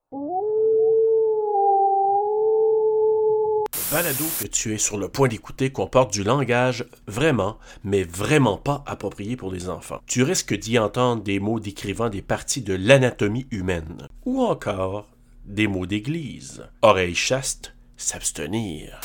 Balado que tu es sur le point d'écouter comporte du langage vraiment, mais vraiment pas approprié pour les enfants. Tu risques d'y entendre des mots décrivant des parties de l'anatomie humaine, ou encore des mots d'église. Oreilles chastes, s'abstenir.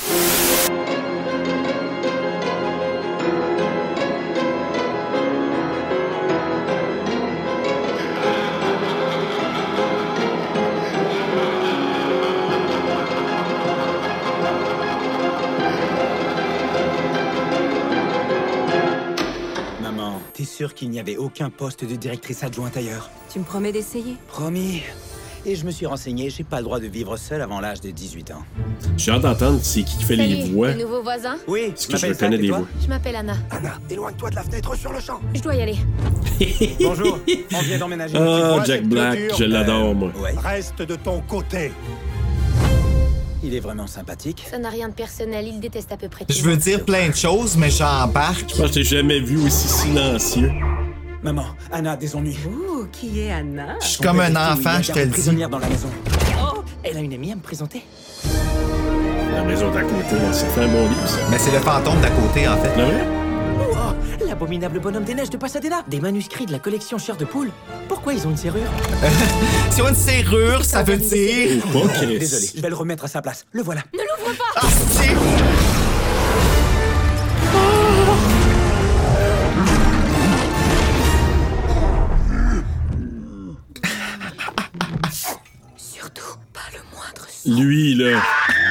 T'es sûr qu'il n'y avait aucun poste de directrice adjointe ailleurs? Tu me promets d'essayer? Promis. Et je me suis renseigné, j'ai pas le droit de vivre seul avant l'âge de 18 ans. J'ai hâte d'entendre c'est qui fait les voix. Les nouveaux voisins? Oui, Parce que je reconnais des voix. Je m'appelle Anna. Anna, éloigne-toi de la fenêtre sur le champ. Je dois y aller. Bonjour, on vient d'emménager. Oh, Jack Black, je l'adore, moi. Ouais, Reste de ton côté. il est vraiment sympathique. Ça n'a rien de personnel, il déteste à peu près tout. Je veux dire plein de choses, mais j'embarque. Je pense que j'ai jamais vu aussi silencieux. Maman, Anna a des ennuis. Oh, qui est Anna? Je suis comme un enfant, je te le dis. Prisonnière dans la maison. Oh, elle a une amie à me présenter. La maison d'à côté, ça fait un bon livre, ça. Mais c'est le fantôme d'à côté, en fait. C'est vrai? Oh, l'abominable bonhomme des neiges de Pasadena. Des manuscrits de la collection Chair de Poule. Pourquoi ils ont une serrure? Sur une serrure, ça veut dire... Ou pas, Chris. Désolé, je vais le remettre à sa place. Le voilà. Ne l'ouvre pas! Ah, c'est... Surtout pas le moindre son. Lui, là.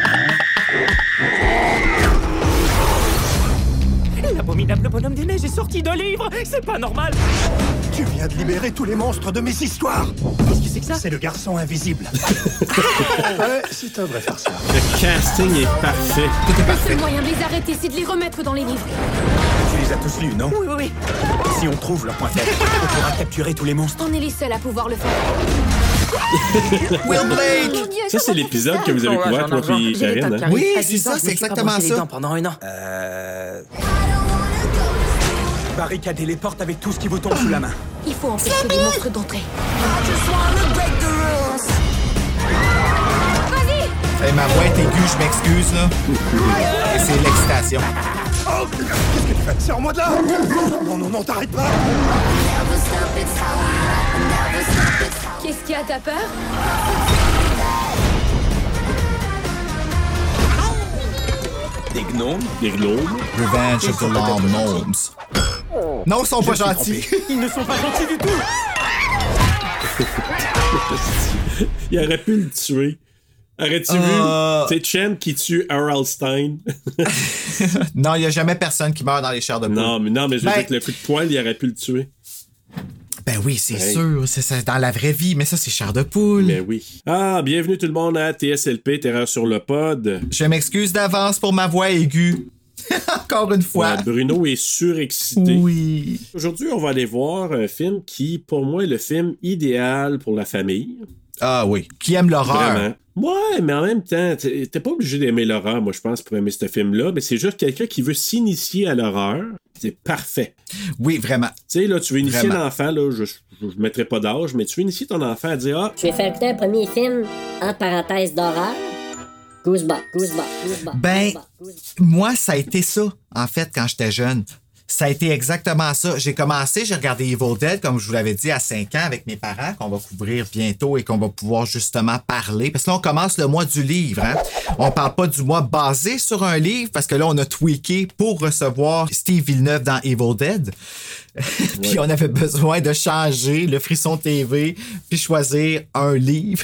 L'abominable bonhomme des neiges est sorti d'un livre. C'est pas normal. Tu viens de libérer tous les monstres de mes histoires. Qu'est-ce que c'est que ça? C'est le garçon invisible. Ouais, c'est un vrai farceur. Le casting est parfait. Tout est Le parfait. seul moyen de les arrêter, c'est de les remettre dans les livres. Tu les as tous lus, non? Oui. Si on trouve leur point faible, on pourra capturer tous les monstres. On est les seuls à pouvoir le faire. Will Blake! Mon Dieu, Ça, c'est l'épisode que vous avez couvert, toi puis Karine, hein? Oui, c'est ça, c'est exactement ça. Pendant un an. Barricadez les portes avec tout ce qui vous tombe sous la main. Il faut empêcher les monstres d'entrer. Et ma voix est aiguë, je m'excuse, là. Et c'est l'excitation. Oh, qu'est-ce que tu fais? Sors-moi de là! Non, t'arrêtes pas! Qu'est-ce qu'il y a, t'as peur? Des gnomes? Des gnomes. Revenge of the Long Gnomes. Non, ils sont pas gentils. Ils ne sont pas gentils du tout! Il aurait pu le tuer. Aurais-tu vu? C'est Chen qui tue Harold Stein. Non, il y a jamais personne qui meurt dans les chairs de poule. Non, mais je veux dire que le coup de poing, il aurait pu le tuer. Ben oui, c'est sûr, c'est ça, dans la vraie vie, mais ça, c'est chair de poule. Mais oui. Ah, bienvenue tout le monde à TSLP, Terreur sur le pod. Je m'excuse d'avance pour ma voix aiguë. Encore une fois. Ouais, Bruno est surexcité. Oui. Aujourd'hui, on va aller voir un film qui, pour moi, est le film idéal pour la famille. Ah oui. Qui aime l'horreur. Vraiment. Ouais, mais en même temps, t'es pas obligé d'aimer l'horreur, moi, je pense, pour aimer ce film-là. Mais c'est juste quelqu'un qui veut s'initier à l'horreur. C'est parfait. Oui, vraiment. Tu sais, là, tu veux initier Vraiment. l'enfant, là, je mettrai pas d'âge, mais tu veux initier ton enfant à dire, ah, Je vais faire écouter un premier film, entre parenthèses, d'horreur. Goosebumps. Ben, moi, ça a été ça, en fait, quand j'étais jeune. Ça a été exactement ça. J'ai regardé Evil Dead, comme je vous l'avais dit, à 5 ans avec mes parents, qu'on va couvrir bientôt et qu'on va pouvoir justement parler. Parce que là, on commence le mois du livre, hein. On parle pas du mois basé sur un livre, parce que là, on a tweaké pour recevoir Steve Villeneuve dans Evil Dead. Puis on avait besoin de changer le Frisson TV, puis choisir un livre.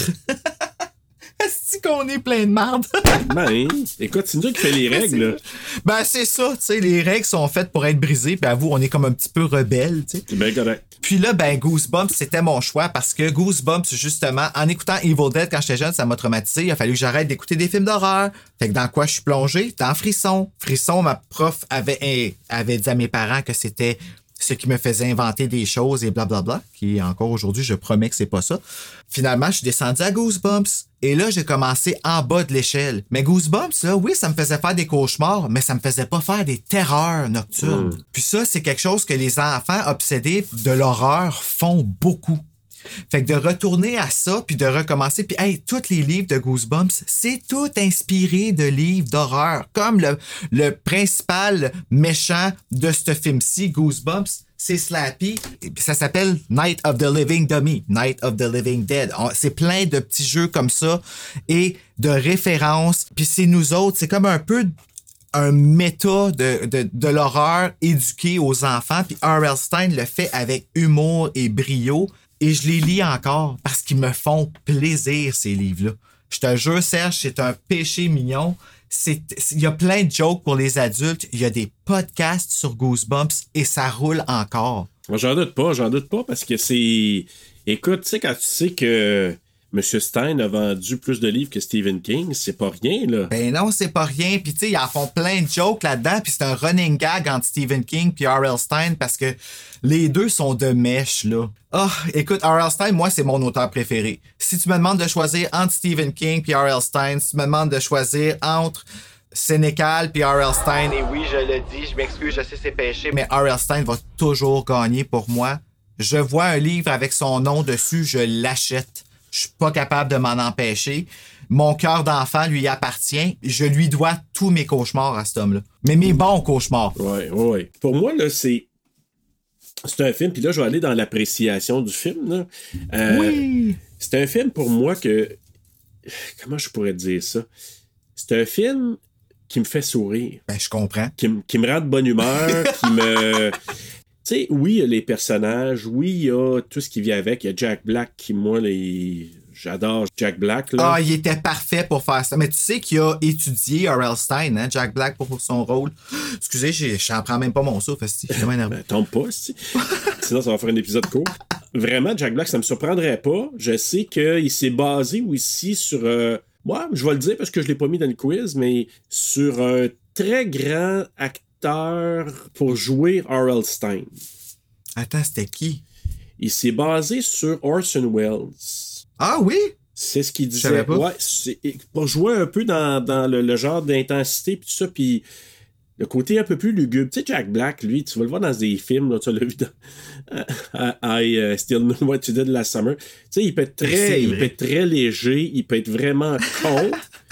Est-ce qu'on est plein de marde? ben, écoute, c'est nous qui fait les règles, là. Ben, c'est ça, tu sais, les règles sont faites pour être brisées, puis à vous, on est comme un petit peu rebelle, tu sais. C'est bien correct. Puis là, ben, Goosebumps, c'était mon choix parce que Goosebumps, justement, en écoutant Evil Dead quand j'étais jeune, ça m'a traumatisé. Il a fallu que j'arrête d'écouter des films d'horreur. Fait que dans quoi je suis plongé? Dans Frisson. Frisson, ma prof avait dit à mes parents que c'était ce qui me faisait inventer des choses et blablabla, qui encore aujourd'hui, je promets que c'est pas ça. Finalement, je suis descendu à Goosebumps. Et là, j'ai commencé en bas de l'échelle. Mais Goosebumps, là, oui, ça me faisait faire des cauchemars, mais ça me faisait pas faire des terreurs nocturnes. Puis ça, c'est quelque chose que les enfants obsédés de l'horreur font beaucoup. Fait que de retourner à ça, puis de recommencer, puis hey, tous les livres de Goosebumps, c'est tout inspiré de livres d'horreur. Comme le principal méchant de ce film-ci, Goosebumps, c'est Slappy. Ça s'appelle Night of the Living Dummy, Night of the Living Dead. C'est plein de petits jeux comme ça et de références. Puis c'est nous autres, c'est comme un peu un méta de l'horreur éduqué aux enfants. Puis R.L. Stine le fait avec humour et brio. Et je les lis encore parce qu'ils me font plaisir, ces livres-là. Je te jure, Serge, c'est un péché mignon. Il y a plein de jokes pour les adultes. Il y a des podcasts sur Goosebumps et ça roule encore. J'en doute pas parce que c'est... Écoute, tu sais, quand tu sais que M. Stine a vendu plus de livres que Stephen King, c'est pas rien, là. Ben non, c'est pas rien. Puis tu sais, ils en font plein de jokes là-dedans. Puis c'est un running gag entre Stephen King puis R.L. Stine parce que les deux sont de mèche, là. Ah, écoute, R.L. Stine, moi, c'est mon auteur préféré. Si tu me demandes de choisir entre Stephen King puis R.L. Stine, si tu me demandes de choisir entre Sénécal puis R.L. Stine, et oui, je le dis, je m'excuse, je sais c'est péché, mais R.L. Stine va toujours gagner pour moi. Je vois un livre avec son nom dessus, je l'achète. Je suis pas capable de m'en empêcher. Mon cœur d'enfant lui appartient. Je lui dois tous mes cauchemars à cet homme-là. Mais mes bons cauchemars. Ouais. Pour moi, là, c'est un film, puis là, je vais aller dans l'appréciation du film, là. Oui! C'est un film pour moi que... Comment je pourrais dire ça? C'est un film qui me fait sourire. Ben, je comprends. Qui me rend de bonne humeur, qui me... Tu sais, oui, il y a les personnages, oui, il y a tout ce qui vient avec. Il y a Jack Black qui, moi, j'adore Jack Black. Là. Ah, il était parfait pour faire ça. Mais tu sais qu'il a étudié R.L. Stine, hein, Jack Black, pour son rôle. Excusez, j'en prends même pas mon souffle, je suis vraiment énervé. Ben, tombe pas, sinon ça va faire un épisode court. Vraiment, Jack Black, ça me surprendrait pas. Je sais qu'il s'est basé aussi sur... moi, je vais le dire parce que je l'ai pas mis dans le quiz, mais sur un très grand acteur pour jouer R.L. Stine. Attends, c'était qui? Il s'est basé sur Orson Welles. Ah oui? C'est ce qu'il disait. Je savais pas. Ouais, c'est pour jouer un peu dans le genre d'intensité puis tout ça, puis le côté un peu plus lugubre. Tu sais, Jack Black, lui, tu vas le voir dans des films, là, tu l'as vu dans I Still Know What You Did Last Summer. Tu sais, il peut être très léger, il peut être vraiment con.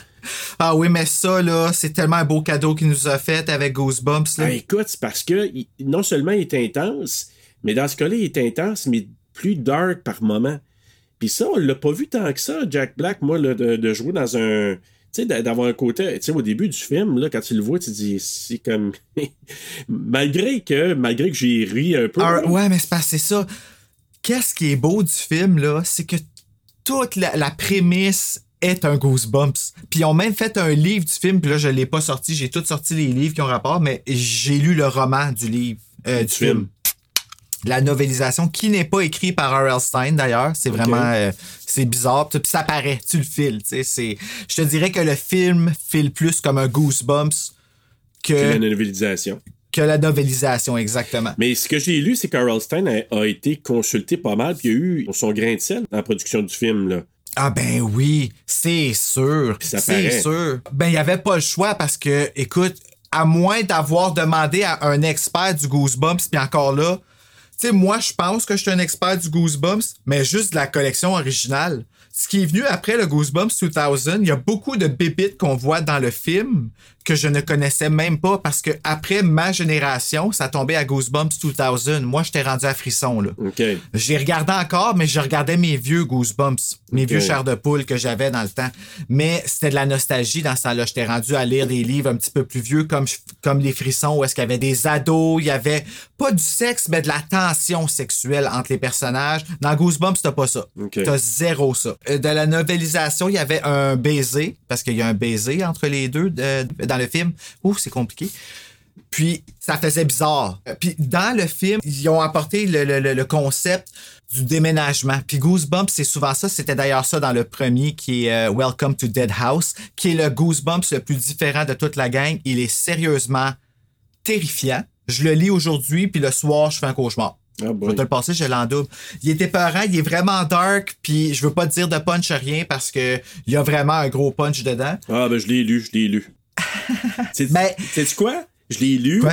Ah oui, mais ça, là, c'est tellement un beau cadeau qu'il nous a fait avec Goosebumps. Là. Ah, écoute, c'est parce que non seulement il est intense, mais dans ce cas-là, il est intense, mais plus dark par moment. Puis ça, on l'a pas vu tant que ça, Jack Black, moi, là, de jouer dans un... Tu sais, d'avoir un côté... Tu sais, au début du film, là, quand tu le vois, tu te dis, c'est comme... malgré que j'ai ri un peu... Ouais, mais c'est ça. Qu'est-ce qui est beau du film, là, c'est que toute la prémisse est un Goosebumps. Puis ils ont même fait un livre du film, puis là, je l'ai pas sorti. J'ai tout sorti les livres qui ont rapport, mais j'ai lu le roman du livre, du film. La novélisation, qui n'est pas écrit par R.L. Stine, d'ailleurs. C'est vraiment... c'est bizarre. Puis ça paraît, tu le files. Je te dirais que le film file plus comme un Goosebumps que la novélisation. Que la novélisation, exactement. Mais ce que j'ai lu, c'est qu'R.L. Stine a été consulté pas mal, puis il y a eu son grain de sel dans la production du film, là. Ah ben oui, c'est sûr. C'est sûr. Ben, il n'y avait pas le choix parce que, écoute, à moins d'avoir demandé à un expert du Goosebumps, puis encore là, tu sais, moi, je pense que je suis un expert du Goosebumps, mais juste de la collection originale. Ce qui est venu après le Goosebumps 2000, il y a beaucoup de pépites qu'on voit dans le film que je ne connaissais même pas parce que après ma génération, ça tombait à Goosebumps 2000. Moi, j'étais rendu à frisson, là. Okay. J'ai regardé encore, mais je regardais mes vieux Goosebumps, mes vieux chairs de poule que j'avais dans le temps. Mais c'était de la nostalgie dans ce temps-là. J'étais rendu à lire des livres un petit peu plus vieux comme Les Frissons, où est-ce qu'il y avait des ados, il y avait pas du sexe, mais de la tension sexuelle entre les personnages. Dans Goosebumps, t'as pas ça. Okay. T'as zéro ça. De la novélisation, il y avait un baiser, parce qu'il y a un baiser entre les deux dans le film. Ouh, c'est compliqué. Puis, ça faisait bizarre. Puis, dans le film, ils ont apporté le concept du déménagement. Puis, Goosebumps, c'est souvent ça. C'était d'ailleurs ça dans le premier, qui est Welcome to Dead House, qui est le Goosebumps le plus différent de toute la gang. Il est sérieusement terrifiant. Je le lis aujourd'hui, puis le soir, je fais un cauchemar. Ah bon. Je vais te le passer, je l'en double. Il était peurant, il est vraiment dark, puis je veux pas te dire de punch rien parce que il y a vraiment un gros punch dedans. Ah ben je l'ai lu. Ben, sais-tu quoi? Je l'ai lu. Quoi?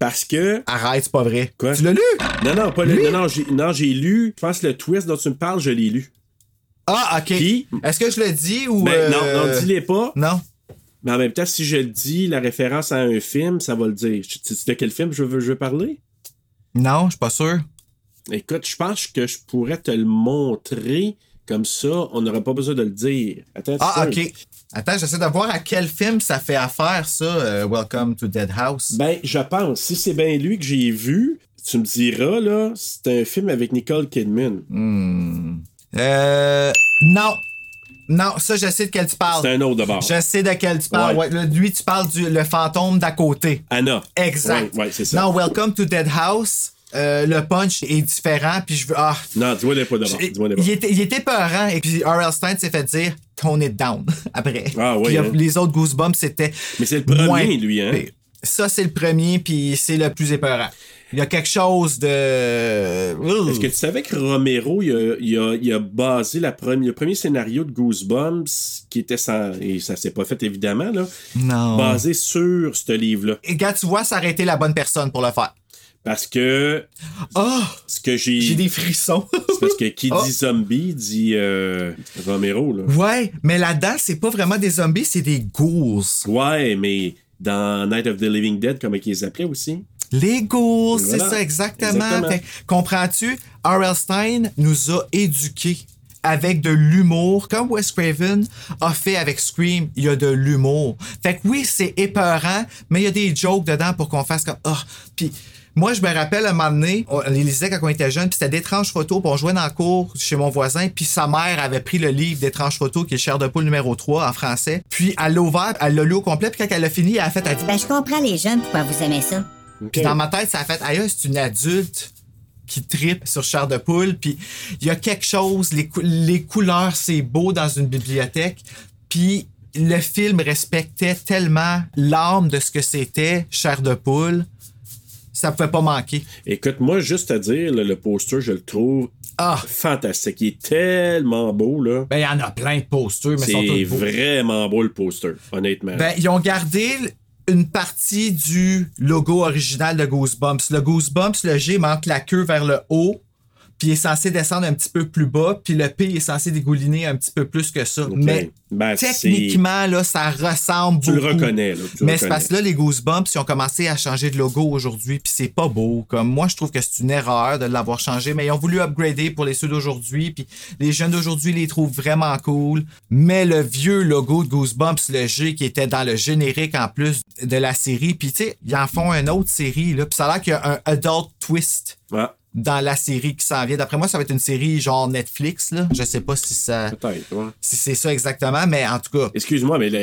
Parce que... Arrête, c'est pas vrai. Quoi? Tu l'as lu? Non, pas le... Non, j'ai lu... Je pense que le twist dont tu me parles, je l'ai lu. Ah, OK. Puis... Est-ce que je le dis ou... Ben, non, dis-les pas. Non. Mais en même temps, si je le dis, la référence à un film, ça va le dire. C'est de quel film je veux parler? Non, je suis pas sûr. Écoute, je pense que je pourrais te le montrer... Comme ça, on n'aurait pas besoin de le dire. Attends, OK. Attends, j'essaie de voir à quel film ça fait affaire, ça, Welcome to Dead House. Ben, je pense. Si c'est bien lui que j'ai vu, tu me diras, là, c'est un film avec Nicole Kidman. Non. Non, ça, je sais de quel tu parles. C'est un autre d'abord. Je sais de quel tu parles. Ouais. Lui, tu parles le fantôme d'à côté. Anna. Exact. Ouais, c'est ça. Non, Welcome to Dead House... le punch est différent, puis je veux... Non, dis-moi pas d'abord. Il était peurant, et puis R.L. Stein s'est fait dire « tone it down » après. Ah oui, puis les autres Goosebumps, c'était... Mais c'est le premier, lui, hein? Ça, c'est le premier, puis c'est le plus épeurant. Il y a quelque chose de... Est-ce que tu savais que Romero, il a basé le premier scénario de Goosebumps, qui était sans... Et ça s'est pas fait, évidemment, là. Non. Basé sur ce livre-là. Et quand tu vois, ça aurait été la bonne personne pour le faire. Parce que... ce que j'ai des frissons. C'est parce que qui dit zombie dit Romero, là. Ouais, mais là-dedans, c'est pas vraiment des zombies, c'est des ghouls. Ouais, mais dans Night of the Living Dead, comment ils les appelaient aussi? Les ghouls, voilà. C'est ça, exactement. Comprends-tu? R.L. Stein nous a éduqués avec de l'humour, comme Wes Craven a fait avec Scream, il y a de l'humour. Fait que oui, c'est épeurant, mais il y a des jokes dedans pour qu'on fasse comme... Puis moi, je me rappelle un moment donné, on les lisait quand on était jeunes, puis c'était d'étranges photos, puis on jouait dans le cours chez mon voisin, puis sa mère avait pris le livre d'étranges photos, qui est Chair de poule numéro 3 en français, puis elle l'a ouvert, elle l'a lu au complet, puis quand elle a fini, elle a fait... Ben, je comprends les jeunes pourquoi vous aimez ça. Okay. Puis dans ma tête, ça a fait, aïe, c'est une adulte qui trippe sur Chair de poule, puis il y a quelque chose, les couleurs, c'est beau dans une bibliothèque, puis le film respectait tellement l'âme de ce que c'était Chair de poule, ça pouvait pas manquer. Écoute, moi, juste à dire, là, le poster, je le trouve fantastique. Il est tellement beau, là. Ben, il y en a plein de posters, mais sont tous beaux. C'est vraiment beau, le poster, honnêtement. Ben, ils ont gardé une partie du logo original de Goosebumps. Le Goosebumps, le G manque la queue vers le haut, puis il est censé descendre un petit peu plus bas, puis le P est censé dégouliner un petit peu plus que ça. Okay. Mais techniquement, là, ça ressemble beaucoup. Tu le reconnais, là. Mais c'est parce que là, les Goosebumps, ils ont commencé à changer de logo aujourd'hui, puis c'est pas beau. Comme moi, je trouve que c'est une erreur de l'avoir changé, mais ils ont voulu upgrader pour les ceux d'aujourd'hui, puis les jeunes d'aujourd'hui les trouvent vraiment cool. Mais le vieux logo de Goosebumps, le G, qui était dans le générique en plus de la série, puis tu sais, ils en font une autre série, là, puis ça a l'air qu'il y a un adult twist. Ouais. Dans la série qui s'en vient. D'après moi, ça va être une série genre Netflix, là. Je sais pas si ça... Peut-être, ouais. Si c'est ça exactement, mais en tout cas... Excuse-moi, mais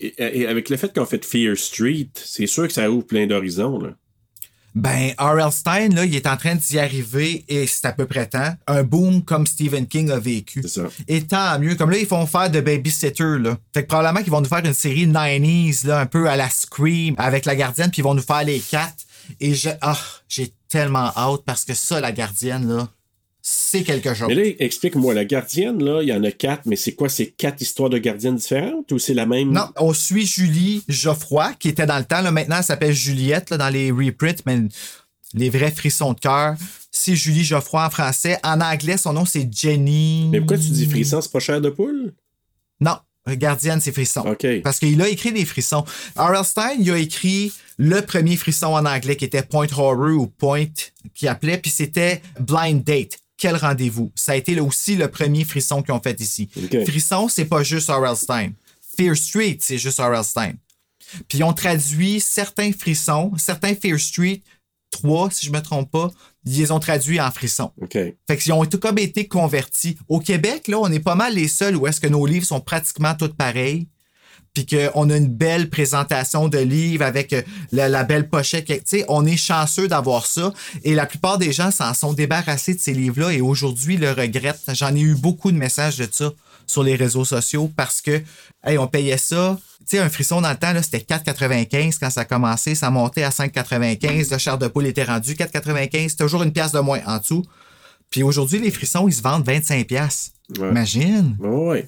avec le fait qu'on fait Fear Street, c'est sûr que ça ouvre plein d'horizons, là. Ben, R.L. Stein, là, il est en train d'y arriver et c'est à peu près temps. Un boom comme Stephen King a vécu. C'est ça. Et tant mieux. Comme là, ils vont faire de Babysitter, là. Fait que probablement qu'ils vont nous faire une série 90s, là, un peu à la Scream, avec la gardienne, puis ils vont nous faire les 4. Et j'ai tellement hâte parce que ça, la gardienne, là, c'est quelque chose. Mais là, explique-moi, la gardienne, là, il y en a 4, mais c'est quoi? C'est 4 histoires de gardiennes différentes ou c'est la même? Non, on suit Julie Geoffroy, qui était dans le temps. Là, maintenant, elle s'appelle Juliette là, dans les reprints, mais les vrais frissons de cœur, c'est Julie Geoffroy en français. En anglais, son nom, c'est Jenny... Mais pourquoi tu dis frisson, c'est pas Chair de poule? Non. Gardienne, c'est Frisson. Okay. Parce qu'il a écrit des frissons. R.L. Stein, il a écrit le premier frisson en anglais qui était Point Horror ou Point, qui appelait, puis c'était Blind Date. Quel rendez-vous? Ça a été aussi le premier frisson qu'ils ont fait ici. Okay. Frisson, c'est pas juste R.L. Stein. Fear Street, c'est juste R.L. Stein. Puis ils ont traduit certains frissons, certains Fear Street 3, si je me trompe pas, ils les ont traduits en frissons. Okay. Fait qu'ils ont comme été convertis. Au Québec, là, on est pas mal les seuls où est-ce que nos livres sont pratiquement tous pareils. Puis qu'on a une belle présentation de livres avec la belle pochette. Tu sais, on est chanceux d'avoir ça. Et la plupart des gens s'en sont débarrassés de ces livres-là et aujourd'hui le regrettent. J'en ai eu beaucoup de messages de ça sur les réseaux sociaux parce que, hey, on payait ça. Tu sais, un frisson dans le temps, là, c'était 4,95 quand ça a commencé. Ça montait à 5,95. Le Chair de poule était rendu 4,95. Toujours une pièce de moins en dessous. Puis aujourd'hui, les frissons, ils se vendent 25$. Ouais. Imagine. Ouais.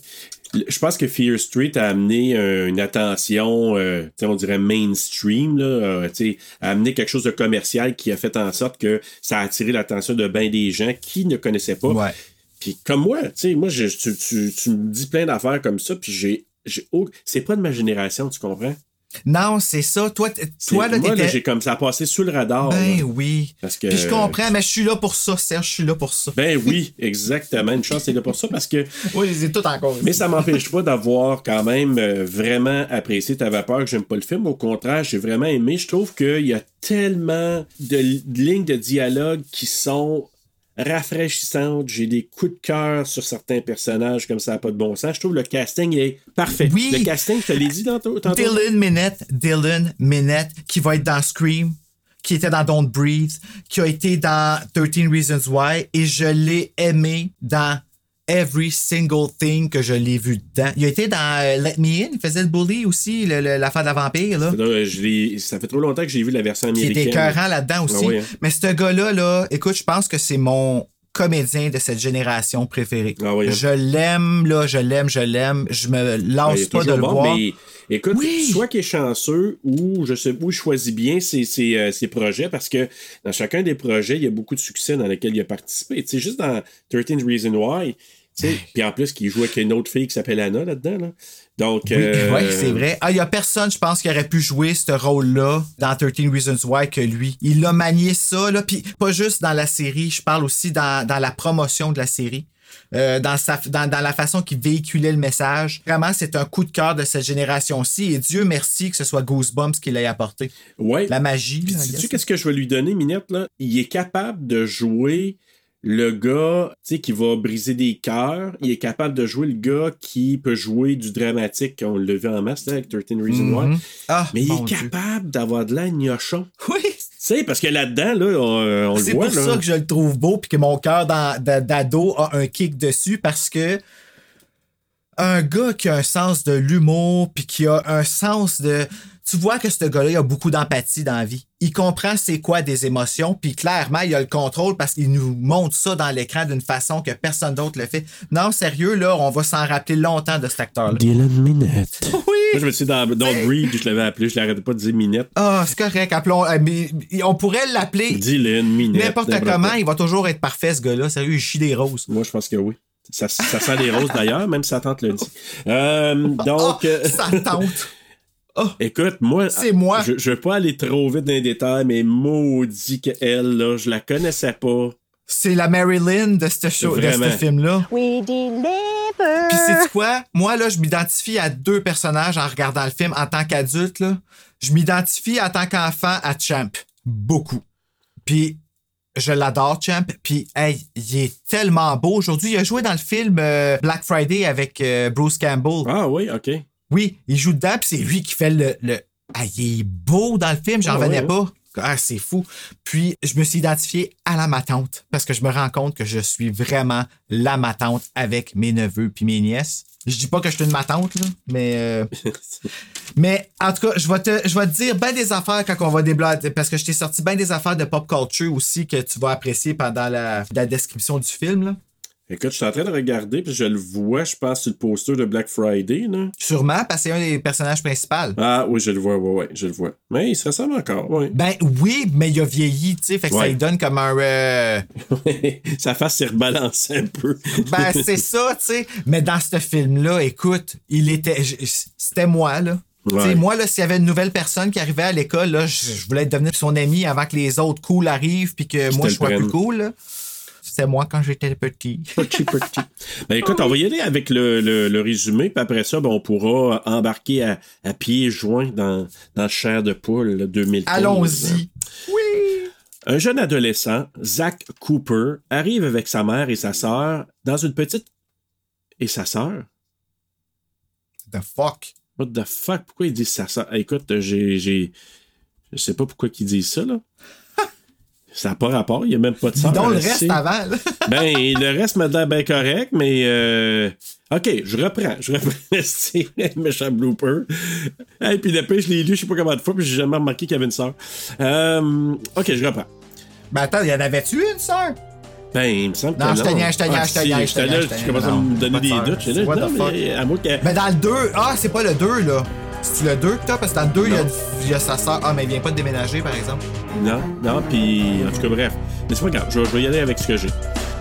Je pense que Fear Street a amené une attention, on dirait mainstream, là, a amené quelque chose de commercial qui a fait en sorte que ça a attiré l'attention de bien des gens qui ne connaissaient pas. Ouais. Puis comme moi, tu me dis plein d'affaires comme ça, puis c'est pas de ma génération, tu comprends? Non, c'est ça. Toi, là, moi, t'étais... là, j'ai comme ça a passé sous le radar. Ben là. oui. Parce que, puis je comprends, mais je suis là pour ça, Serge, je suis là pour ça. Ben oui, exactement. Une chance, c'est là pour ça, parce que... Oui, c'est tout encore. Mais ça m'empêche pas d'avoir quand même vraiment apprécié T'avais peur que j'aime pas le film. Au contraire, j'ai vraiment aimé. Je trouve qu'il y a tellement de lignes de dialogue qui sont rafraîchissantes. J'ai des coups de cœur sur certains personnages comme ça n'a pas de bon sens. Je trouve le casting est parfait. Oui. Le casting, je te l'ai dit tantôt. Dylan Minnette, qui va être dans Scream, qui était dans Don't Breathe, qui a été dans 13 Reasons Why, et je l'ai aimé dans Every Single Thing que je l'ai vu dedans. Il a été dans Let Me In, il faisait le bully aussi, l'affaire de la vampire, là. Ça fait trop longtemps que j'ai vu la version américaine. Qui était écœurant là-dedans aussi. Ah oui, hein. Mais ce gars-là, là, écoute, je pense que c'est mon comédien de cette génération préférée. Ah oui, hein. Je l'aime, là, je l'aime. Je me lasse pas de le voir. Mais écoute, soit qu'il est chanceux ou je sais où il choisit bien ses projets, parce que dans chacun des projets, il y a beaucoup de succès dans lesquels il a participé. Tu sais, juste dans 13 Reasons Why, puis en plus, qu'il joue avec une autre fille qui s'appelle Anna là-dedans. Là. Donc, oui, c'est vrai. Il n'y a personne, je pense, qui aurait pu jouer ce rôle-là dans 13 Reasons Why que lui. Il a manié ça, là. Puis pas juste dans la série, je parle aussi dans la promotion de la série. Dans la façon qu'il véhiculait le message. Vraiment, c'est un coup de cœur de cette génération-ci. Et Dieu merci que ce soit Goosebumps qui l'ait apporté. Ouais. La magie. Puis sais-tu qu'est-ce que je vais lui donner, Minette? Là? Il est capable de jouer le gars qui va briser des cœurs. Il est capable de jouer le gars qui peut jouer du dramatique. On l'a vu en masse là, avec 13 Reasons Why. Mais il est capable d'avoir de la gnochon. Oui. Tu sais, parce que là-dedans, là, on le voit. C'est pour ça que je le trouve beau puis que mon cœur d'ado a un kick dessus, parce que un gars qui a un sens de l'humour puis qui a un sens de... Tu vois que ce gars-là, il a beaucoup d'empathie dans la vie. Il comprend c'est quoi des émotions, puis clairement, il a le contrôle parce qu'il nous montre ça dans l'écran d'une façon que personne d'autre le fait. Non, sérieux, là, on va s'en rappeler longtemps de cet acteur-là. Dylan Minnette. Oui! Moi, je me suis dit, dans Don't Breathe, je l'avais appelé, je l'arrêtais pas de dire Minette. Ah, c'est correct, appelons... on pourrait l'appeler... Dylan Minnette. N'importe comment, il va toujours être parfait, ce gars-là. Sérieux, il chie des roses. Moi, je pense que oui. Ça sent les roses, d'ailleurs, même sa tante le dit. Donc... sa tante! Oh, écoute, moi, c'est moi. Je veux pas aller trop vite dans les détails, mais maudit qu'elle, là, je la connaissais pas. C'est la Marilyn de ce film-là. We deliver. Puis sais-tu quoi? Moi, là, je m'identifie à deux personnages en regardant le film en tant qu'adulte, là. Je m'identifie en tant qu'enfant à Champ. Beaucoup. Puis je l'adore, Champ. Puis, hey, il est tellement beau. Aujourd'hui, il a joué dans le film Black Friday avec Bruce Campbell. Ah oui, OK. Oui, il joue dedans, puis c'est lui qui fait le... Ah, il est beau dans le film, j'en revenais pas. Ah, c'est fou. Puis, je me suis identifié à la matante, parce que je me rends compte que je suis vraiment la matante avec mes neveux puis mes nièces. Je dis pas que je suis une matante, là, mais... mais, en tout cas, je vais te dire ben des affaires quand on va déblater, parce que je t'ai sorti ben des affaires de pop culture aussi que tu vas apprécier pendant la description du film, là. Écoute, je suis en train de regarder, puis je le vois, je pense, sur le poster de Black Friday, là. Sûrement, parce que c'est un des personnages principaux. Ah oui, je le vois, ouais, je le vois. Mais il se ressemble encore, oui. Ben oui, mais il a vieilli, tu sais, fait que ça lui donne comme un... Sa face s'est rebalancée un peu. Ben c'est ça, tu sais. Mais dans ce film-là, écoute, c'était moi, là. Ouais. T'sais, moi, là, s'il y avait une nouvelle personne qui arrivait à l'école, là, je voulais devenir son ami avant que les autres cool arrivent, puis que moi, je sois plus cool, là. C'était moi quand j'étais petit. Petit. Ben écoute, on va y aller avec le résumé, puis après ça, ben, on pourra embarquer à pieds joints dans Chair de poule 2015. Allons-y. Oui. Un jeune adolescent, Zach Cooper, arrive avec sa mère et sa sœur dans une petite... Et sa sœur? The fuck? What the fuck? Pourquoi ils disent sa sœur? Écoute, je sais pas pourquoi ils disent ça, là. Ça n'a pas rapport, il n'y a même pas de sœur. Donc le reste avant, là. Ben, le reste m'a l'air bien correct, mais OK, je reprends. C'est un méchant blooper. Et puis depuis, je l'ai lu, je sais pas combien de fois, puis j'ai jamais remarqué qu'il y avait une sœur. OK, je reprends. Ben attends, y en avait-tu une sœur? Ben, il me semble que Non, je te niaise, J'étais là, tu commences à me donner des doutes. J'étais là, non, mais à moins que... Mais dans le 2, c'est pas le 2, là. C'est le 2 que t'as, parce que dans le 2, il y a sa sœur. Ah, mais il vient pas de déménager, par exemple. Non, puis en tout cas, bref. Mais c'est pas grave, je vais y aller avec ce que j'ai.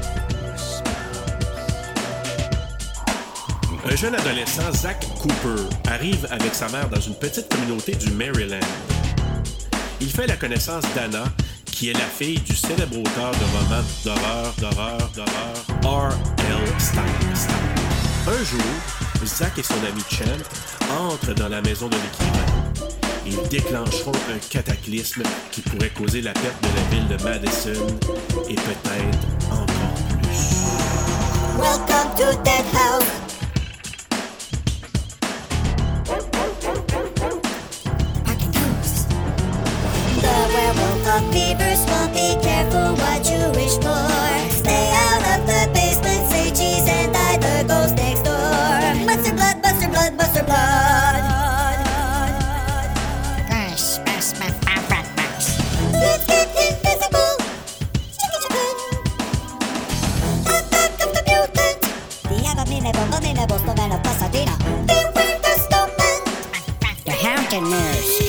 Un jeune adolescent, Zach Cooper, arrive avec sa mère dans une petite communauté du Maryland. Il fait la connaissance d'Anna, qui est la fille du célèbre auteur de romans d'horreur, R.L. Stein. Un jour, Zach et son ami Champ entrent dans la maison de l'écrivain. Ils déclencheront un cataclysme qui pourrait causer la perte de la ville de Madison et peut-être encore plus. Welcome to Dead House. The werewolf of Beaver Swamp, be careful what you wish for. Stay out of the basement, say cheese and die the ghost next door. Monster blood, buster blood, buster blood. Let's get invisible. Attack of the mutant. The abominable snowman of Pasadena. Beware the snowman. The haunted nurse.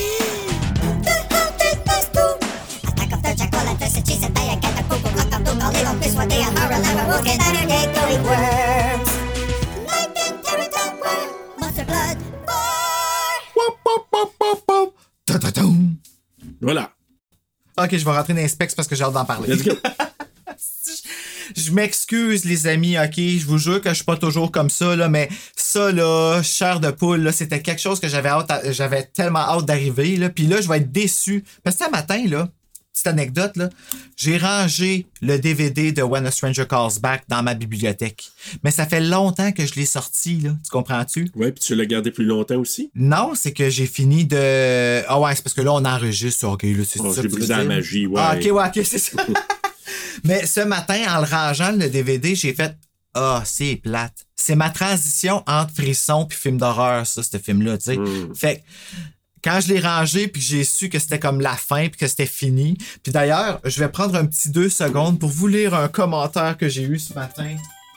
Voilà. Ok, je vais rentrer dans les specs parce que j'ai hâte d'en parler. Let's go. Je m'excuse, les amis, ok? Je vous jure que je suis pas toujours comme ça, là, mais ça, là, chair de poule, là, c'était quelque chose que j'avais tellement hâte d'arriver, là. Puis là, je vais être déçu. Parce que ce matin, là, petite anecdote, là, j'ai rangé le DVD de When a Stranger Calls Back dans ma bibliothèque. Mais ça fait longtemps que je l'ai sorti, là. Tu comprends-tu? Ouais, puis tu l'as gardé plus longtemps aussi? Non, c'est que j'ai fini de... Ah ouais, c'est parce que là, on enregistre. Ok, là, c'est ça. J'ai brisé la magie, ouais. Ah, ok, c'est ça. Mais ce matin, en le rangeant, le DVD, j'ai fait « Ah, c'est plate. » C'est ma transition entre frisson puis film d'horreur, ça, ce film-là, tu sais. Fait que quand je l'ai rangé puis que j'ai su que c'était comme la fin puis que c'était fini. Puis d'ailleurs, je vais prendre un petit 2 secondes pour vous lire un commentaire que j'ai eu ce matin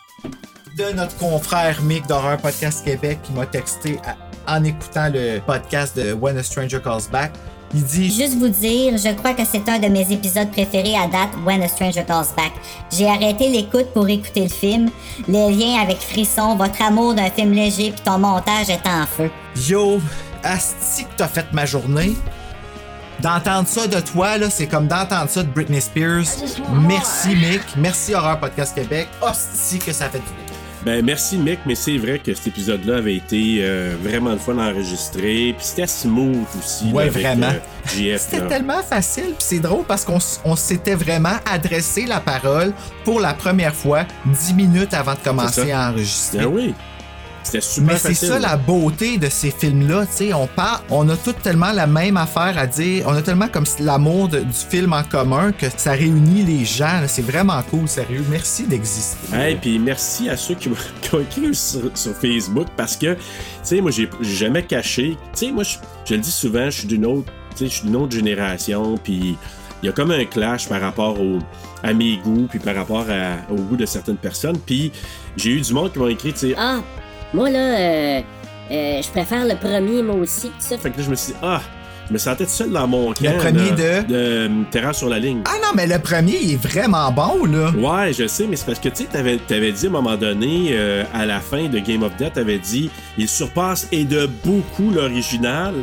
de notre confrère Mick d'Horreur Podcast Québec qui m'a texté en écoutant le podcast de When a Stranger Calls Back. Il dit... Juste vous dire, je crois que c'est un de mes épisodes préférés à date, When a Stranger Calls Back. J'ai arrêté l'écoute pour écouter le film. Les liens avec Frisson, votre amour d'un film léger puis ton montage est en feu. Yo, asti que t'as fait ma journée. D'entendre ça de toi, là, c'est comme d'entendre ça de Britney Spears. Merci, Mick. Merci, Horreur Podcast Québec. Asti que ça fait du bien. Ben, merci, Mick, mais c'est vrai que cet épisode-là avait été vraiment le fun à enregistrer. Puis c'était smooth aussi. Ouais, là, avec, vraiment. JF, c'était là. tellement facile. Puis c'est drôle parce qu'on s'était vraiment adressé la parole pour la première fois 10 minutes avant de commencer à enregistrer. Ben oui. C'était super Mais facile. c'est ça la beauté de ces films-là, tu sais, on a tous tellement la même affaire à dire, on a tellement comme l'amour du film en commun que ça réunit les gens, là. C'est vraiment cool, sérieux. Merci d'exister. Hey, puis merci à ceux qui ont écrit sur Facebook parce que, tu sais, moi, j'ai jamais caché. Tu sais, moi, je le dis souvent, je suis d'une autre génération, puis il y a comme un clash par rapport à mes goûts, puis par rapport au goût de certaines personnes. Puis j'ai eu du monde qui m'ont écrit, tu sais, Ah, moi là, je préfère le premier, moi aussi, tout ça. fait que là, je me suis dit, je me sentais tout seul dans mon camp. Le premier de Terreur sur la ligne. Ah non, mais le premier, il est vraiment bon, là. Ouais, je sais, mais c'est parce que, tu sais, t'avais dit à un moment donné, à la fin de Game of Death, t'avais dit, il surpasse et de beaucoup l'original.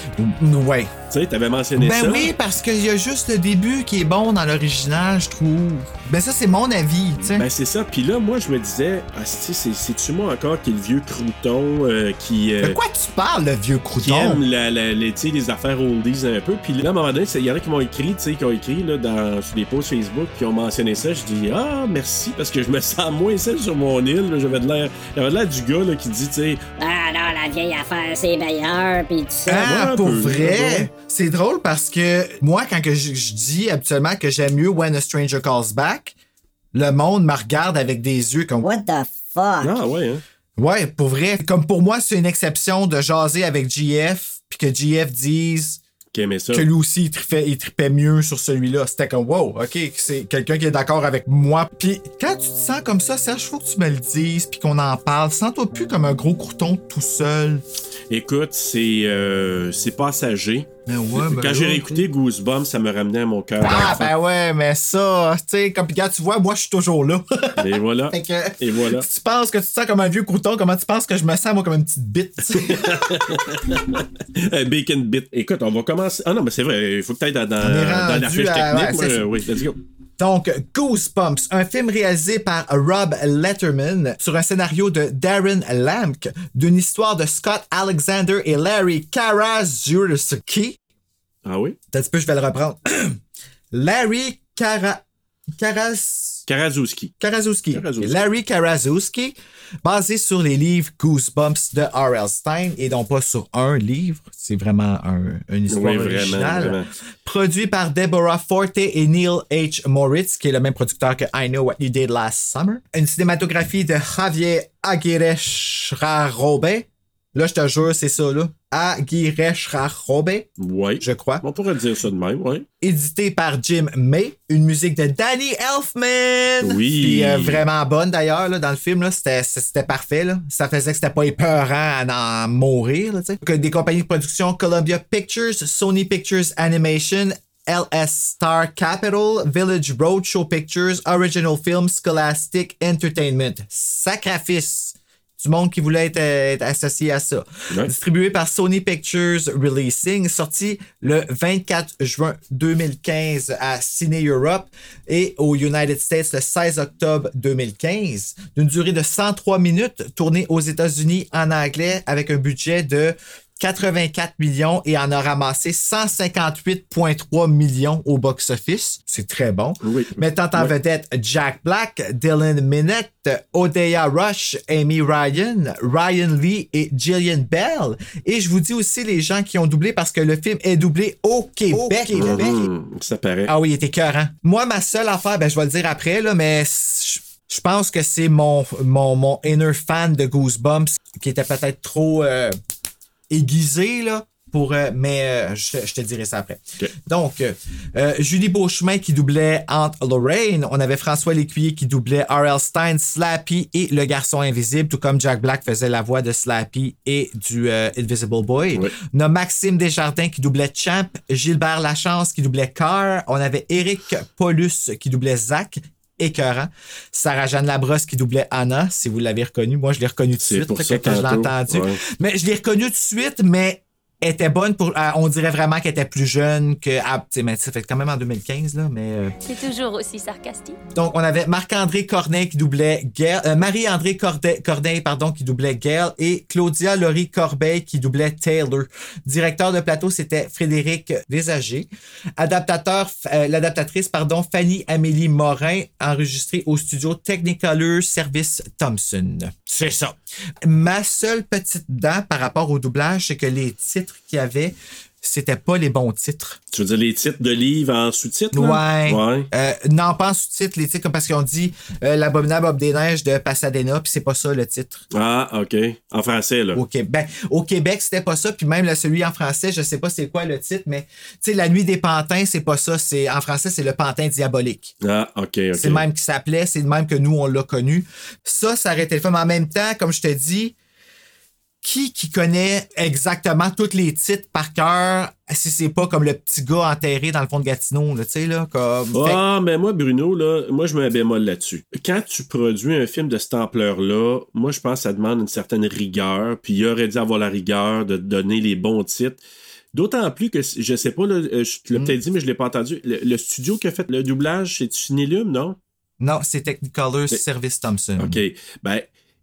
Ouais. Tu sais, t'avais mentionné ça. Ben oui, parce qu'il y a juste le début qui est bon dans l'original, je trouve. Ben ça, c'est mon avis, tu sais. Ben c'est ça. Puis là, moi, je me disais, c'est-tu moi encore qui est le vieux crouton qui... De quoi tu parles, le vieux qui crouton? aime les affaires oldies un peu. Puis là, à un moment donné, il y en a qui m'ont écrit, tu sais, qui ont écrit là, sur des posts Facebook, qui ont mentionné ça. Je dis, merci, parce que je me sens moins seul sur mon île. Là. J'avais de l'air du gars là, qui dit, tu sais... Ah non, la vieille affaire, c'est meilleur, pis tout ça. Ah, ouais, pour un peu, vrai? C'est drôle parce que moi, quand que je dis habituellement que j'aime mieux When a Stranger Calls Back, le monde me regarde avec des yeux comme... What the fuck? Ah ouais, hein? Ouais, pour vrai. Comme pour moi, c'est une exception de jaser avec GF, puis que GF dise... Qui aimait ça. que lui aussi, il trippait mieux sur celui-là. C'était comme, wow, OK, c'est quelqu'un qui est d'accord avec moi. Puis quand tu te sens comme ça, Serge, faut que tu me le dises, puis qu'on en parle. Sens-toi plus comme un gros crouton tout seul. Écoute, c'est passager. Ben ouais, ben Quand j'ai là, réécouté Goosebumps, ça me ramenait à mon cœur Ah, d'enfant. ben ouais, mais ça, tu sais, comme regarde, tu vois, moi, je suis toujours là. Et voilà. Fait que, Et voilà. si tu penses que tu te sens comme un vieux crouton, comment tu penses que je me sens, moi, comme une petite bite? Un bacon bit. Écoute, on va commencer. Ah non, mais c'est vrai, il faut que tu ailles dans la rendu fiche à- technique. ouais, c'est ça. Oui, let's go. Donc, Goosebumps, un film réalisé par Rob Letterman sur un scénario de Darren Lamk d'une histoire de Scott Alexander et Larry Karaszewski. Ah oui? Un petit peu, je vais le reprendre. Larry Karaszewski. Karaszewski. Karaszewski. Larry Karaszewski, basé sur les livres Goosebumps de R.L. Stein et non pas sur un livre. C'est vraiment une histoire Oui, vraiment, originale. vraiment. Produit par Deborah Forte et Neil H. Moritz, qui est le même producteur que I Know What You Did Last Summer. Une cinématographie de Javier Aguirre-Rarobe. Là, je te jure, c'est ça, là. Aguirre-Rarobe, Oui. je crois. On pourrait dire ça de même, oui. Édité par Jim May, une musique de Danny Elfman. Oui. Puis vraiment bonne d'ailleurs là, dans le film là, c'était parfait là. Ça faisait que c'était pas épeurant à en mourir là, tu sais. Que des compagnies de production Columbia Pictures, Sony Pictures Animation, LS Star Capital, Village Roadshow Pictures, Original Films, Scholastic Entertainment. Sacrifice. Du monde qui voulait être associé à ça. Ouais. Distribué par Sony Pictures Releasing, sorti le 24 juin 2015 à Ciné Europe et aux United States le 16 octobre 2015, d'une durée de 103 minutes, tourné aux États-Unis en anglais avec un budget de 84 millions et en a ramassé 158,3 millions au box-office. C'est très bon. Oui. Mettant en vedette Jack Black, Dylan Minnette, Odeya Rush, Amy Ryan, Ryan Lee et Gillian Bell. Et je vous dis aussi les gens qui ont doublé parce que le film est doublé au Québec. Ça paraît. Ah oui, il était écœurant. Moi, ma seule affaire, ben, je vais le dire après, là, mais je pense que c'est mon inner fan de Goosebumps qui était peut-être trop aiguisé, là. Mais je te dirai ça après. Okay. Donc, Julie Beauchemin qui doublait Aunt Lorraine. On avait François Lécuyer qui doublait R.L. Stein, Slappy et Le Garçon Invisible, tout comme Jack Black faisait la voix de Slappy et du Invisible Boy. Oui. On a Maxime Desjardins qui doublait Champ, Gilbert Lachance qui doublait Carr. On avait Éric Paulus qui doublait Zach. Écœurant. Sarah-Jeanne Labrosse qui doublait Anna, si vous l'avez reconnu. Moi, je l'ai reconnu tout de suite pour ça quand je l'ai tantôt. entendu. Ouais. Mais je l'ai reconnu tout de suite, mais elle était bonne pour. On dirait vraiment qu'elle était plus jeune que. Ah, mais ça fait quand même en 2015, là, mais. C'est toujours aussi sarcastique. Donc, on avait Marc-André Corneille qui doublait Gail, Marie-André Corneille, qui doublait Gail, et Claudia Laurie Corbeil qui doublait Taylor. Directeur de plateau, c'était Frédéric Desagers. L'adaptatrice, Fanny Amélie Morin, enregistrée au studio Technicolor Service Thompson. C'est ça. Ma seule petite dent par rapport au doublage, c'est que les titres qu'il y avait, c'était pas les bons titres. Tu veux dire les titres de livres en sous-titres? là? Ouais. Non, pas en sous-titre, les titres, comme parce qu'ils ont dit L'abominable Homme des Neiges de Pasadena, puis c'est pas ça le titre. Ah, OK. En français, là. Au Québec, c'était pas ça, puis même celui en français, je sais pas c'est quoi le titre, mais tu sais, La Nuit des Pantins, c'est pas ça. En français, c'est Le Pantin Diabolique. Ah, OK. C'est le même qui s'appelait, c'est le même que nous, on l'a connu. Ça aurait été le fun. Mais en même temps, comme je te dis, qui connaît exactement tous les titres par cœur si c'est pas comme le petit gars enterré dans le fond de Gatineau, tu sais, là, comme... Mais moi, Bruno, là, moi, je mets un bémol là-dessus. Quand tu produis un film de cette ampleur-là, moi, je pense que ça demande une certaine rigueur, puis il aurait dû avoir la rigueur de donner les bons titres. D'autant plus que, je sais pas, là, je te l'ai peut-être dit, mais je l'ai pas entendu, le studio qui a fait le doublage, c'est Cinélum, non? Non, c'est Technicolor Service Thompson. OK. Ben,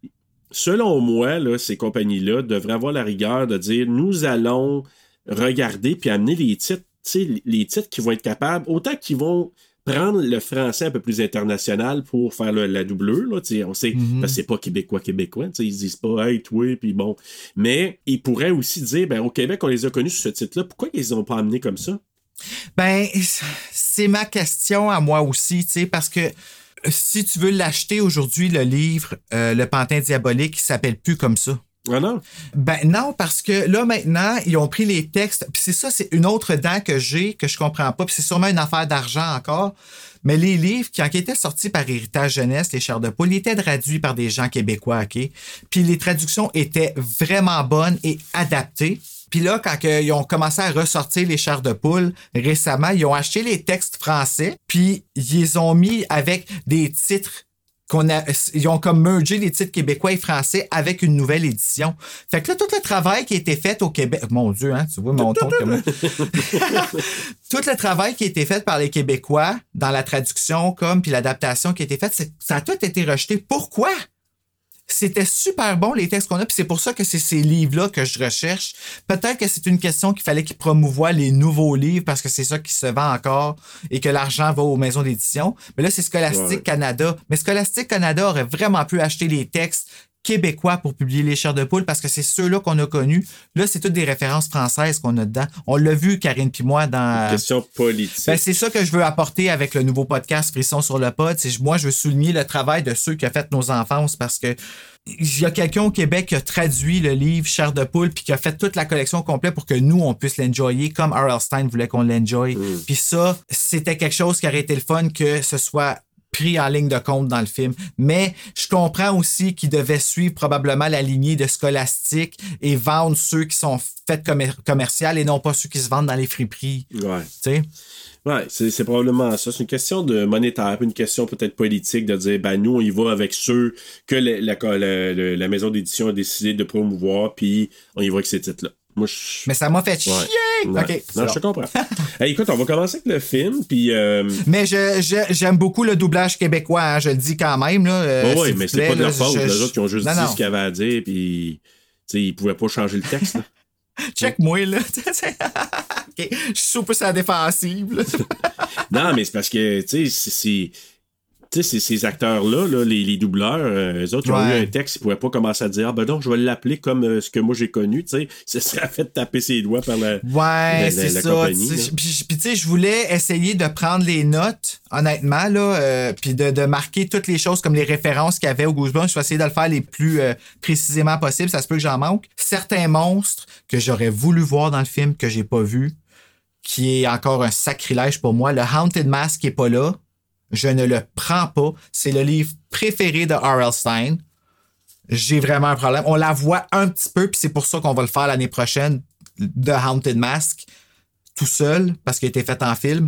selon moi, là, ces compagnies-là devraient avoir la rigueur de dire nous allons regarder puis amener les titres, les titres qui vont être capables, autant qu'ils vont prendre le français un peu plus international pour faire la doublure. Là, on sait, parce que c'est pas québécois, ils disent pas hey, toi, puis bon. Mais ils pourraient aussi dire au Québec, on les a connus sur ce titre-là, pourquoi ils ont pas amené comme ça? Ben, c'est ma question à moi aussi, parce que si tu veux l'acheter aujourd'hui, le livre Le Pantin Diabolique, il s'appelle plus comme ça. Ah non? Ben non, parce que là, maintenant, ils ont pris les textes. Puis c'est ça, c'est une autre dent que j'ai, que je comprends pas. Puis c'est sûrement une affaire d'argent encore. Mais les livres qui étaient sortis par Héritage Jeunesse, les Chairs de poule, ils étaient traduits par des gens québécois, OK? Puis les traductions étaient vraiment bonnes et adaptées. Puis là, quand ils ont commencé à ressortir les Chairs de poule récemment, ils ont acheté les textes français, puis ils les ont mis avec des titres ils ont comme mergé les titres québécois et français avec une nouvelle édition. Fait que là, tout le travail qui a été fait au Québec... Mon Dieu, hein, tu vois mon ton comme... Tout le travail qui a été fait par les Québécois dans la traduction puis l'adaptation qui a été faite, ça a tout été rejeté. Pourquoi? C'était super bon, les textes qu'on a, puis c'est pour ça que c'est ces livres-là que je recherche. Peut-être que c'est une question qu'il fallait qu'ils promouvoient les nouveaux livres parce que c'est ça qui se vend encore et que l'argent va aux maisons d'édition. Mais là, c'est Scholastic Canada. Mais Scholastic Canada aurait vraiment pu acheter les textes québécois pour publier les Chairs de poule parce que c'est ceux-là qu'on a connus. Là, c'est toutes des références françaises qu'on a dedans. On l'a vu, Karine puis moi, dans... Question politique. Ben, c'est ça que je veux apporter avec le nouveau podcast Frisson sur le pod. Moi, je veux souligner le travail de ceux qui ont fait nos enfances parce que il y a quelqu'un au Québec qui a traduit le livre Chair de poule puis qui a fait toute la collection complète pour que nous, on puisse l'enjoyer comme R.L. Stine voulait qu'on l'enjoye. Puis ça, c'était quelque chose qui aurait été le fun que ce soit pris en ligne de compte dans le film. Mais je comprends aussi qu'ils devaient suivre probablement la lignée de Scholastic et vendre ceux qui sont faits commercial et non pas ceux qui se vendent dans les friperies. Ouais. Tu sais? Ouais, c'est probablement ça. C'est une question de monétaire, une question peut-être politique de dire, ben nous, on y va avec ceux que la maison d'édition a décidé de promouvoir, puis on y va avec ces titres-là. Moi, Mais ça m'a fait chier! Ouais. OK. Non, je te comprends. Hey, écoute, on va commencer avec le film, puis... Mais j'aime beaucoup le doublage québécois, hein, je le dis quand même. Là, oui, mais c'est pas de leur faute. Les autres qui ont juste dit non. ce qu'ils avaient à dire, puis ils pouvaient pas changer le texte. Là. Check-moi, là. Okay. Je suis super sur la défensive. Là. Non, mais c'est parce que, tu sais, ces acteurs-là, là, les doubleurs, eux autres, ils ont eu un texte, ils pouvaient pas commencer à dire, ah ben donc, je vais l'appeler comme ce que moi j'ai connu, tu sais. Ça serait fait taper ses doigts par la compagnie. Puis, tu sais, je voulais essayer de prendre les notes, honnêtement, là, puis de marquer toutes les choses comme les références qu'il y avait au Goosebumps. Je vais essayer de le faire les plus précisément possible. Ça se peut que j'en manque. Certains monstres que j'aurais voulu voir dans le film, que j'ai pas vu, qui est encore un sacrilège pour moi. Le Haunted Mask qui est pas là. Je ne le prends pas. C'est le livre préféré de R.L. Stine. J'ai vraiment un problème. On la voit un petit peu, puis c'est pour ça qu'on va le faire l'année prochaine, The Haunted Mask, tout seul, parce qu'il a été fait en film.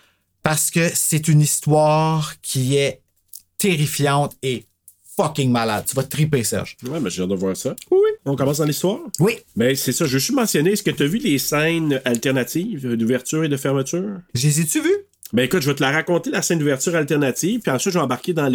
Parce que c'est une histoire qui est terrifiante et fucking malade. Tu vas triper, Serge. Ouais, mais j'ai hâte de voir ça. Oui. On commence dans l'histoire? Oui. Ben, c'est ça. Je veux juste mentionner, est-ce que tu as vu les scènes alternatives d'ouverture et de fermeture? Je les ai-tu vues? Ben écoute, je vais te la raconter, la scène d'ouverture alternative, puis ensuite je vais embarquer dans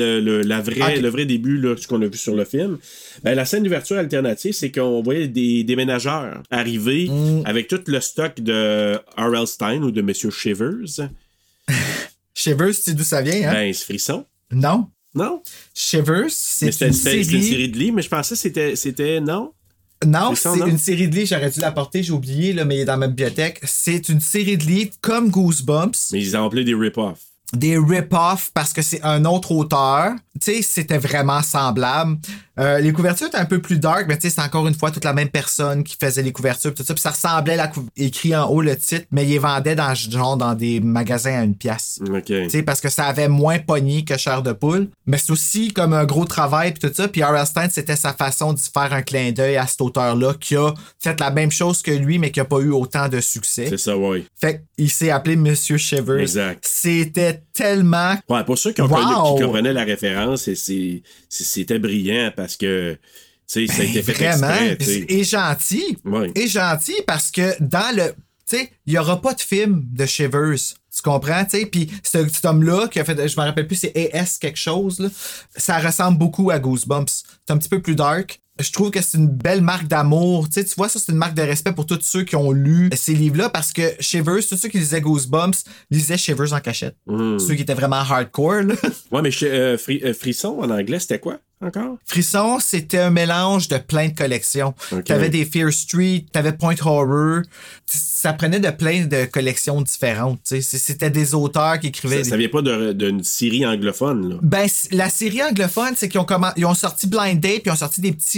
le vrai début, là, ce qu'on a vu sur le film. Ben, la scène d'ouverture alternative, c'est qu'on voyait des déménageurs arriver avec tout le stock de R.L. Stine ou de M. Shivers. Shivers, tu sais d'où ça vient, hein? Ben, c'est Frisson. Non. Non? Shivers, c'est une série... C'était une série de livres, mais je pensais que c'était non? Non, c'est une série de livres, j'aurais dû l'apporter, j'ai oublié, là, mais il est dans ma bibliothèque. C'est une série de livres comme Goosebumps. Mais ils ont appelé des rip-offs. Des rip-offs parce que c'est un autre auteur. Tu sais, c'était vraiment semblable. Les couvertures étaient un peu plus dark, mais tu sais, c'est encore une fois toute la même personne qui faisait les couvertures tout ça. Puis ça ressemblait écrit en haut le titre, mais il vendait dans des magasins à 1 pièce. OK. Tu sais, parce que ça avait moins pogné que Chair de poule. Mais c'est aussi comme un gros travail puis tout ça. Puis R.L. Stine, c'était sa façon de faire un clin d'œil à cet auteur-là qui a fait la même chose que lui, mais qui a pas eu autant de succès. C'est ça, oui. Fait qu'il s'est appelé Monsieur Shivers. Exact. C'était tellement... Ouais, pour ceux qui comprenaient la référence, c'était brillant parce que tu sais, ça a été fait vraiment exprès. Et gentil. Oui. Et gentil parce que dans le... Tu sais, il n'y aura pas de film de Shivers. Tu comprends, tu sais? Puis cet homme-là qui a fait... Je me rappelle plus, c'est A.S. quelque chose, là. Ça ressemble beaucoup à Goosebumps. C'est un petit peu plus dark. Je trouve que c'est une belle marque d'amour. Tu sais, tu vois, ça, c'est une marque de respect pour tous ceux qui ont lu ces livres-là parce que Shivers, tous ceux qui lisaient Goosebumps, lisaient Shivers en cachette. Ceux qui étaient vraiment hardcore, là. Ouais, mais Frisson, en anglais, c'était quoi encore? Frisson, c'était un mélange de plein de collections. Okay. T'avais des Fear Street, t'avais Point Horror. Ça prenait de plein de collections différentes. Tu sais. C'était des auteurs qui écrivaient... Ça vient pas d'une série anglophone, là? Ben, la série anglophone, c'est qu'ils ont sorti Blind Date, puis ils ont sorti des petits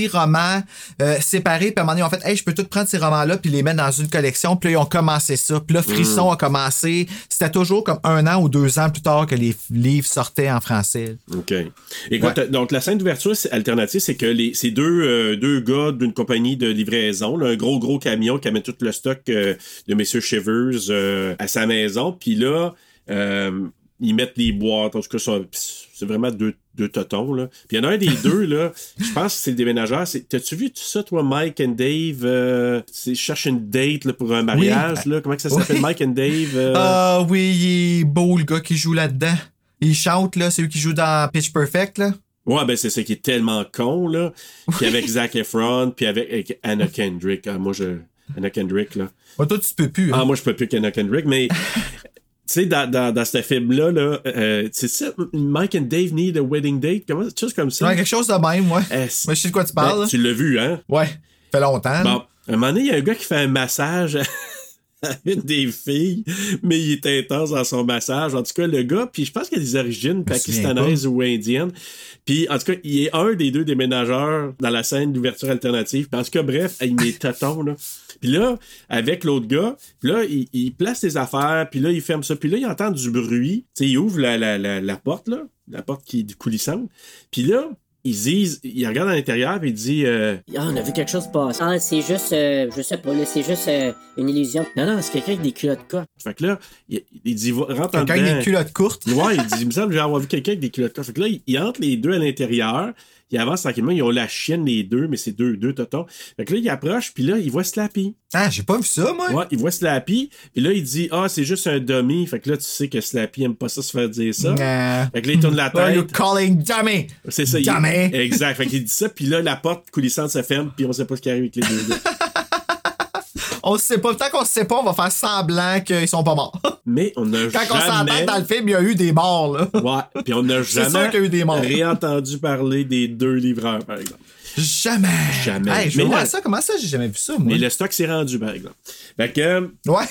écrit romans séparés, puis à un moment donné, ils ont fait « Hey, je peux tout prendre ces romans-là puis les mettre dans une collection. » Puis là, ils ont commencé ça. Puis là, Frisson a commencé. C'était toujours comme 1 an ou 2 ans plus tard que les livres sortaient en français. OK. Écoute, donc la scène d'ouverture alternative, c'est que ces deux gars d'une compagnie de livraison, là, un gros camion qui amène tout le stock de M. Shivers à sa maison. Puis là, ils mettent les boîtes. En tout cas, c'est vraiment deux totons. Là. Puis il y en a un des deux, là, je pense que c'est le déménageur. T'as-tu vu tout ça, toi, Mike and Dave? Je cherche une date là, pour un mariage. Oui. Là. Comment que ça s'appelle, Mike and Dave? Ah oui, il est beau, le gars qui joue là-dedans. Il chante, là, c'est lui qui joue dans Pitch Perfect, là. Ouais, ben c'est ça qui est tellement con, là. Puis avec Zac Efron, puis avec Anna Kendrick. Ah, Anna Kendrick, là. Ouais, toi, tu peux plus. Hein? Ah, moi, je peux plus qu'Anna Kendrick, mais... Tu sais, dans ce film-là, là, c'est ça, Mike and Dave need a wedding date, quelque chose comme ça. Ouais, quelque chose de même, ouais. Moi, je sais de quoi tu parles. Ben, tu l'as vu, hein? Ouais, ça fait longtemps. Bon, à un moment donné, il y a un gars qui fait un massage à une des filles, mais il est intense dans son massage. En tout cas, le gars, puis je pense qu'il a des origines pakistanaises ou indiennes. Puis, en tout cas, il est un des deux déménageurs dans la scène d'ouverture alternative. Puis, en tout cas, bref, il met tonton, là. Puis là, avec l'autre gars, puis là, il place ses affaires, puis là, il ferme ça. Puis là, il entend du bruit. Tu sais, il ouvre la porte, là, la porte qui est coulissante. Puis là, il regarde à l'intérieur et il dit on a vu quelque chose passer. Ah, c'est juste, je sais pas, là, c'est juste une illusion. Non, c'est quelqu'un avec des culottes courtes. Fait que là, il dit rentre en dedans. Quelqu'un avec des culottes courtes. Ouais, il me semble que j'ai vu quelqu'un avec des culottes courtes. Fait que là, il entre les deux à l'intérieur. Il avance tranquillement, ils ont la chienne les deux, mais c'est deux totons. Fait que là, il approche, puis là, il voit Slappy. Ah, j'ai pas vu ça, moi. Ouais, il voit Slappy, puis là, il dit c'est juste un dummy. Fait que là, tu sais que Slappy aime pas ça se faire dire ça. Fait que là, il tourne la tête. Are you calling dummy? C'est ça. Dummy. Exact. Fait qu'il dit ça, puis là, la porte coulissante se ferme, puis on sait pas ce qui arrive avec les deux gars. On sait pas. Tant qu'on sait pas, on va faire semblant qu'ils sont pas morts. Mais on a Quand on s'entend dans le film, il y a eu des morts, là. Ouais, puis on n'a jamais réentendu parler des deux livreurs, par exemple. Jamais. Hey, je vois ça. Comment ça, j'ai jamais vu ça, moi? Mais le stock s'est rendu, par exemple. Fait que...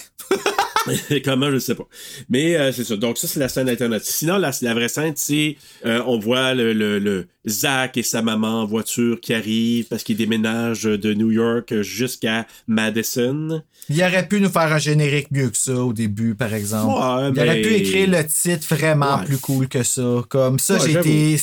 Ouais. Comment, je sais pas. Mais c'est ça. Donc ça, c'est la scène alternative. Sinon, la vraie scène, c'est on voit le Zach et sa maman en voiture qui arrivent parce qu'ils déménagent de New York jusqu'à Madison. Il aurait pu nous faire un générique mieux que ça au début, par exemple. Ouais, il aurait pu écrire le titre vraiment plus cool que ça. Comme ça, j'ai été...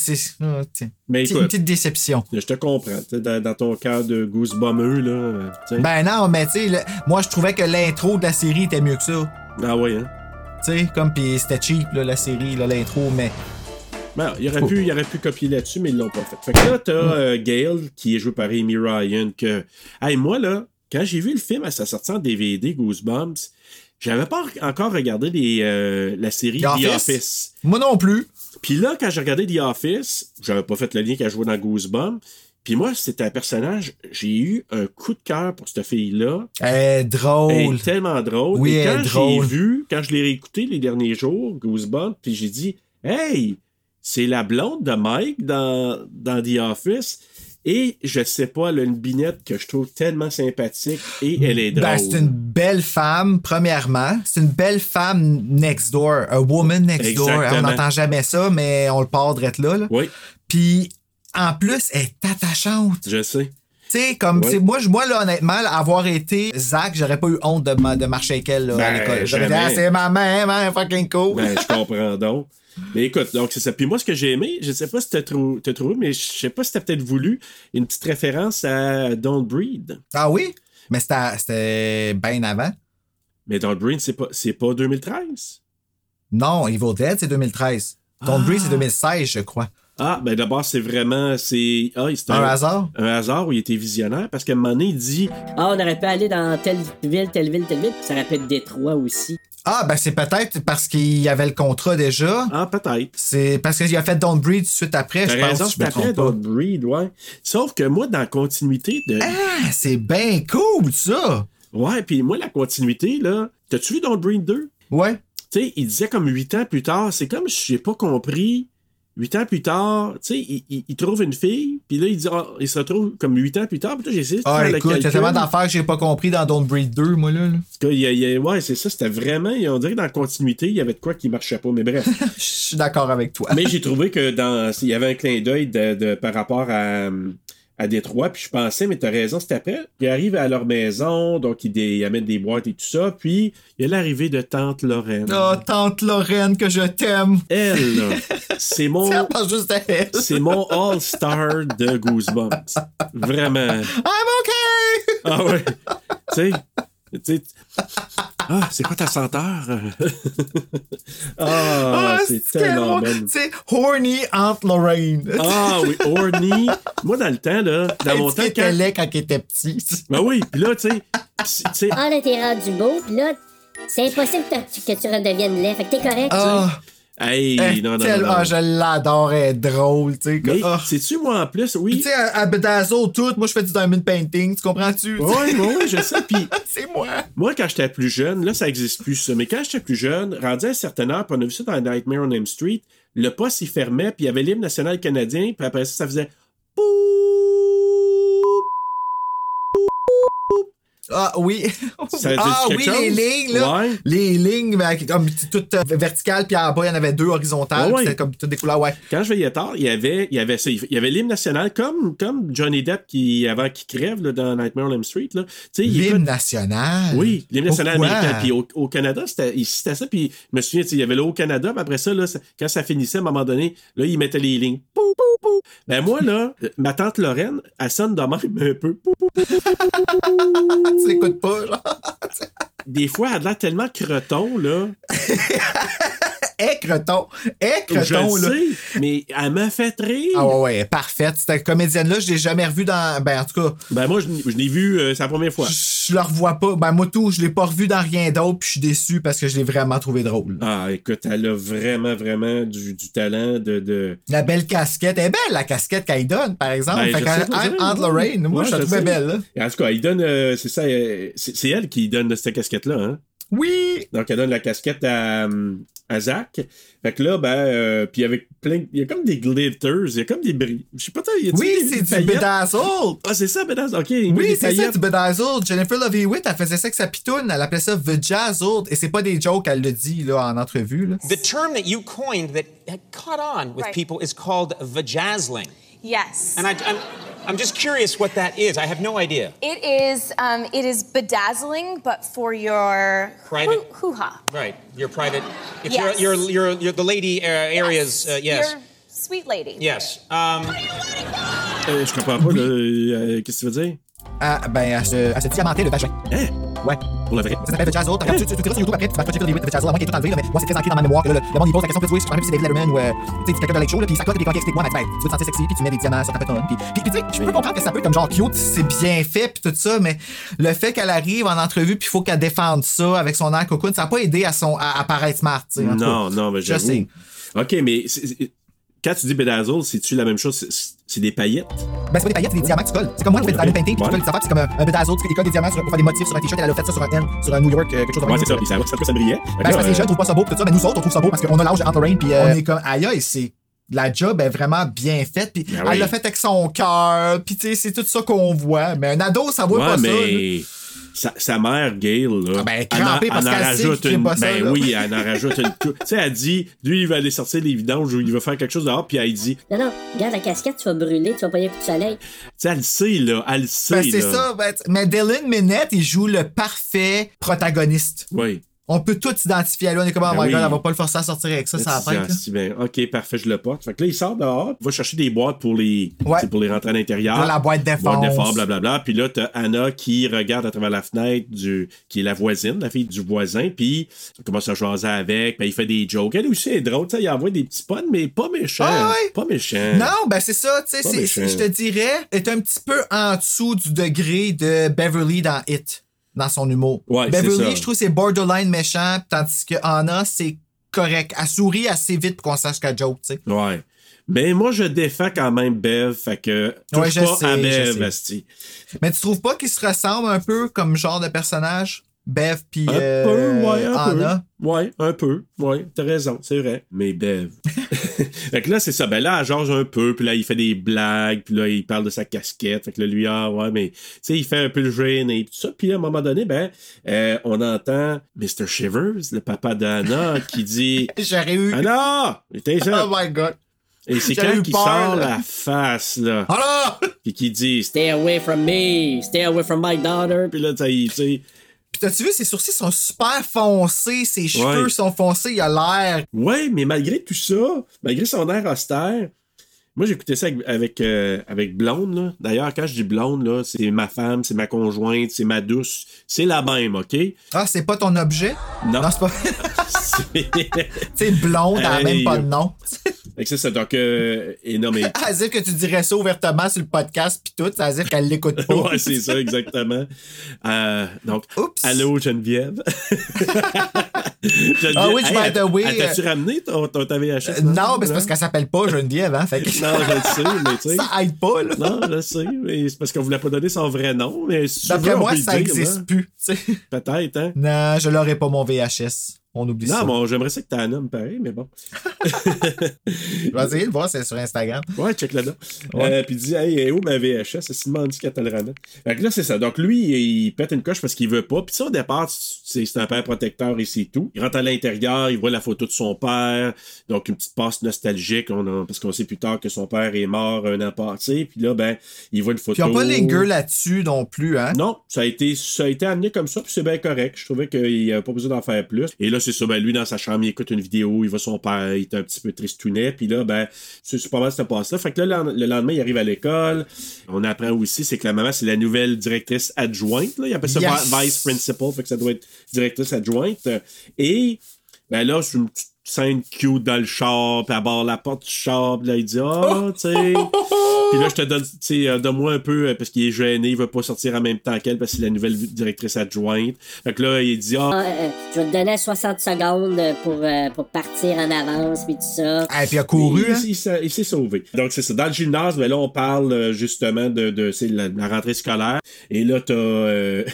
Mais écoute, une petite déception. Je te comprends. Dans ton cœur de goosebummer, là. Ben non, mais tu sais, moi, je trouvais que l'intro de la série était mieux que ça. Ah ouais, hein? Tu sais, comme, pis c'était cheap, là, la série, là, l'intro, mais... Ben, il aurait pu copier là-dessus, mais ils l'ont pas fait. Fait que là, t'as Gale, qui est joué par Amy Ryan, que... Hey, moi, là, quand j'ai vu le film à sa sortie en DVD, Goosebumps, j'avais pas encore regardé la série The Office. Moi non plus. Puis là, quand j'ai regardé The Office, j'avais pas fait le lien qu'elle jouait dans Goosebumps. Puis moi, c'était un personnage, j'ai eu un coup de cœur pour cette fille-là. Elle est drôle. Elle est tellement drôle. Oui, et quand je l'ai réécouté les derniers jours, Goosebumps, puis j'ai dit, hey, c'est la blonde de Mike dans The Office. Et je sais pas, elle a une binette que je trouve tellement sympathique et elle est drôle. Ben, c'est une belle femme, premièrement. C'est une belle femme next door. A woman next door. On n'entend jamais ça, mais on le part d'être là. Oui. Puis, en plus, elle est attachante. Je sais. Tu sais, comme, moi, là, honnêtement, avoir été Zach, j'aurais pas eu honte de marcher avec elle, là, à l'école. J'aurais dit, c'est ma mère, fucking cool. Ben, je comprends donc. Mais écoute, donc c'est ça. Puis moi, ce que j'ai aimé, je sais pas si t'as trouvé, mais je sais pas si t'as peut-être voulu une petite référence à Don't Breed. Ah oui? Mais c'était bien avant. Mais Don't Breed, c'est pas 2013? Non, Evil Dead, c'est 2013. Don't Breed, c'est 2016, je crois. Ah, ben d'abord, c'est vraiment... C'est un hasard? Un hasard où il était visionnaire, parce qu'à un moment donné, il dit... on aurait pu aller dans telle ville, puis ça aurait pu être Détroit aussi. Ah, ben c'est peut-être parce qu'il y avait le contrat déjà. Ah, peut-être. C'est parce qu'il a fait Don't Breed tout de suite après, je pense. C'est après Don't Breed, ouais. Sauf que moi, dans la continuité de... Ah, c'est bien cool, ça! Ouais, puis moi, la continuité, là... T'as-tu vu Don't Breed 2? Ouais. Tu sais, il disait comme 8 ans plus tard, c'est comme si j'ai pas compris... 8 ans plus tard, tu sais, il trouve une fille, puis là, il dit, il se retrouve comme 8 ans plus tard, puis là, j'ai essayé de faire le calcul. Écoute, il y a tellement d'affaires que j'ai pas compris dans Don't Breed 2, moi, là. Ouais, c'est ça, c'était vraiment, on dirait que dans la continuité, il y avait de quoi qui marchait pas, mais bref. Je suis d'accord avec toi. Mais j'ai trouvé que il y avait un clin d'œil par rapport à à Détroit, puis je pensais, mais t'as raison, c'était après. Ils arrivent à leur maison, donc ils amènent des boîtes et tout ça, puis il y a l'arrivée de Tante Lorraine. Oh, Tante Lorraine, que je t'aime! Elle, là, c'est mon... Ça passe juste à elle. C'est mon all-star de Goosebumps. Vraiment. I'm okay! Ah ouais. Tu sais... Ah, c'est quoi ta senteur? C'est tellement bon. C'est Horny Aunt Lorraine. Ah oui, Horny. Moi, dans le temps, là, dans mon temps... Il était laid quand il était petit. Ben oui, puis là, tu sais... Ah, là, t'es rendu beau, pis là, c'est impossible que tu redeviennes laid. Fait que t'es correct, Ah. Hey, non. Je l'adore, elle est drôle, tu sais. Mais, sais-tu, moi, en plus, oui... Tu sais, à Bedazzle, tout, moi, je fais du diamond painting, tu comprends-tu? Oui, je sais, puis... C'est moi. Moi, quand j'étais plus jeune, là, ça existe plus, ça, mais quand j'étais plus jeune, rendu à une certaine heure, puis on a vu ça dans Nightmare on Elm Street, le poste, il fermait, puis il y avait l'hymne national canadien, puis après ça faisait... Ah oui. Ça veut dire quelque chose? Les lignes, là. Ouais. Les lignes, comme toutes verticales, puis en bas, il y en avait 2 horizontales. Ouais. C'était comme toutes des couleurs, ouais. Quand je veillais tard, il y avait ça. Il y avait l'hymne national, comme Johnny Depp avant qu'il crève là, dans Nightmare on Elm Street. Là. L'hymne national? Oui, l'hymne national Pourquoi? américain. Puis au Canada, c'était ça. Puis je me souviens, il y avait le Haut-Canada, puis après ça, là, quand ça finissait, à un moment donné, là, ils mettaient les lignes. Pou, pou, pou. Ben moi, là, ma tante Lorraine, elle sonne de même un peu. Pou, pou, pou, pou, pou, pou. Tu l'écoutes pas, genre. Des fois, elle a l'air tellement creton, là. Creton, je là. sais, mais elle m'a fait rire. Ah ouais, parfaite. Cette comédienne-là, je l'ai jamais revue dans... Ben, en tout cas... Ben moi, je l'ai vue, c'est la première fois. Je la revois pas. Ben, moi, tout, je l'ai pas revue dans rien d'autre, puis je suis déçu parce que je l'ai vraiment trouvé drôle. Ah, écoute, elle a vraiment, vraiment du talent de... La belle casquette. Elle est belle, la casquette qu'elle donne, par exemple. Ben, fait Aunt Lorraine, moi, je la trouvais belle, là. En tout cas, il donne... c'est ça, c'est elle qui donne cette casquette-là, hein? Oui! Donc, elle donne la casquette à Zach. Fait que là, ben, puis avec plein... Il y a comme des glitters, il y a comme des bris. Je sais pas, il y a oui, c'est du Bedazzle! Ah, c'est ça, Bedazzle, OK. Oui, c'est ça, du Bedazzle. Jennifer Love Hewitt, elle faisait ça avec sa pitoune. Elle appelait ça Vajazzled. Et c'est pas des jokes, elle le dit, là, en entrevue, là. The term that you coined that had caught on with people is called vajazzling. Yes. And I'm just curious what that is. I have no idea. It is bedazzling, but for your private hoo-ha. Right, your private. If yes. you're the lady areas. Yes. Your sweet lady. Yes. Je comprends pas. Qu'est-ce que tu veux dire? Elle se diamantait le vagin. Hein? Ouais. Pour le vrai? Ça s'appelle Vajazzle. Tu sur YouTube après, tu vas Jennifer Love Hewitt, Vajazzle, à moins qu'il ait tout enlevé, là, mais moi, c'est très ancré dans ma mémoire. Que, là, le monde, il pose la question, oui, je sais pas si c'est David Letterman ou tu sais, quelqu'un de Late Show, là, puis ça cote des coquilles, explique-moi, mais tu veux te sentir sexy, puis tu mets des diamants sur ta pétonne. Puis tu sais, je peux comprendre que ça peut être comme genre cute, c'est bien fait, puis tout ça, mais le fait qu'elle arrive en entrevue, puis il faut qu'elle défende ça avec son air cocoon, ça n'a pas aidé à paraître smart, tu sais. Non, mais j'avoue. Je sais. OK, mais quand tu dis Bedazzle, c'est-tu la même chose? C'est des paillettes? Ben, c'est pas des paillettes, c'est des diamants que tu colles. C'est comme moi, je fais du diamond painting, puis tu colles des affaires, c'est comme un Bedazzle, tu fais des colles des diamants pour faire des motifs sur un t-shirt, elle a fait ça sur un N, sur un New York, quelque chose de ouais, c'est ça, puis ça brillait. Ben, parce que les jeunes trouvent pas ça beau, tout ça, mais nous autres, on trouve ça beau parce qu'on a l'âge de Aunt Lorraine, puis on est comme, aïe, c'est. La job est vraiment bien faite, puis elle l'a fait avec son cœur, puis tu sais, c'est tout ça qu'on voit. Mais un ado, ça voit pas mais... ça. Sa mère, Gail, là. Ben, crampée parce qu'elle sait qu'il fait pas ça. Ben oui, elle en rajoute une. Tu sais, elle dit, lui, il va aller sortir les vidanges ou il va faire quelque chose dehors, puis elle dit. Non, regarde la casquette, tu vas brûler, tu vas pas y avoir de soleil. Tu sais, elle le sait, là. Elle le sait, ben, c'est ça. Ben, mais Dylan Minnette, il joue le parfait protagoniste. Oui. On peut tout s'identifier à lui. On est comme, oh my god, elle va pas le forcer à sortir avec ça, ça va bien. OK, parfait, je le porte. Fait que là, il sort dehors, il va chercher des boîtes pour les rentrer à l'intérieur. Là, la boîte d'effort. Blablabla. Puis là, t'as Anna qui regarde à travers la fenêtre qui est la voisine, la fille du voisin, puis il commence à jaser avec, puis il fait des jokes. Elle aussi est drôle, tu sais, il envoie des petits puns, mais pas méchant. Ah, ouais. Pas méchant. Non, ben c'est ça, tu sais, je te dirais, est un petit peu en dessous du degré de Beverly dans It. Dans son humour. Ouais, Beverly, je trouve c'est borderline méchant, tandis que Anna, c'est correct. Elle sourit assez vite pour qu'on sache qu'elle joke, tu sais. Ouais. Ben, moi, je défends quand même Bev, fait que touche pas à Bev, Asti. Mais tu trouves pas qu'ils se ressemblent un peu comme genre de personnage? Bev pis Anna? Ouais, un peu. Ouais, t'as raison, c'est vrai. Mais Bev. Fait que là, c'est ça. Ben là, elle jase un peu, puis là, il fait des blagues, puis là, il parle de sa casquette. Fait que là, lui, mais... Tu sais, il fait un peu le gêné et tout ça. Puis à un moment donné, on entend Mr. Shivers, le papa d'Anna, qui dit... J'aurais eu... Anna! Oh my God! Et c'est J'avais quand eu il peur, sort là. la face, là. Alors! Puis qu'il dit, Stay away from me. Stay away from my daughter. puis là, tu sais. Puis t'as-tu vu, ses sourcils sont super foncés, ses cheveux sont foncés, il a l'air... Ouais, mais malgré tout ça, malgré son air austère, moi, j'ai écouté ça avec Blonde, là. D'ailleurs, quand je dis Blonde, là, c'est ma femme, c'est ma conjointe, c'est ma douce. C'est la même, OK? Ah, c'est pas ton objet? Non. Non, c'est pas... Tu sais, blonde, elle a même pas de nom. Fait que c'est ça, donc... et non, mais... À dire que tu dirais ça ouvertement sur le podcast pis tout, ça veut dire qu'elle l'écoute pas. Ouais, c'est ça, exactement. Donc, allô, Geneviève. Geneviève. Ah oui, by the way... T'as-tu ramené ta VHS? Non, mais c'est parce qu'elle s'appelle pas Geneviève, hein? Fait que... Non, je le sais, mais tu sais... Ça aide pas, là. Non, je le sais, mais c'est parce qu'on voulait pas donner son vrai nom, mais... Si D'après moi, ça existe existe plus, tu sais. Peut-être, hein? Non, je l'aurais pas, mon VHS. On oublie ça. Non, bon, j'aimerais ça que t'en nommes pareil, mais bon. Je vais essayer de voir, c'est sur Instagram. Ouais, check là-dedans. Ouais. Puis il dit, hey, où ma VHS? C'est m'a dit qu'elle te le ramène. Fait que là, c'est ça. Donc lui, il pète une coche parce qu'il veut pas. Puis ça, au départ, c'est un père protecteur et c'est tout. Il rentre à l'intérieur, il voit la photo de son père. Donc une petite passe nostalgique, parce qu'on sait plus tard que son père est mort un an passé. Puis là, ben, il voit une photo. Puis ils n'ont pas les gueux là-dessus non plus, hein? Non, ça a été amené comme ça, puis c'est bien correct. Je trouvais qu'il n'avait pas besoin d'en faire plus. Et là, c'est ça, ben, lui, dans sa chambre, il écoute une vidéo, il voit son père, il est un petit peu tristounet, puis là, ben, c'est pas mal cette passe-là. Fait que là, le lendemain, il arrive à l'école. On apprend aussi, c'est que la maman, c'est la nouvelle directrice adjointe, là. Il appelle ça vice principal, fait que ça doit être directrice adjointe. Et, ben là, c'est une petite scène cute dans le char, puis elle barre la porte du char, puis là, il dit, tu sais. Puis là, je te donne, tu sais, donne-moi un peu, parce qu'il est gêné, il veut pas sortir en même temps qu'elle, parce que c'est la nouvelle directrice adjointe. Fait que là, il dit, je vais te donner 60 secondes pour partir en avance, puis tout ça. Ah, puis il a couru, hein? Il s'est sauvé. Donc, c'est ça. Dans le gymnase, ben là, on parle justement de c'est la rentrée scolaire. Et là, t'as le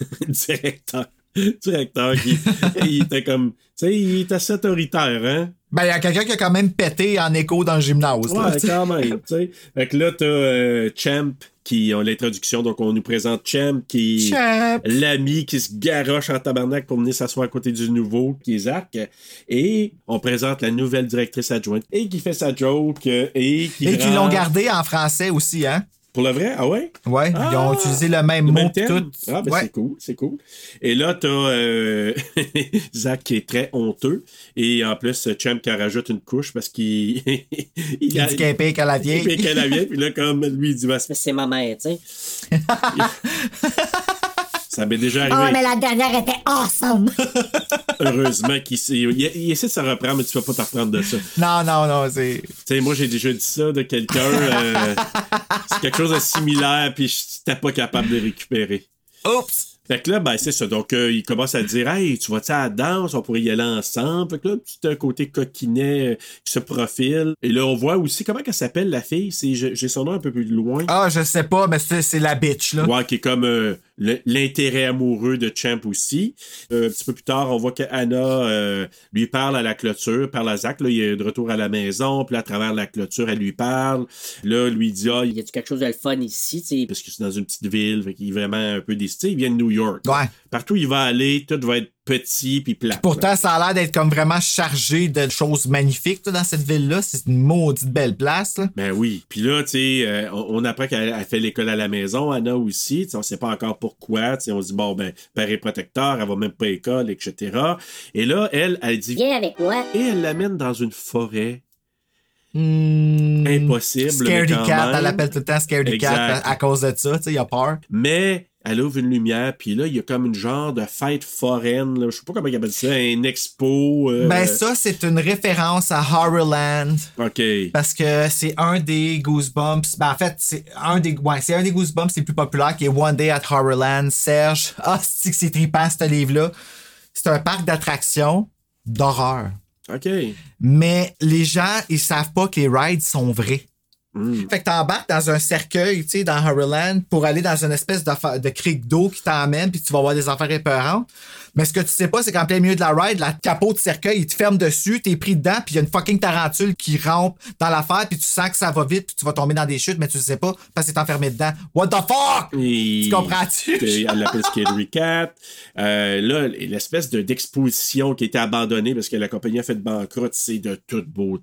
directeur qui il était comme, tu sais, il est assez autoritaire, hein? Ben, il y a quelqu'un qui a quand même pété en écho dans le gymnase. Ouais, quand même, tu sais. Fait que là, t'as Champ qui ont l'introduction, donc on nous présente Champ qui est l'ami qui se garoche en tabarnak pour venir s'asseoir à côté du nouveau, qui est Zach. Et on présente la nouvelle directrice adjointe et qui fait sa joke et qui l'ont gardé en français aussi, hein? Pour le vrai? Ah ouais? Ouais, ils ont utilisé le même mot que tout. Ah, ben ouais. c'est cool. Et là, t'as Zach qui est très honteux. Et en plus, Champ qui en rajoute une couche parce qu'il... il dit qu'elle paye qu'à la vieille. Il paye qu'à la vieille. Puis là, comme lui, il dit... C'est ma mère, tu sais. Ça m'est déjà arrivé. Oh, mais la dernière était awesome! Heureusement qu'il il essaie de se reprendre, mais tu vas pas te reprendre de ça. Non, c'est... Tu sais, moi, j'ai déjà dit ça de quelqu'un. C'est quelque chose de similaire, puis j'étais pas capable de récupérer. Oups! Fait que là, ben, c'est ça. Donc, il commence à dire, hey, tu vas-tu à la danse? On pourrait y aller ensemble. Fait que là, petit un côté coquinet qui se profile. Et là, on voit aussi, comment qu'elle s'appelle, la fille? J'ai son nom un peu plus loin. Ah, je sais pas, mais c'est la bitch, là. Ouais, qui est comme l'intérêt amoureux de Champ aussi. Un petit peu plus tard, on voit qu'Anna lui parle à la clôture, parle à Zach. Là, il est de retour à la maison. Puis là, à travers la clôture, elle lui parle. Là, lui dit, y a-tu quelque chose de le fun ici, tu sais? Parce que c'est dans une petite ville. Fait qu'il est vraiment un peu décidé. Il vient de New York. Ouais. Partout où il va aller, tout va être petit puis plat. Pourtant, ça a l'air d'être comme vraiment chargé de choses magnifiques là, dans cette ville-là. C'est une maudite belle place. Là. Ben oui. Puis là, tu sais, on apprend qu'elle fait l'école à la maison, Anna aussi. T'sais, on sait pas encore pourquoi. T'sais, on se dit, bon, ben, père est protecteur, elle va même pas à l'école, etc. Et là, elle dit... Viens avec moi. Et elle l'amène dans une forêt. Impossible. Scaredy Cat, même. elle l'appelle tout le temps Scaredy Cat à cause de ça, tu sais, il a peur. Mais elle ouvre une lumière, puis là, il y a comme une genre de fête foraine, là, je sais pas comment ils appellent ça, un expo. Ben ça, c'est une référence à Horrorland. OK. Parce que c'est un des Goosebumps. Ben en fait, c'est un des Goosebumps les plus populaires qui est One Day at Horrorland. Serge, c'est trippant ce livre-là. C'est un parc d'attractions d'horreur. OK. Mais les gens, ils savent pas que les rides sont vrais. Fait que t'embarques dans un cercueil, tu sais, dans Horrorland pour aller dans une espèce de crique d'eau qui t'emmène puis tu vas voir des affaires épeurantes. Mais ce que tu sais pas, c'est qu'en plein milieu de la ride, la capot de cercueil, il te ferme dessus, t'es pris dedans puis il y a une fucking tarentule qui rampe dans l'affaire puis tu sens que ça va vite puis tu vas tomber dans des chutes mais tu le sais pas parce que t'es enfermé dedans. What the fuck? Tu comprends-tu? Elle l'appelle Scaredy Cat. Là, l'espèce d'exposition qui a été abandonnée parce que la compagnie a fait banqueroute, c'est de toute beauté.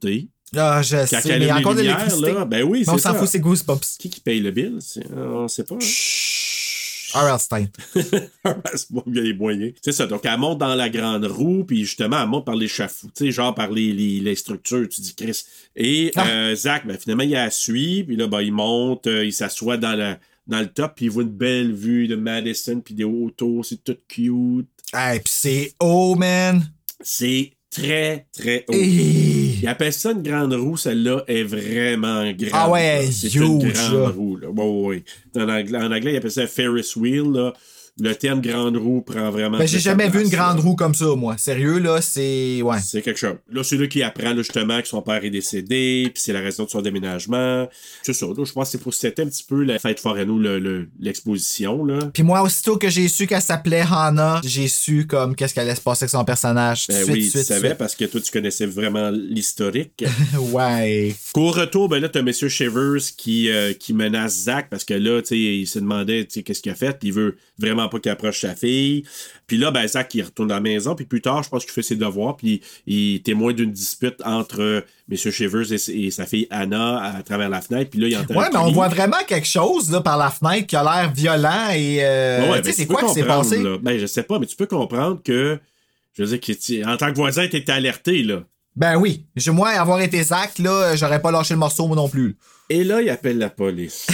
Ah, je sais, mais il y a encore de l'électricité. Là, ben oui, mais c'est on s'en ça. fout, c'est Goosebumps. Qui paye le bill? On sait pas. R.L. Stein. C'est bon, il y a les moyens. C'est ça. Donc, elle monte dans la grande roue, puis justement, elle monte par l'échafaud. Tu sais, genre par les structures. Tu dis, Chris. Et Zach, ben, finalement, il la suit, puis là, ben, il monte, il s'assoit dans le top, puis il voit une belle vue de Madison, puis des autos. C'est tout cute. Hey, puis c'est haut, man. C'est très, très haut. Il appelle ça une grande roue. Celle-là est vraiment grande. Ah ouais, c'est huge, une grande là. roue. Là. Ouais. En anglais, il appelle ça Ferris wheel. Là. Le terme grande roue prend vraiment... Ben, j'ai jamais vu une grande roue comme ça, moi. Sérieux, là, c'est... Ouais. C'est quelque chose. Là, c'est là qui apprend, là, justement, que son père est décédé, puis c'est la raison de son déménagement. C'est ça. Là, je pense que c'est pour setter un petit peu la fête foraine, l'exposition, là. Puis moi, aussitôt que j'ai su qu'elle s'appelait Hannah, j'ai su, comme, qu'est-ce qu'elle allait se passer avec son personnage. Ben oui, tu savais, parce que toi, tu connaissais vraiment l'historique. Ouais. Qu'au retour, ben là, t'as M. Shivers qui menace Zach, parce que là, tu sais, il se demandait, tu sais, qu'est-ce qu'il a fait, puis il veut vraiment pas qu'il approche sa fille. Puis là, ben, Zach, il retourne à la maison, puis plus tard, je pense qu'il fait ses devoirs, puis il témoigne d'une dispute entre M. Shivers et sa fille Anna à travers la fenêtre, puis là, il entend ouais, mais on voit vraiment quelque chose, là, par la fenêtre qui a l'air violent et... ouais, tu sais, c'est quoi qui s'est passé? Là. Ben, je sais pas, mais tu peux comprendre que, je veux dire, en tant que voisin, t'étais alerté, là. Ben oui. Moi, avoir été Zach, là, j'aurais pas lâché le morceau, moi non plus. Et là, il appelle la police.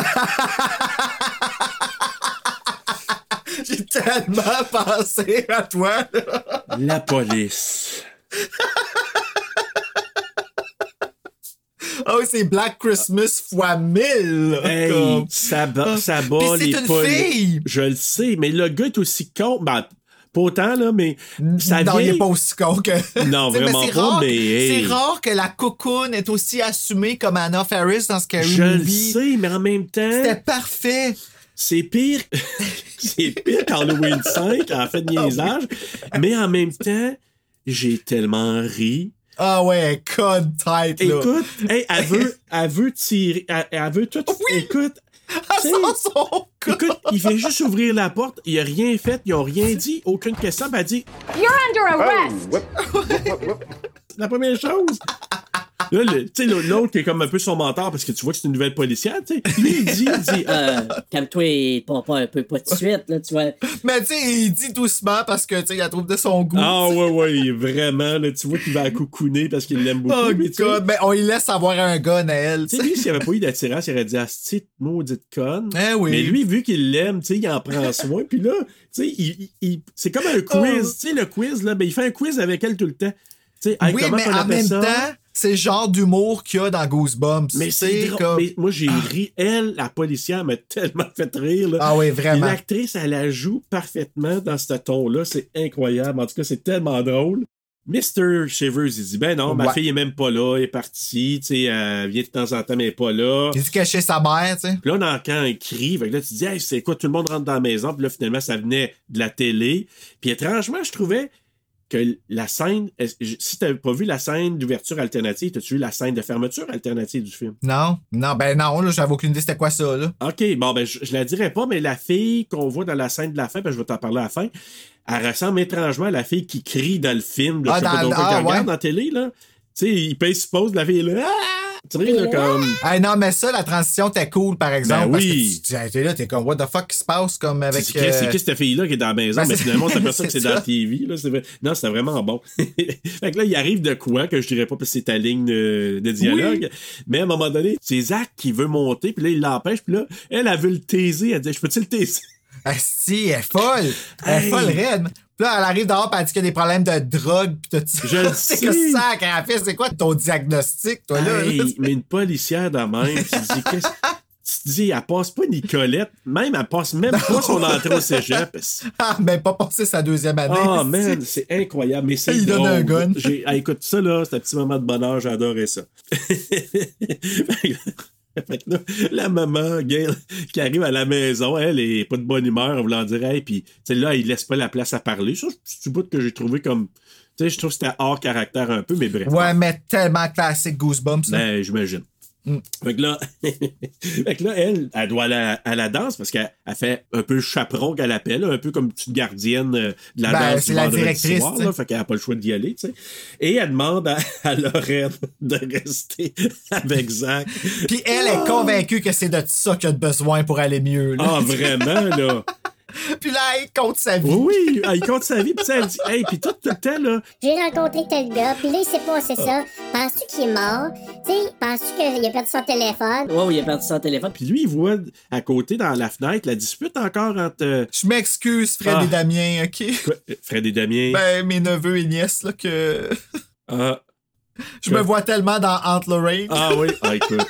J'ai tellement pensé à toi, là. La police. Oh, c'est Black Christmas fois 1000. Hey, comme... ça bat Pis les c'est une polices. fille. Je le sais, mais le gars est aussi con. Ben, pas autant, là, mais ça non, vient... il est pas aussi con que... Non, vraiment c'est pas, rare, mais... Hey. C'est rare que la cocoon est aussi assumée comme Anna Faris dans Scary Je Movie. le sais, mais en même temps... C'était parfait. C'est pire... c'est pire qu'Halloween 5, en fait, de niaisage. Mais en même temps, j'ai tellement ri. Ah ouais, code tête, là. Écoute, hey, elle veut tirer... Elle veut tout... Oui. Écoute... Écoute, il vient juste ouvrir la porte, il a rien fait, ils ont rien dit, aucune question, puis elle dit You're under arrest! la première chose. Là, tu sais, l'autre qui est comme un peu son mentor parce que tu vois que c'est une nouvelle policière, tu sais. Lui, il dit calme-toi, pas un peu, pas de suite, là, tu vois. mais tu sais, il dit doucement parce que, tu sais, il la trouve de son goût. ah ouais, vraiment, là, tu vois qu'il va la coucouner parce qu'il l'aime beaucoup. Oh, mais God, mais on lui laisse avoir un gun à elle. Tu sais, lui, s'il n'y avait pas eu d'attirance, il aurait dit, ah, c'est maudite conne. Eh oui. Mais lui, vu qu'il l'aime, tu sais, il en prend soin. Puis là, tu sais, c'est comme un quiz. Tu sais, le quiz, là, ben, il fait un quiz avec elle tout le temps. Tu sais, hey, oui, comment mais on en appelle même ça? temps, c'est le genre d'humour qu'il y a dans Goosebumps. Mais c'est drôle. comme... Mais moi, j'ai ri. Elle, la policière, m'a tellement fait rire. Là. Ah oui, vraiment. L'actrice, elle la joue parfaitement dans ce ton-là. C'est incroyable. En tout cas, c'est tellement drôle. Mr. Shivers, il dit, ben non, ma fille est même pas là, elle est partie, tu sais, elle vient de temps en temps, mais elle est pas là. Il dit cacher sa mère, tu sais. Puis là, on entend un cri, fait que là, tu dis, hey, c'est quoi, tout le monde rentre dans la maison, puis là, finalement, ça venait de la télé. Puis étrangement, je trouvais que la scène, si t'avais pas vu la scène d'ouverture alternative, t'as-tu vu la scène de fermeture alternative du film? Non, ben non, là, j'avais aucune idée c'était quoi ça, là. OK, bon, ben, je la dirais pas, mais la fille qu'on voit dans la scène de la fin, ben, je vais t'en parler à la fin, elle ressemble étrangement à la fille qui crie dans le film, là, je sais pas donc regarde dans la télé, là. Tu sais, il paye suppose, la fille est là. Tu sais, là, comme. Hey, non, mais ça, la transition était cool, par exemple. Ben parce oui. que t'es là, t'es comme, what the fuck qui se passe, comme avec. C'est qui cette fille-là qui est dans la maison? Ben, mais finalement, t'as l'impression que c'est ça. dans la TV. Là. Non, c'était vraiment bon. Fait que là, il arrive de quoi que je dirais pas parce que c'est ta ligne de dialogue. Oui. Mais à un moment donné, c'est Zach qui veut monter, puis là, il l'empêche, puis là, elle veut le taiser. Elle dit, je peux-tu le taiser? Si, elle est folle. Elle est folle raide. Puis là, elle arrive dehors, puis elle dit qu'il y a des problèmes de drogue, pis tout ça. Je le sais. sais. C'est que ça qu'elle a fait. C'est quoi ton diagnostic, toi, là? Hey, mais une policière de même, tu te dis, elle passe pas Nicolette, même, elle passe même pas son entrée au cégep. Ah, même pas passé sa deuxième année. Oh, man, c'est incroyable, mais c'est il drôle. donne un gun. Écoute, ça, là, c'est un petit moment de bonheur, j'adorais ça. Fait que là, la maman, Gail, qui arrive à la maison, elle est pas de bonne humeur, en voulant dire, hey, puis, tu sais, là, il laisse pas la place à parler. Ça, c'est un bout que j'ai trouvé comme, tu sais, je trouve que c'était hors caractère un peu, mais bref. Ouais, mais tellement classique Goosebumps. Ben, j'imagine. Fait que là, elle doit aller à la danse parce qu'elle fait un peu chaperon qu'elle appelle, un peu comme une petite gardienne de la danse du vendredi soir. Là, fait qu'elle n'a pas le choix d'y aller. T'sais. Et elle demande à Lorraine de rester avec Zach. Puis elle est convaincue que c'est de ça qu'elle a besoin pour aller mieux. Là. Ah, vraiment, là? Puis là, elle compte sa vie. Oui, elle compte sa vie. Puis elle dit, hey, puis tout le temps, là. J'ai rencontré tel gars, puis là, il s'est passé ça. Penses-tu qu'il est mort? Tu sais, penses-tu qu'il a perdu son téléphone? Oui, il a perdu son téléphone. Puis lui, il voit à côté, dans la fenêtre, la dispute encore entre... Je m'excuse, Fred et Damien, OK? Quoi? Fred et Damien? Ben, mes neveux et nièces, là, que... Je me vois tellement dans Aunt Lorraine. Ah oui? Ah, écoute.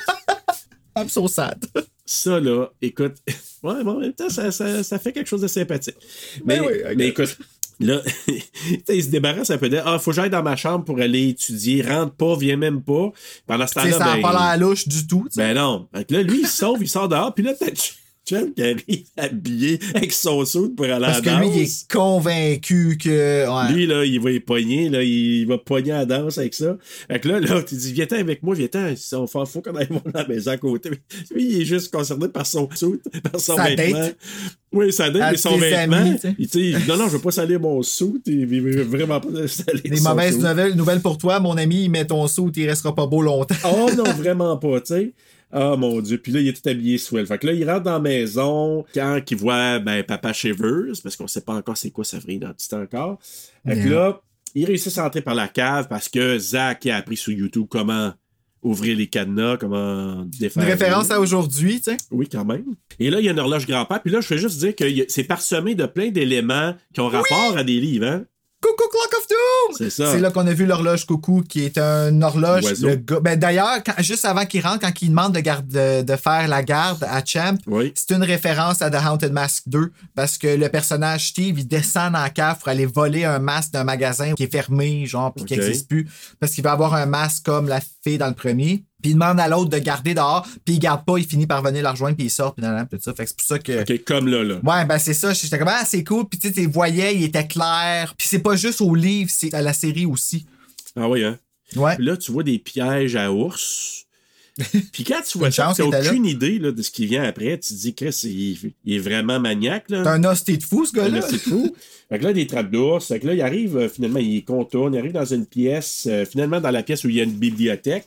I'm so sad. Ça, là, écoute... Ouais, mais en même temps, ça fait quelque chose de sympathique. Mais écoute, là, il se débarrasse un peu de faut que j'aille dans ma chambre pour aller étudier. Rentre pas, viens même pas. Pendant ce temps-là, ça n'a pas l'air louche du tout. T'sais. Ben non. Donc là, lui, il se sauve, il sort dehors, puis là, t'as Chum qui arrive habillé avec son soude pour aller à la danse. Parce que lui, il est convaincu que... Ouais. Lui, là, il va y pogner, là, il va pogner à la danse avec ça. Fait que là, tu dis, viens-t'en avec moi, viens-t'en, faut qu'on aille voir la maison à côté. Lui, il est juste concerné par son soude, par son vêtement. Date. Oui, ça date, mais son vêtement. Amis, il dit, non, je veux pas salir mon soude, il veut vraiment pas salir des mauvaises nouvelles pour toi, mon ami, il met ton soude, il restera pas beau longtemps. Oh non, vraiment pas, tu sais. Ah, mon Dieu. Puis là, il est tout habillé swell. Fait que là, il rentre dans la maison quand il voit, Papa Shivers, parce qu'on sait pas encore c'est quoi sa vraie identité encore. Fait que là, il réussit à entrer par la cave parce que Zach a appris sur YouTube comment ouvrir les cadenas, comment défaire. Une référence à aujourd'hui, tu sais. Oui, quand même. Et là, il y a une horloge grand-père. Puis là, je veux juste dire que c'est parsemé de plein d'éléments qui ont rapport à des livres, hein. Coucou Clock of Doom! C'est ça. C'est là qu'on a vu l'horloge Coucou, qui est une horloge. D'ailleurs, juste avant qu'il rentre, quand il demande de faire la garde à Champ, c'est une référence à The Haunted Mask 2, parce que le personnage Steve, il descend dans la cave pour aller voler un masque d'un magasin qui est fermé, genre, puis qui n'existe plus, parce qu'il va avoir un masque comme la fille dans le premier. Puis il demande à l'autre de garder dehors, puis il garde pas, il finit par venir la rejoindre, puis il sort, puis tout ça. Fait que c'est pour ça que... OK, comme là. Ouais, ben c'est ça. J'étais comme, c'est cool. Puis tu sais, voyais, il était clair. Puis c'est pas juste au livre, c'est à la série aussi. Ah oui, hein? Ouais. Puis là, tu vois des pièges à ours. Puis quand tu vois ça, tu n'as aucune idée là, de ce qui vient après. Tu te dis que il est vraiment maniaque. Là. T'es un hostie de fou, ce gars-là. Un hostie de fou. Fait que là, des trappes d'ours. Fait que là, il arrive, finalement, il contourne. Il arrive dans une pièce, finalement, dans la pièce où il y a une bibliothèque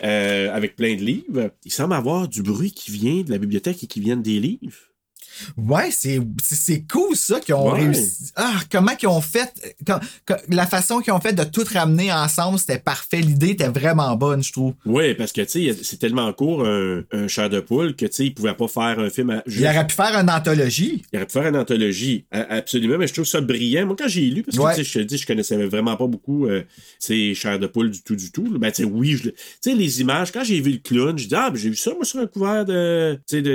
avec plein de livres. Il semble avoir du bruit qui vient de la bibliothèque et qui vient des livres. Ouais, c'est cool ça qu'ils ont réussi. Comment qu'ils ont fait la façon qu'ils ont fait de tout ramener ensemble, c'était parfait. L'idée était vraiment bonne, je trouve. Oui, parce que tu sais, c'est tellement court un chair de poule que tu sais, ils pouvaient pas faire un film Il aurait pu faire une anthologie. Il aurait pu faire une anthologie, absolument, mais je trouve ça brillant. Moi, quand j'ai lu, parce que tu sais, je te dis, je connaissais vraiment pas beaucoup chair de poule du tout. Ben tu sais, oui, tu sais, les images, quand j'ai vu le clown, j'ai dit j'ai vu ça moi sur un couvert de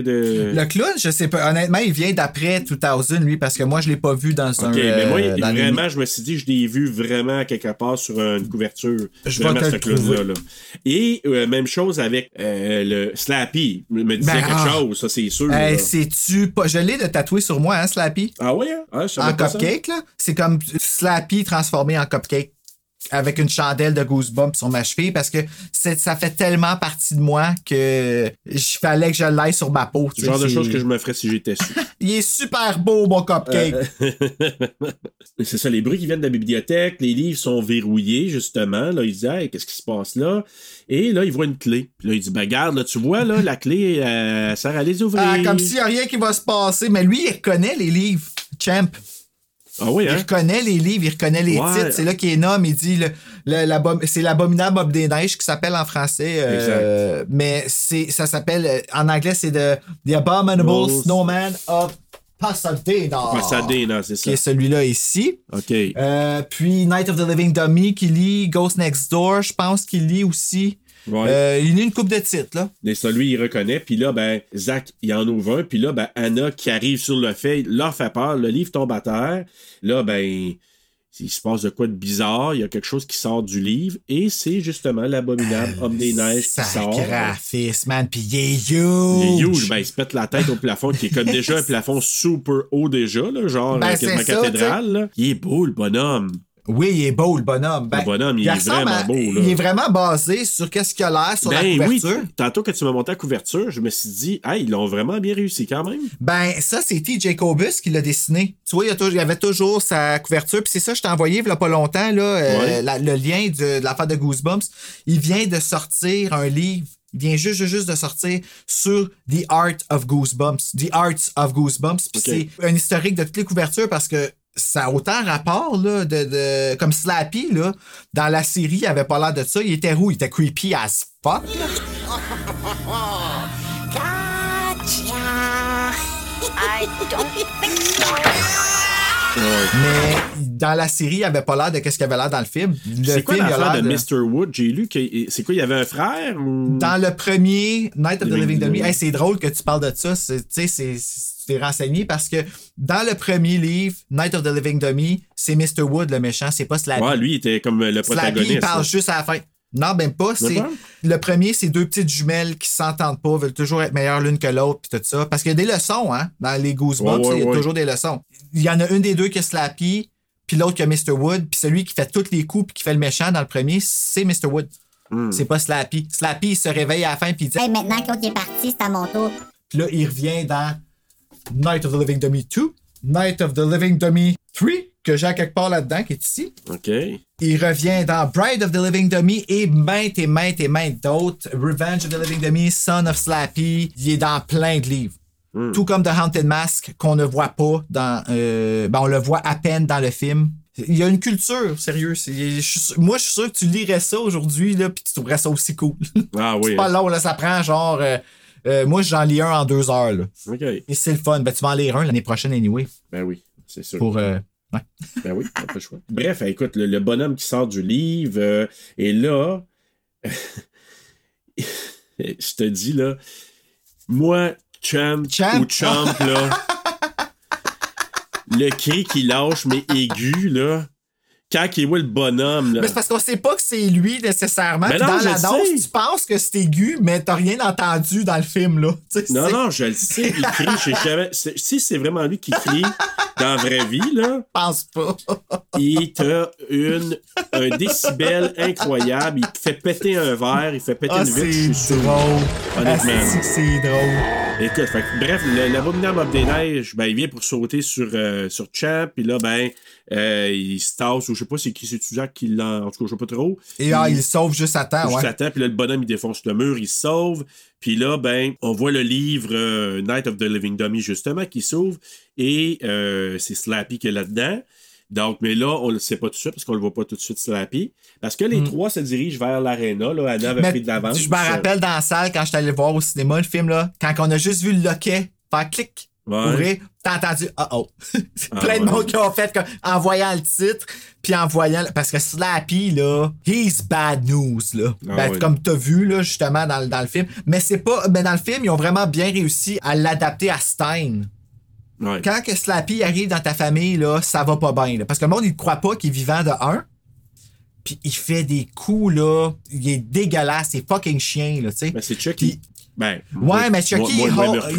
Le clown, je sais pas, honnêtement, il vient d'après 2000, lui, parce que moi, je l'ai pas vu dans un... mais moi, vraiment, je me suis dit, je l'ai vu vraiment quelque part sur une couverture. Je vais te le trouver. Là. Et même chose avec le Slappy. Me disait quelque chose, ça, c'est sûr. C'est-tu pas... Je l'ai de tatouer sur moi, hein, Slappy? Ah oui, hein? En cupcake, là. C'est comme Slappy transformé en cupcake. Avec une chandelle de Goosebumps sur ma cheville parce que ça fait tellement partie de moi que il fallait que je l'aille sur ma peau. C'est le genre de choses que je me ferais si j'étais su. Il est super beau, mon cupcake. C'est ça, les bruits qui viennent de la bibliothèque, les livres sont verrouillés, justement. Là, il dit, qu'est-ce qui se passe là? Et là, il voit une clé. Puis là, il dit, regarde, là, tu vois, là, la clé, sert à les ouvrir. Comme s'il n'y a rien qui va se passer. Mais lui, il reconnaît les livres. Champ. Ah oui, hein? Il reconnaît les livres, il reconnaît les titres. C'est là qu'il nomme, il dit c'est l'abominable Homme des Neiges qui s'appelle en français. Mais ça s'appelle, en anglais, c'est The Abominable Snowman of Pasadena. Pasadena, c'est ça. Qui est celui-là ici. OK. Puis Night of the Living Dummy qui lit, Ghost Next Door, je pense qu'il lit aussi. Ouais. Il lit une couple de titres, là. Et ça, lui, il reconnaît. Puis là, Zach, il en ouvre un. Puis là, Anna, qui arrive sur le fait, leur fait peur. Le livre tombe à terre. Là, il se passe de quoi de bizarre. Il y a quelque chose qui sort du livre. Et c'est justement l'abominable Homme des Neiges qui sort. Sacrifice, man. Puis il est huge. Il est huge. Il se pète la tête au plafond, qui est comme déjà un plafond super haut déjà, là, genre quasiment cathédrale. Là. Il est beau, le bonhomme. Oui, il est beau, le bonhomme. Ben, le bonhomme, il est vraiment beau. Là. Il est vraiment basé sur qu'est-ce qu'il a l'air sur la couverture. Oui, tantôt que tu m'as monté la couverture, je me suis dit, hey, ils l'ont vraiment bien réussi quand même. Ben, ça, c'est T. Jacobus qui l'a dessiné. Tu vois, il y avait toujours sa couverture. Puis c'est ça, je t'ai envoyé il y a pas longtemps, là, le lien de l'affaire de Goosebumps. Il vient de sortir un livre. Il vient juste de sortir sur The Art of Goosebumps. The Arts of Goosebumps. Puis c'est un historique de toutes les couvertures parce que ça a autant rapport, là, comme Slappy, là. Dans la série, il avait pas l'air de ça. Il était roux, il était creepy as fuck, là. Gotcha! I don't think so. Mais dans la série, il avait pas l'air de qu'est-ce qu'il avait l'air dans le film. C'est quoi l'affaire de Mr. Wood? J'ai lu que... C'est quoi, il y avait un frère? Ou... Dans le premier Night of the Living Dummy, hey, c'est drôle que tu parles de ça. Tu t'es renseigné parce que dans le premier livre, Night of the Living Dummy, c'est Mr. Wood le méchant, c'est pas Slappy. Ouais, lui, il était comme le protagoniste. Slappy, il parle juste à la fin. Non, même pas. Le premier, c'est deux petites jumelles qui s'entendent pas, veulent toujours être meilleures l'une que l'autre, puis tout ça. Parce qu'il y a des leçons, hein, dans les Goosebumps, il y a toujours des leçons. Il y en a une des deux qui est Slappy, puis l'autre qui a Mr. Wood, puis celui qui fait tous les coups puis qui fait le méchant dans le premier, c'est Mr. Wood. C'est pas Slappy. Slappy, il se réveille à la fin, puis il dit Hey, maintenant que l'autre est parti, c'est à mon tour. Puis là, il revient dans Night of the Living Dummy 2, Night of the Living Dummy 3, que j'ai à quelque part là-dedans, qui est ici. OK. Il revient dans Bride of the Living Dummy et maintes d'autres. Revenge of the Living Dummy, Son of Slappy. Il est dans plein de livres. Tout comme The Haunted Mask, qu'on ne voit pas dans... on le voit à peine dans le film. Il y a une culture, sérieux. Moi, je suis sûr que tu lirais ça aujourd'hui, là, puis tu trouverais ça aussi cool. Ah oui. C'est pas long, là, ça prend genre... moi, j'en lis un en 2 heures. Là. OK. Et c'est le fun. Ben, tu vas en lire un l'année prochaine, anyway. Ben oui, c'est sûr. Pour... Ouais. Ben oui, t'as pas le choix. Bref, écoute, le bonhomme qui sort du livre, et là, je te dis, là, moi, Champ ou Champ, là, le cri qu'il lâche, mais aigu, là, quand il voit le bonhomme, là. Mais c'est parce qu'on sait pas que c'est lui nécessairement. Mais non, dans je la danse, sais. tu penses que c'est aigu, mais t'as rien entendu dans le film, là. Non, je le sais, il crie, je sais jamais. Si c'est vraiment lui qui crie dans la vraie vie, là. Pense pas. Il t'a un décibel incroyable. Il te fait péter un verre, il fait péter une vitre. C'est drôle. Honnêtement. C'est drôle. Écoute, bref, l'abominable homme des neiges, ben, il vient pour sauter sur Champ, puis là, ben, il se tasse, ou je sais pas, c'est Jack qui l'a, en tout cas, je sais pas trop. Et il sauve juste à temps, Juste à temps, puis là, le bonhomme, il défonce le mur, il se sauve, puis là, ben, on voit le livre Night of the Living Dummy, justement, qui s'ouvre, et c'est Slappy qui est là-dedans. Donc, mais là, on ne le sait pas tout de suite parce qu'on le voit pas tout de suite Slappy. Parce que les trois se dirigent vers l'aréna. Là, Anna avait pris de l'avance. Je me rappelle dans la salle, quand j'étais allé voir au cinéma le film, là, quand on a juste vu le loquet faire clic, ouvrir, t'as entendu plein de monde qui ont fait en voyant le titre, puis en voyant... Parce que Slappy, là, he's bad news, là. Comme t'as vu, là, justement, dans le film. Mais c'est pas... Mais dans le film, ils ont vraiment bien réussi à l'adapter à Stein. Ouais. Quand que Slappy arrive dans ta famille, là, ça va pas bien. Là, parce que le monde, il ne croit pas qu'il est vivant de 1. Puis il fait des coups, là. Il est dégueulasse. C'est fucking chien, là, tu sais. Ben, c'est Chucky. Mais Chucky,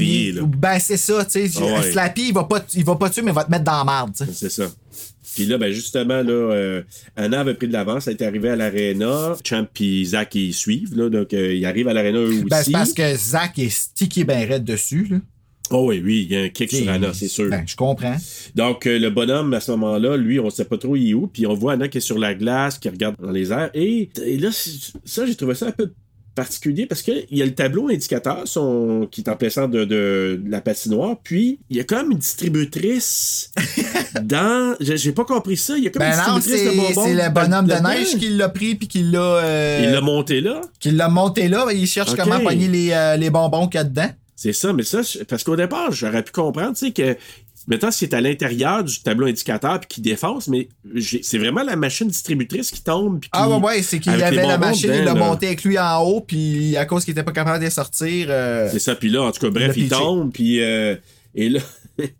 ben, c'est ça, tu sais. Slappy, il va pas tuer, mais il va te mettre dans la merde, tu sais. C'est ça. Puis là, ben, justement, là, Anna avait pris de l'avance. Elle est arrivée à l'aréna. Champ et Zach, ils suivent, là. Donc, ils arrivent à l'aréna eux aussi. Ben, c'est parce que Zach est stické ben raide dessus, là. Oh oui, il y a un kick sur Anna, c'est sûr. Ben, je comprends. Donc, le bonhomme, à ce moment-là, lui, on sait pas trop il est où, puis on voit Anna qui est sur la glace, qui regarde dans les airs, et là, ça, j'ai trouvé ça un peu particulier, parce qu'il y a le tableau indicateur qui est en plein centre de la patinoire, puis il y a comme une distributrice dans... J'ai pas compris ça, il y a comme une distributrice de bonbons. C'est le bonhomme de neige qui l'a pris, puis qui l'a... il l'a monté là? Qu'il l'a monté là, il cherche comment pogner les bonbons qu'il y a dedans. C'est ça, mais ça, parce qu'au départ, j'aurais pu comprendre, tu sais, que maintenant, c'est à l'intérieur du tableau indicateur puis qui défonce, mais c'est vraiment la machine distributrice qui tombe. Puis c'est qu'il avait la machine, il l'a monté avec lui en haut, puis à cause qu'il était pas capable de sortir. C'est ça, puis là, en tout cas, bref, il tombe, puis et là,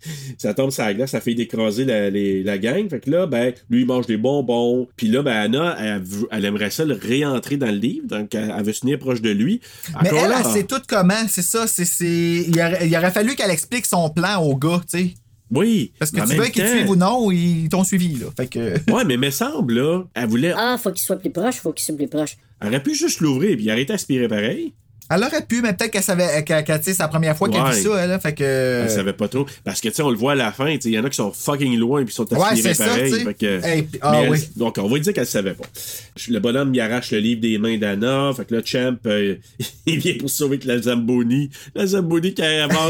ça tombe sur la glace, ça fait d'écraser la gang. Fait que là, ben, lui, il mange des bonbons. Puis là, ben, Anna, elle aimerait ça le réentrer dans le livre. Donc, elle veut se tenir proche de lui. Mais elle sait tout comment, c'est ça. Il aurait fallu qu'elle explique son plan au gars, tu sais. Oui. Parce que tu veux qu'ils te suivent ou non, ils t'ont suivi, là. Fait que... Ouais, mais me semble, là, elle voulait... Ah, faut qu'il soit plus proche, Elle aurait pu juste l'ouvrir et arrêter d'aspirer pareil. Elle aurait pu, mais peut-être qu'elle savait, tu sais, c'est la première fois qu'elle vit ça, elle, fait que... Elle savait pas trop. Parce que, tu sais, on le voit à la fin, tu sais, il y en a qui sont fucking loin puis sont aspirés pareil. Ça, fait que... oui. Donc, on va dire qu'elle savait pas. Le bonhomme, il arrache le livre des mains d'Anna. Fait que là, Champ, il vient pour sauver avec la Zamboni. La Zamboni qui avance.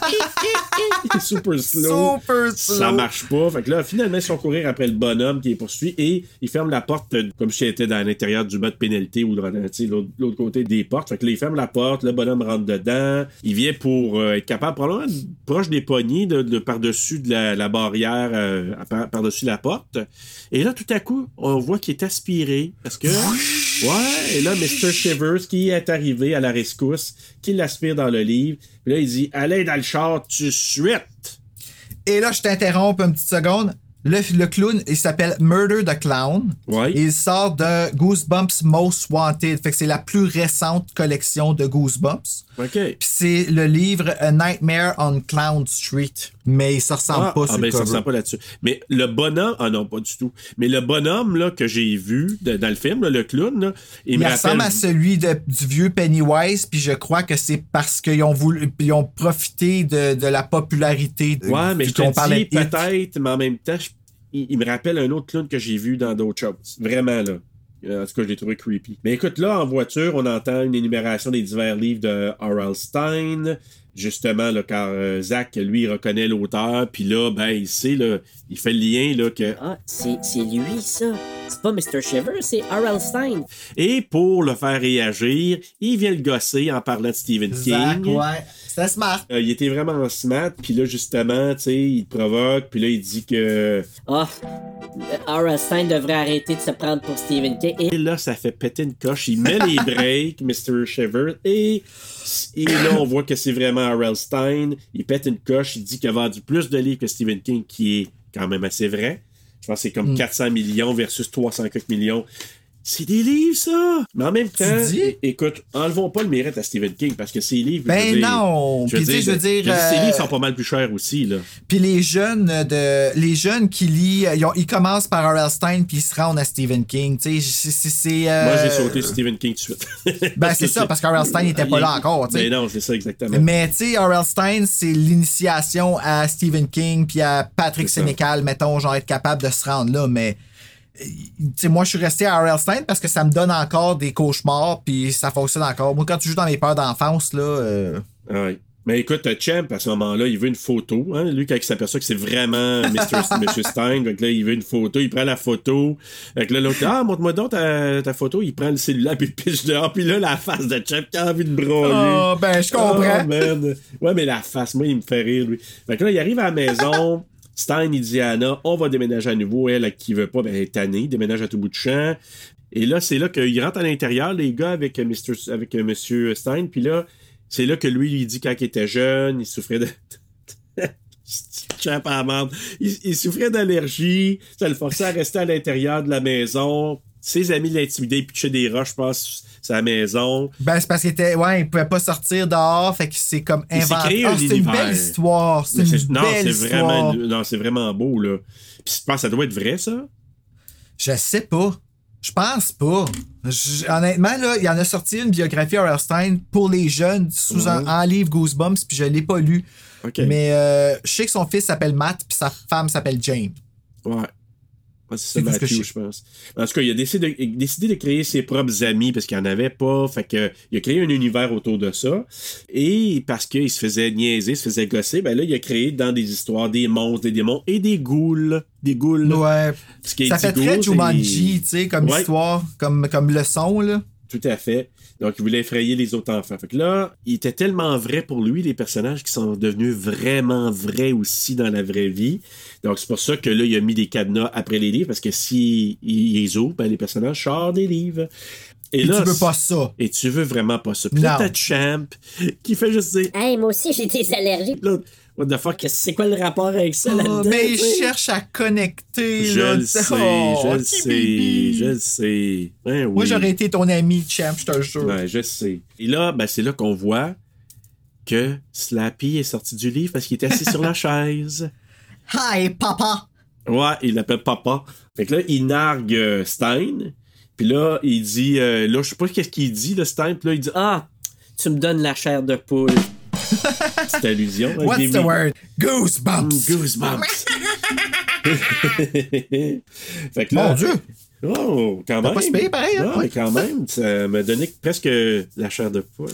Super slow. Ça marche pas. Fait que là, finalement, ils sont courir après le bonhomme qui les poursuit et il ferme la porte comme si elle était dans l'intérieur du bas de pénalité ou l'autre côté des portes. Fait que là, il ferme la porte, le bonhomme rentre dedans. Il vient pour être capable, probablement proche des poignées, de par-dessus de la barrière, par-dessus la porte. Et là, tout à coup, on voit qu'il est aspiré. Parce que... Ouais, et là, Mr. Shivers qui est arrivé à la rescousse, qui l'aspire dans le livre. Puis là, il dit « Allez dans le char tout de suite! » Et là, je t'interromps une petite seconde. Le clown, il s'appelle Murder the Clown. Ouais. Et il sort de Goosebumps Most Wanted. Fait que c'est la plus récente collection de Goosebumps. OK. Puis c'est le livre A Nightmare on Clown Street. Mais il se ressemble pas sur le cover. Il se ressemble pas là-dessus. Mais le bonhomme... Ah non, pas du tout. Mais le bonhomme là, que j'ai vu dans le film, là, le clown, là, il me ressemble à celui du vieux Pennywise. Puis je crois que c'est parce qu'ils ont profité de la popularité. Ouais, mais je te dis peut-être, mais en même temps, il me rappelle un autre clown que j'ai vu dans d'autres choses. Vraiment, là. En tout cas, je l'ai trouvé creepy. Mais écoute, là, en voiture, on entend une énumération des divers livres de R.L. Stein. Justement, là, car Zach, lui, il reconnaît l'auteur. Puis là, ben, il sait, là, il fait le lien, là, que... Ah, c'est lui, ça. C'est pas Mr. Shiver, c'est R.L. Stein. Et pour le faire réagir, il vient le gosser en parlant de Stephen King. Ouais. C'était smart. Il était vraiment smart, puis là, justement, tu sais, il te provoque, puis là, il dit que... R.L. Stein devrait arrêter de se prendre pour Stephen King. Et là, ça fait péter une coche. Il met les breaks, Mr. Shiver, et là, on voit que c'est vraiment R.L. Stein. Il pète une coche, il dit qu'il a vendu plus de livres que Stephen King, qui est quand même assez vrai. Je pense que c'est comme 400 millions versus 304 millions. C'est des livres, ça! Mais en même temps, écoute, enlevons pas le mérite à Stephen King, parce que ses livres... non! Je veux dire, ses livres sont pas mal plus chers aussi, là. Puis les jeunes qui lisent, ils commencent par R.L. Stein, puis ils se rendent à Stephen King, tu sais, Moi, j'ai sauté Stephen King tout de suite. C'est ça, parce qu'R.L. Stein n'était pas là encore, tu sais. Mais non, c'est ça, exactement. Mais, tu sais, R.L. Stein, c'est l'initiation à Stephen King, puis à Patrick Sénécal, mettons, genre, être capable de se rendre là, mais... T'sais, moi, je suis resté à R.L. Stein parce que ça me donne encore des cauchemars, puis ça fonctionne encore. Moi, quand tu joues dans mes peurs d'enfance, là... Ouais. Mais écoute, Champ, à ce moment-là, il veut une photo. Hein? Lui, quand il s'aperçoit que c'est vraiment M. Stein, donc là, il veut une photo, il prend la photo. Fait que là, l'autre, montre-moi donc ta photo. Il prend le cellulaire, puis il pitche dehors. Puis là, la face de Champ qui a envie de broyer. Je comprends. Oh, man. Ouais, mais la face, moi, il me fait rire, lui. Fait que là, il arrive à la maison. Stein, il dit à Anna, on va déménager à nouveau. Elle, qui veut pas, elle est tannée, déménage à tout bout de champ. Et là, c'est là qu'ils rentrent à l'intérieur, les gars, avec Monsieur Stein. Puis là, c'est là que lui dit quand il était jeune, il souffrait de... Champ à la merde. Il souffrait d'allergie. Ça le forçait à rester à l'intérieur de la maison. Ses amis l'intimidaient, ils pitchaient des roches, je pense, sur la maison. C'est parce qu'il pouvait pas sortir dehors, fait que c'est comme inventé. C'est une belle histoire. C'est vraiment beau, là. Puis je pense que ça doit être vrai, ça? Je sais pas. Je pense pas. Honnêtement, là, il y en a sorti une biographie R.L. Stein pour les jeunes sous un livre Goosebumps, puis je l'ai pas lu. Okay. Mais je sais que son fils s'appelle Matt, puis sa femme s'appelle Jane. Ouais. C'est ça, Matthew, je pense. En tout cas, il a décidé de créer ses propres amis parce qu'il n'y en avait pas. Fait que il a créé un univers autour de ça. Et parce qu'il se faisait niaiser, se faisait gosser, ben là, il a créé dans des histoires des monstres, des démons et des ghouls. Des ghouls. Ouais. Ça fait très Jumanji, tu sais, comme histoire, comme leçon, là. Tout à fait. Donc, il voulait effrayer les autres enfants. Fait que là, il était tellement vrai pour lui, les personnages qui sont devenus vraiment vrais aussi dans la vraie vie. Donc, c'est pour ça que là, il a mis des cadenas après les livres, parce que si il les ouvre, ben, les personnages sortent des livres. Et là, tu veux pas ça. Et tu veux vraiment pas ça. Puis là, t'as Champ qui fait juste dire... Hey, moi aussi, j'ai des allergies. Là, what the fuck? C'est quoi le rapport avec ça là-dedans? Mais il cherche à connecter. Je le sais. Ben, oui. Moi, j'aurais été ton ami, Champ, je te le jure. Ben, je sais. Et là, ben, c'est là qu'on voit que Slappy est sorti du livre parce qu'il était assis sur la chaise. Hi, papa! Ouais, il l'appelle papa. Fait que là, il nargue Stein. Puis là, il dit... là, je sais pas qu'est-ce qu'il dit, le Stein. Puis là, il dit « Ah, tu me donnes la chair de poule. » C'est allusion. Hein, What's the word? Goosebumps! Goosebumps. Fait que là... Mon Dieu! Oh, quand même. T'as pas se payer pareil, hein? Non, mais quand même, ça m'a donné presque la chair de poule.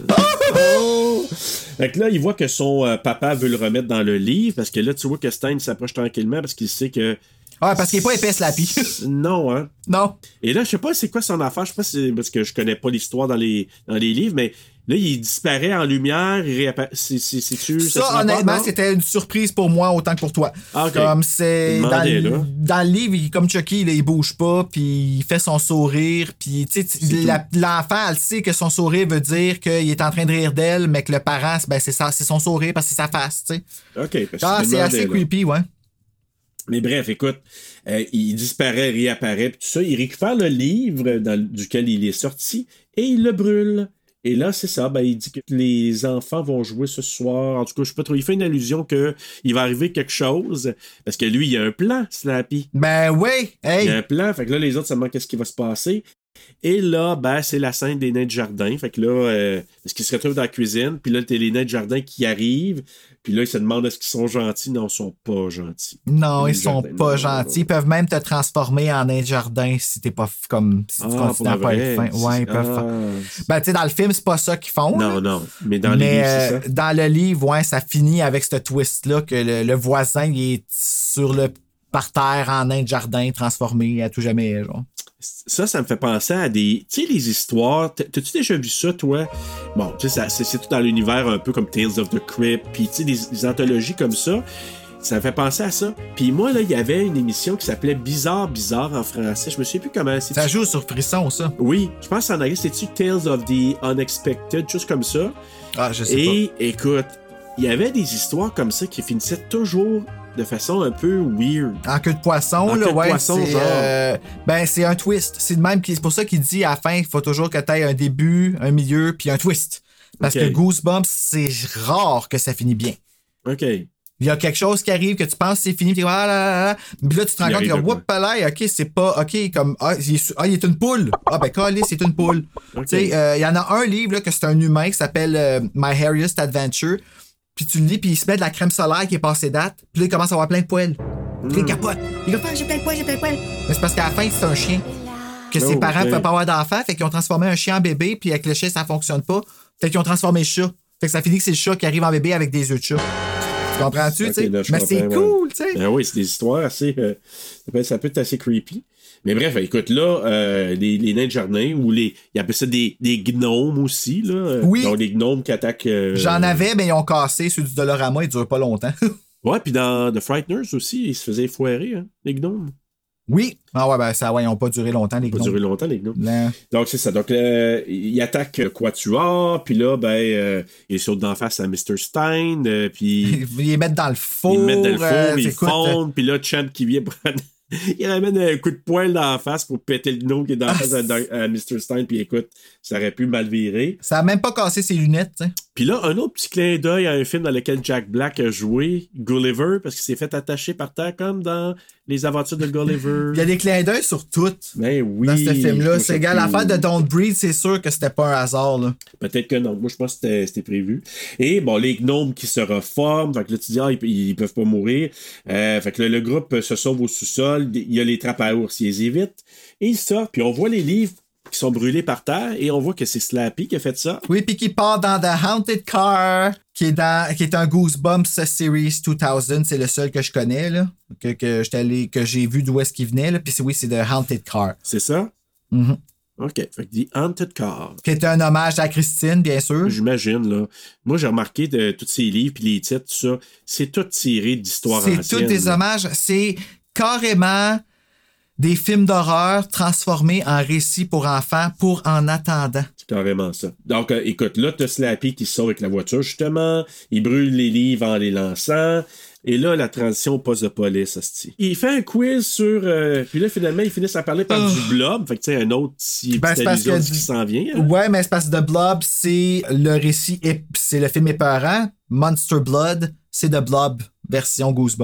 Oh! Fait que là, il voit que son papa veut le remettre dans le livre, parce que là, tu vois que Stein s'approche tranquillement, parce qu'il sait que... Ah, parce qu'il est pas épais, Slappy. Non, hein? Non. Et là, je sais pas c'est quoi son affaire, je sais pas si c'est parce que je connais pas l'histoire dans les livres, mais là, il disparaît en lumière, il réapparaît. C'est-tu... Ça, honnêtement, c'était une surprise pour moi autant que pour toi. Ah, OK. Comme c'est... Dans là. le livre, comme Chucky, il bouge pas, puis il fait son sourire, puis tu sais, l'enfant, elle sait que son sourire veut dire qu'il est en train de rire d'elle, mais que le parent, ben, c'est son sourire parce que c'est sa face, tu sais. OK. C'est assez creepy, ouais. Mais bref, écoute, il disparaît, réapparaît, puis tout ça. Il récupère le livre duquel il est sorti et il le brûle. Et là, c'est ça, ben, il dit que les enfants vont jouer ce soir. En tout cas, je sais pas trop. Il fait une allusion qu'il va arriver quelque chose. Parce que lui, il a un plan, Slappy. Ben oui, hey! Il a un plan. Fait que là, les autres se demandent qu'est-ce qui va se passer. Et là, ben, c'est la scène des nains de jardin. Fait que là, est-ce qu'ils se retrouvent dans la cuisine? Puis là, t'as les nains de jardin qui arrivent. Puis là, ils se demandent est-ce qu'ils sont gentils? Non, ils sont pas gentils. Non, ils sont pas gentils. Ils peuvent même te transformer en nain de jardin si t'es pas comme si tu considères pas être fin. Ouais, ils peuvent Ben, tu sais, dans le film, c'est pas ça qu'ils font. Non. Mais dans le livre, c'est ça. Dans le livre, ouais, ça finit avec ce twist-là que le voisin, il est sur le parterre en nain de jardin transformé à tout jamais, genre. Ça me fait penser à des... Tu sais, les histoires... T'as-tu déjà vu ça, toi? Bon, tu sais, c'est tout dans l'univers un peu comme Tales of the Crypt, puis tu sais, des anthologies comme ça. Ça me fait penser à ça. Puis moi, là, il y avait une émission qui s'appelait Bizarre en français. Je me souviens plus comment c'est. Ça joue sur Frisson, ça? Oui. Je pense en anglais, c'est-tu Tales of the Unexpected, juste comme ça. Ah, je sais pas. Et écoute, il y avait des histoires comme ça qui finissaient toujours de façon un peu weird. En queue de poisson, là, ouais. Ben, c'est un twist. C'est de même, c'est pour ça qu'il dit à la fin, il faut toujours que tu aies un début, un milieu, puis un twist. Parce que Goosebumps, c'est rare que ça finit bien. OK. Il y a quelque chose qui arrive que tu penses que c'est fini, puis là, tu te rends compte que, whoop, là, OK, c'est pas, OK, comme, il est une poule. Ah, ben, calé, c'est une poule. Okay. Tu sais, il y en a un livre, là, que c'est un humain qui s'appelle My Hairiest Adventure. Puis tu le lis, puis il se met de la crème solaire qui est passée date. Puis là, il commence à avoir plein de poils. Puis il capote. Il va faire, j'ai plein de poils. Mais c'est parce qu'à la fin, c'est un chien. Que ses parents ne pouvaient pas avoir d'enfant. Fait qu'ils ont transformé un chien en bébé, puis avec le chien, ça fonctionne pas. Fait qu'ils ont transformé le chat. Fait que ça finit que c'est le chat qui arrive en bébé avec des yeux de chat. Tu comprends-tu, tu sais? Mais c'est cool, tu sais. Ben oui, c'est des histoires assez... ça peut être assez creepy. Mais bref, écoute, là, les nains de jardin, ou ils appellent ça des gnomes aussi, là. Oui. Donc, des gnomes qui attaquent... J'en avais, mais ils ont cassé. Ceux du Dolorama, ils durent pas longtemps. Ouais, puis dans The Frighteners aussi, ils se faisaient foirer, hein, les gnomes. Oui. Ah ouais, ben ça, ouais, ils n'ont pas duré longtemps, les gnomes. Pas duré longtemps, les gnomes. Non. Donc, c'est ça. Donc, ils attaquent Quatuor, puis là, ben, ils sautent d'en face à Mr. Stein, puis... Ils les mettent dans le four. Ils mettent dans le four, ils fondent, puis là, Champ qui vient prendre... Il ramène un coup de poing dans la face pour péter le gnome qui est dans la face à Mr. Stein, puis écoute, ça aurait pu mal virer. Ça a même pas cassé ses lunettes, tu sais. Puis là, un autre petit clin d'œil à un film dans lequel Jack Black a joué, Gulliver, parce qu'il s'est fait attacher par terre comme dans Les Aventures de Gulliver. Il y a des clins d'œil sur tout. Ben oui. Dans ce film-là. C'est égal. L'affaire de Don't Breathe, c'est sûr que c'était pas un hasard, là. Peut-être que non. Moi, je pense que c'était prévu. Et bon, les gnomes qui se reforment. Fait que là, tu dis, ils peuvent pas mourir. Fait que là, le groupe se sauve au sous-sol. Il y a les trappes à ours, ils les évitent. Et ils sortent. Puis on voit les livres qui sont brûlés par terre et on voit que c'est Slappy qui a fait ça. Oui, puis qui part dans The Haunted Car, qui est un Goosebumps Series 2000. C'est le seul que je connais, là, que j'ai vu d'où est-ce qu'il venait. Là. Puis c'est The Haunted Car. C'est ça? Mm-hmm. OK. Fait que The Haunted Car. Qui est un hommage à Christine, bien sûr. J'imagine, là. Moi, j'ai remarqué de tous ces livres puis les titres, tout ça, c'est tout tiré d'histoires anciennes. C'est tous des hommages. C'est carrément des films d'horreur transformés en récits pour enfants pour En attendant. C'est carrément ça. Donc, écoute, là, t'as Slappy qui se sauve avec la voiture, justement. Il brûle les livres en les lançant. Et là, la transition au poste de police, hostie. Il fait un quiz sur... puis là, finalement, ils finissent à parler par du blob. Fait que, tu sais, un autre petite allusion qui s'en vient. Hein? Ouais, mais c'est parce que The Blob, c'est le récit... C'est le film épeurant. Monster Blood, c'est The Blob, version Goosebumps.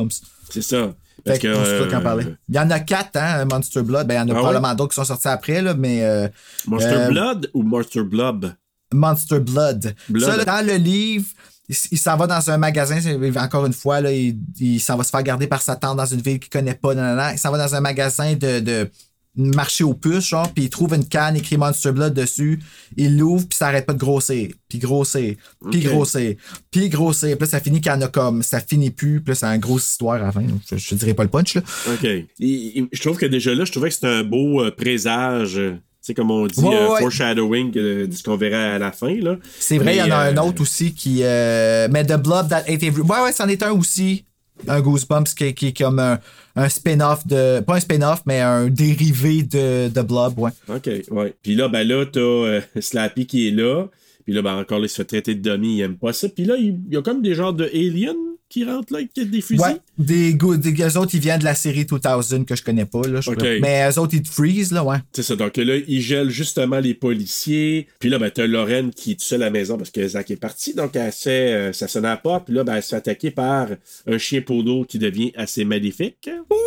C'est ça. Parce que c'est toi qui en parlais. Il y en a 4, hein, Monster Blood. Ben, il y en a probablement d'autres qui sont sortis après, là, mais... Monster Blood ou Monster Blob? Monster Blood. Ça, là, dans le livre... Il s'en va dans un magasin, encore une fois, là, il s'en va se faire garder par sa tante dans une ville qu'il connaît pas. Il s'en va dans un magasin de marché aux puces, genre, puis il trouve une canne écrit Monster Blood dessus. Il l'ouvre, puis ça arrête pas de grossir. Puis grossir. Puis grossir. Puis grossir. Puis là, ça finit qu'il y en a comme... Ça finit plus. Puis là, c'est une grosse histoire à la fin. Je dirais pas le punch, là. OK. Je trouve que déjà là, je trouvais que c'était un beau présage... C'est comme on dit, foreshadowing de ce qu'on verra à la fin. Là. C'est vrai, il y en a un autre aussi qui... mais The Blood That Ate Every... Ouais, c'en est un aussi. Un Goosebumps qui est comme un spin-off de... Pas un spin-off, mais un dérivé de Blob, ouais. OK, ouais. Puis là, ben là, t'as Slappy qui est là. Puis là, ben encore là, il se fait traiter de dummy, il aime pas ça. Puis là, il y a comme des genres de aliens qui rentrent là avec des fusils. Ouais, eux autres, ils viennent de la série 2000 que je connais pas. Là, mais eux autres, ils te freeze, là, ouais. C'est ça, donc là, ils gèlent justement les policiers. Puis là, ben, t'as Lorraine qui est toute seule à la maison parce que Zach est parti. Donc, elle fait, ça sonne à la porte. Puis là, ben, elle se fait attaquer par un chien poodle qui devient assez maléfique. Oui!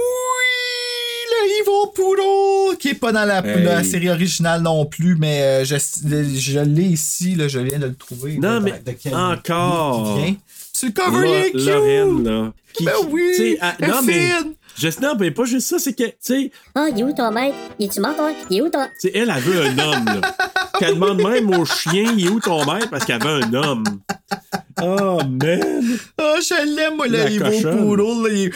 Le Evil Poodle! Qui est pas dans la série originale non plus, mais je l'ai ici, là, je viens de le trouver. Non, mais encore! C'est le cover, il est cute! Lorraine, là. Ben oui! Non, mais pas juste ça, c'est que, tu sais... Ah, il est où ton maître? Il est-tu mort, toi? Il est où ton... Tu sais, elle veut un homme, là. Qu'elle demande même au chien, il est où ton maître? Parce qu'elle veut un homme. Oh, man! Oh, je l'aime, moi, le Evil Poodle.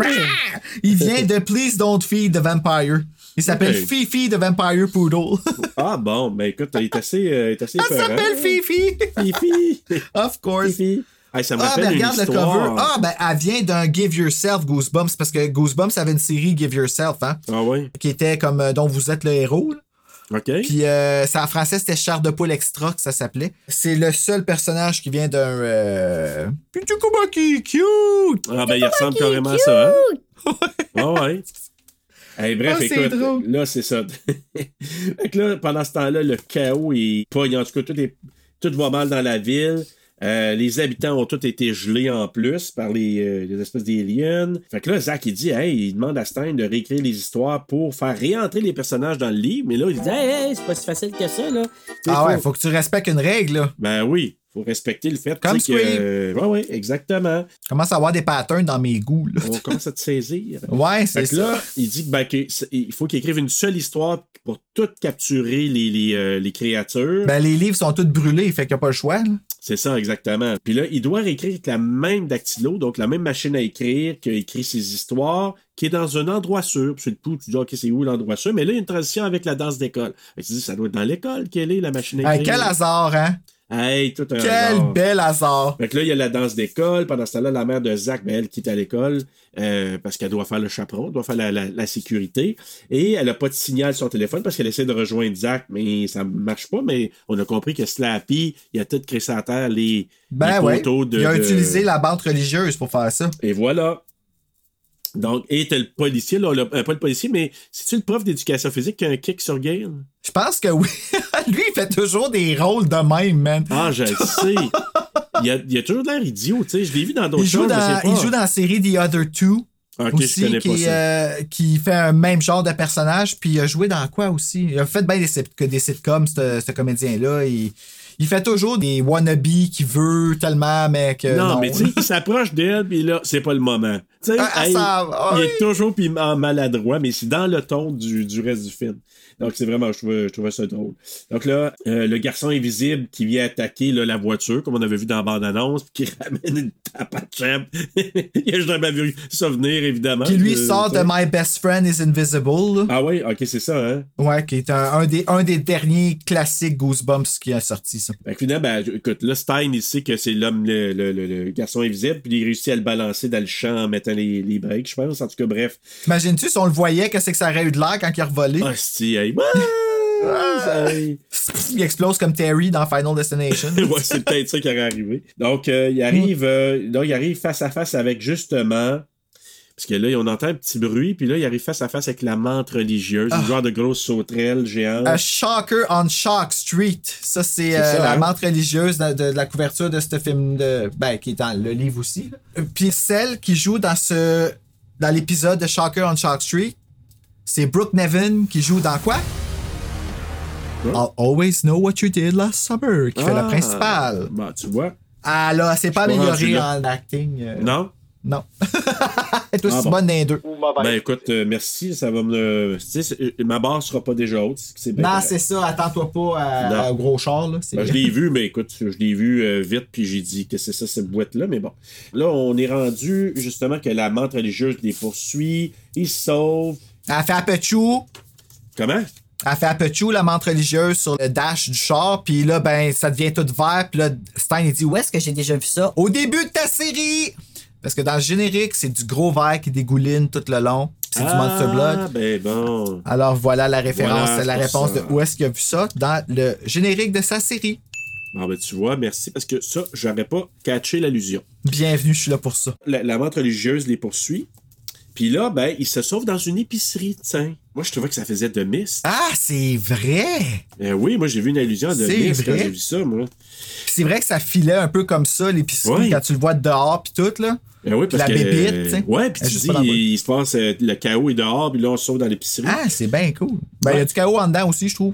Il vient de Please Don't Feed the Vampire. Il s'appelle Fifi the Vampire Poodle. Ah bon, ben écoute, il est assez Elle s'appelle Fifi! Fifi! Of course. Fifi. Hey, ça me rappelle regarde une le cover. Ah, ben, elle vient d'un Give Yourself Goosebumps, parce que Goosebumps avait une série Give Yourself, hein? Ah ouais? Qui était comme dont vous êtes le héros, là. OK. Puis ça, en français, c'était Chair de poule extra que ça s'appelait. C'est le seul personnage qui vient d'un... Pichukubaki, cute! Ah ben, il ressemble carrément à ça, hein? Ah ouais. Hey, bref, écoute, là, c'est ça. Fait que là, pendant ce temps-là, le chaos est pogne. En tout cas, tout va mal dans la ville. Les habitants ont tous été gelés en plus par les espèces d'aliens. Fait que là, Zach, il dit, il demande à Stein de réécrire les histoires pour faire réentrer les personnages dans le livre. Mais là, il dit, c'est pas si facile que ça, là. T'sais, faut que tu respectes une règle, là. Ben oui. Faut respecter le fait comme que... Oui, exactement. Je commence à avoir des patterns dans mes goûts, là. On commence à te saisir. Ouais, c'est ça. Là, il dit qu'il faut qu'il écrive une seule histoire pour tout capturer les créatures. Ben, les livres sont tous brûlés, fait qu'il n'y a pas le choix, là. C'est ça, exactement. Puis là, il doit réécrire avec la même dactylo, donc la même machine à écrire qui a écrit ses histoires, qui est dans un endroit sûr. Puis sur le coup, tu dis, OK, c'est où l'endroit sûr? Mais là, il y a une transition avec la danse d'école. Tu dis, ça doit être dans l'école qu'elle est, la machine à écrire. Quel hasard, hein? Hey, tout un Quel hasard. bel hasard! Fait que là, il y a la danse d'école. Pendant ce temps-là, la mère de Zach, ben, elle quitte à l'école parce qu'elle doit faire le chaperon, doit faire la sécurité. Et elle n'a pas de signal sur son téléphone parce qu'elle essaie de rejoindre Zach, mais ça ne marche pas. Mais on a compris que Slappy, il a tout crissé à terre les poteaux de... Il a utilisé la bande religieuse pour faire ça. Et voilà. Donc, et t'as le policier, là, pas le policier, mais c'est-tu le prof d'éducation physique qui a un kick sur Gale? Je pense que oui. Lui, il fait toujours des rôles de même, man. Ah, je le sais. Il a toujours l'air idiot, tu sais. Je l'ai vu dans d'autres choses, Il joue dans la série The Other Two. Ok, aussi, je connais pas ça. Qui fait un même genre de personnage. Puis il a joué dans quoi aussi? Il a fait bien des sitcoms, ce comédien-là. Il fait toujours des wannabes qu'il veut tellement, mais que. Non, mais tu sais, il s'approche d'elle, puis là, c'est pas le moment. Tu sais, il est toujours en maladroit, mais c'est dans le ton du reste du film. Donc, c'est vraiment, je trouvais ça drôle. Donc là, le garçon invisible qui vient attaquer là, la voiture, comme on avait vu dans la bande-annonce, puis qui ramène une tape à champ. Il a jamais vu ça venir, évidemment. Qui lui sort de My Best Friend is Invisible. Là. Ah oui? Ok, c'est ça, hein? Ouais, qui est un des derniers classiques Goosebumps qui a sorti, ça. Fait que finalement, écoute, là, Stein, il sait que c'est l'homme, le garçon invisible, puis il réussit à le balancer dans le champ en mettant les breaks, je pense. En tout cas, bref. T'imagines-tu si on le voyait, qu'est-ce que ça aurait eu de l'air quand il a revolé? Ah, si, il explose comme Terry dans Final Destination. Ouais, c'est peut-être ça qui aurait arrivé. Donc, il arrive face à face avec justement... Parce que là, on entend un petit bruit, puis là, il arrive face à face avec la menthe religieuse, une genre de grosse sauterelle géante. A Shocker on Shock Street. Ça, c'est la menthe religieuse de la couverture de ce film, qui est dans le livre aussi. Puis celle qui joue dans ce dans l'épisode de Shocker on Shark Street, c'est Brooke Nevin qui joue dans quoi? I'll always know what you did last summer, qui fait la principale. Bah, tu vois. Ah là, c'est pas amélioré en acting. Non? Non. Elle est aussi bonne dans les deux. Ben écoute, merci, ça va me... Tu sais, ma barre sera pas déjà haute. Non, c'est ça, attends-toi pas au gros char. Là. Ben, je l'ai vu, mais écoute, je l'ai vu vite, puis j'ai dit que c'est ça, cette boîte-là, mais bon. Là, on est rendu, justement, que la menthe religieuse les poursuit, ils se sauvent. Elle fait un peu chou. Comment? Elle fait un peu chou, la menthe religieuse, sur le dash du char, puis là, ben, ça devient tout vert, puis là, Stein, il dit, où est-ce que j'ai déjà vu ça? Au début de ta série! Parce que dans le générique, c'est du gros vert qui dégouline tout le long. C'est du Monster Blood. Ah, ben bon. Alors voilà la référence, Voilà, la réponse de où est-ce qu'il a vu ça dans le générique de sa série. Bon, ben tu vois, merci, parce que ça, j'aurais pas catché l'allusion. Bienvenue, je suis là pour ça. La menthe religieuse les poursuit. Puis là, ben, ils se sauvent dans une épicerie, tiens. Moi, je trouvais que ça faisait de Mist. Ah, c'est vrai! Ben oui, moi, j'ai vu une allusion à de Mist quand j'ai vu ça, moi. C'est vrai que ça filait un peu comme ça, l'épicerie, quand tu le vois dehors, puis tout, là. Ben oui, parce la que... bébite, tu sais. Ouais, puis tu dis, il se passe, le chaos est dehors, puis là, on se sauve dans l'épicerie. Ah, c'est bien cool. Ben, il y a du chaos en dedans aussi, je trouve.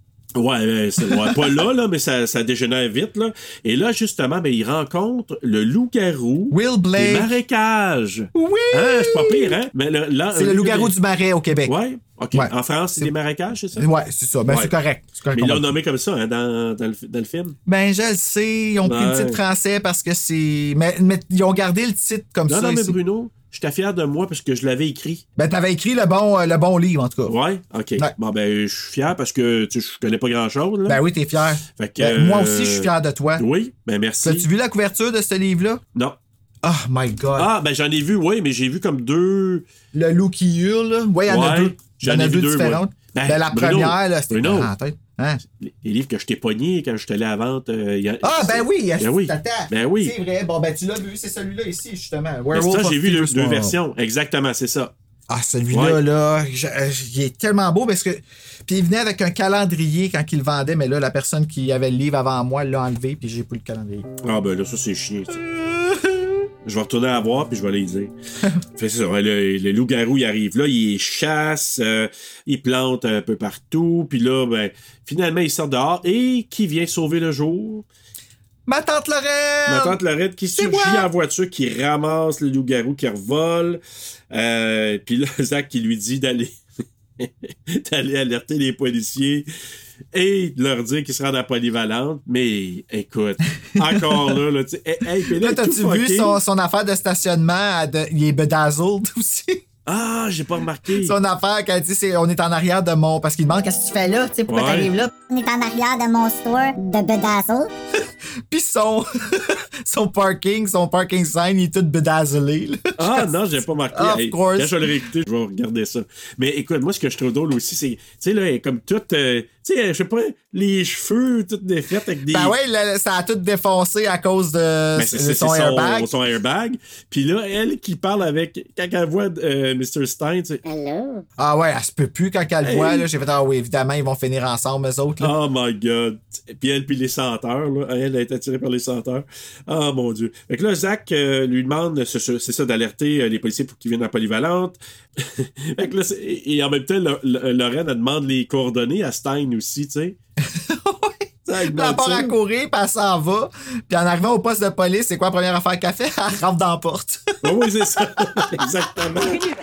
Ouais, pas là, mais ça dégénère vite, là. Et là, justement, ben, il rencontre le loup-garou Will Blake. des marécages. Oui! Hein, c'est pas pire, hein? Mais là, c'est le loup-garou du marais au Québec. Ouais, OK. Ouais. En France, c'est des marécages, c'est ça? Ouais, c'est ça. Ben, ouais. c'est correct. Mais ils l'ont nommé comme ça, hein, dans le film. Ben, je le sais. Ils ont pris le titre français parce que c'est... Mais ils ont gardé le titre comme ça. Non, mais ici. Bruno... J'étais fier de moi parce que je l'avais écrit. Ben, t'avais écrit le bon livre, en tout cas. Ouais? OK. Ouais. Bon, ben, je suis fier parce que je connais pas grand-chose, là. Ben oui, t'es fier. Fait que, moi aussi, je suis fier de toi. Oui, ben merci. As-tu vu la couverture de ce livre-là? Non. Oh my God. Ah, ben j'en ai vu, oui, mais j'ai vu comme deux... Le loup qui hurle, là. Ouais, il y en a deux. J'en ai vu deux différentes. Ouais. Ben, la première, là, c'était Bruno. en tête. Hein? Les livres que je t'ai pognés quand je te allé à la vente. Ben oui, ben oui. Ben oui. C'est vrai. Bon, ben tu l'as vu, c'est celui-là ici, justement. Ça, j'ai vu deux versions. Exactement, c'est ça. Ah, celui-là, là, il est tellement beau parce que. Puis il venait avec un calendrier quand il le vendait, mais là, la personne qui avait le livre avant moi l'a enlevé, puis j'ai plus le calendrier. Ah, ben là, ça, c'est chiant, ça. Je vais retourner à voir, puis je vais les dire. Fait ça, le loup-garou, il arrive là, il chasse, il plante un peu partout, puis là, ben, finalement, il sort dehors, et qui vient sauver le jour? Ma tante Lorette! Ma tante Lorette qui surgit en voiture, qui ramasse le loup-garou, qui revole. Puis là, Zach qui lui dit d'aller alerter les policiers et de leur dire qu'ils se rendent à Polyvalente. Mais écoute, encore là, tu sais. Là, t'as-tu vu son affaire de stationnement? Il est bedazzled aussi. Ah, j'ai pas remarqué. Son affaire, quand elle dit on est en arrière de mon. Parce qu'il demande qu'est-ce que tu fais là, tu sais, pourquoi t'arrives là? On est en arrière de mon store de Bedazzle. Puis son parking sign, il est tout bedazzlé. Ah non, j'ai pas remarqué. Of course. Quand je vais le réécouter, je vais regarder ça. Mais écoute, moi, ce que je trouve drôle aussi, c'est, tu sais, là, elle est comme toute, tu sais, je sais pas, les cheveux toutes défaites avec des... Ben ouais, ça a tout défoncé à cause de son airbag. Son airbag. Puis là, elle qui parle avec, quand elle voit Mr. Stein, tu sais... Hello. Ah ouais, elle se peut plus quand elle le voit, là. J'ai fait, ah oui, évidemment, ils vont finir ensemble, eux autres, là. Oh my God. Puis elle, puis les senteurs, là. Elle a été attirée par les senteurs. Oh mon Dieu. Fait que là, Zach lui demande, c'est ça, d'alerter les policiers pour qu'ils viennent à Polyvalente. Fait que là, et en même temps, Lorraine, elle demande les coordonnées à Stein aussi, tu sais. Elle part à courir, puis elle s'en va. Puis en arrivant au poste de police, c'est quoi la première affaire qu'elle fait? Elle rentre dans la porte. Oui, c'est ça. Exactement.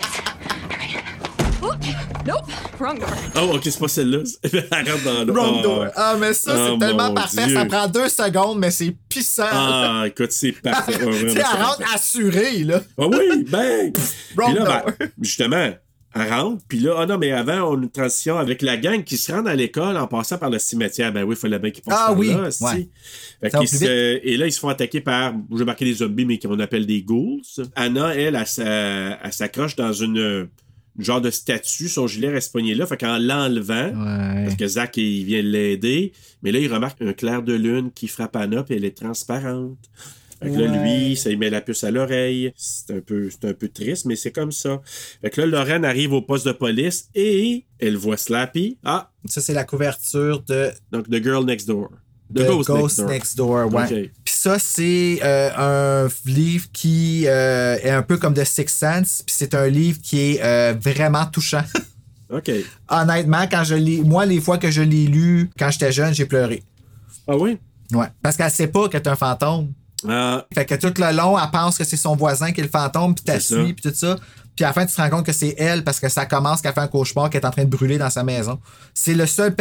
Nope, wrong door. Oh, ok, c'est pas celle-là. Elle rentre dans le wrong door. Ah, mais ça, c'est tellement parfait. Dieu. Ça prend 2 secondes, mais c'est puissant. Ah, écoute, c'est parfait. Tu sais, elle rentre assurée, là. Ah oui, ben. Wrong là, door. Ben, justement, elle rentre, puis là, non, mais avant, on a une transition avec la gang qui se rend à l'école en passant par le cimetière. Ben oui, il fallait bien qu'ils passent par là. Ouais. Et là, ils se font attaquer par, j'ai marqué des zombies, mais qu'on appelle des ghouls. Anna, elle s'accroche dans une genre de statue, son gilet reste pogné là, fait qu'en l'enlevant, parce que Zach, il vient l'aider, mais là, il remarque un clair de lune qui frappe Anna, puis elle est transparente. Fait que là, lui, ça lui met la puce à l'oreille. C'est un peu triste, mais c'est comme ça. Fait que là, Lorraine arrive au poste de police et elle voit Slappy. Ah! Ça, c'est la couverture de... Donc, The Girl Next Door. de Ghost Next Door. Ouais. Okay. Puis ça, c'est un livre qui est un peu comme The Sixth Sense. Puis c'est un livre qui est vraiment touchant. OK. Honnêtement, quand je lis, moi, les fois que je l'ai lu, quand j'étais jeune, j'ai pleuré. Ah oui? Ouais. Parce qu'elle sait pas qu'elle est un fantôme. Ah. Fait que tout le long, elle pense que c'est son voisin qui est le fantôme, puis t'as suivi, puis tout ça. Puis à la fin, tu te rends compte que c'est elle parce que ça commence qu'elle fait un cauchemar qu'elle est en train de brûler dans sa maison. C'est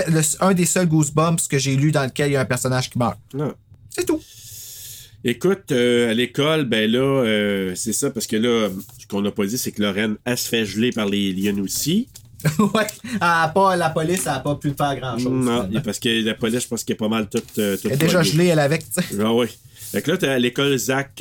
un des seuls Goosebumps que j'ai lu dans lequel il y a un personnage qui meurt. Ah. C'est tout. Écoute, à l'école, ben là, c'est ça, parce que là, ce qu'on n'a pas dit, c'est que Lorraine, elle se fait geler par les lions aussi. Ouais, la police n'a pas pu faire grand-chose. Non, parce que la police, je pense qu'elle est pas mal toute elle est déjà gelée, elle avec, tu sais. Ah oui. Fait que là, à l'école, Zach,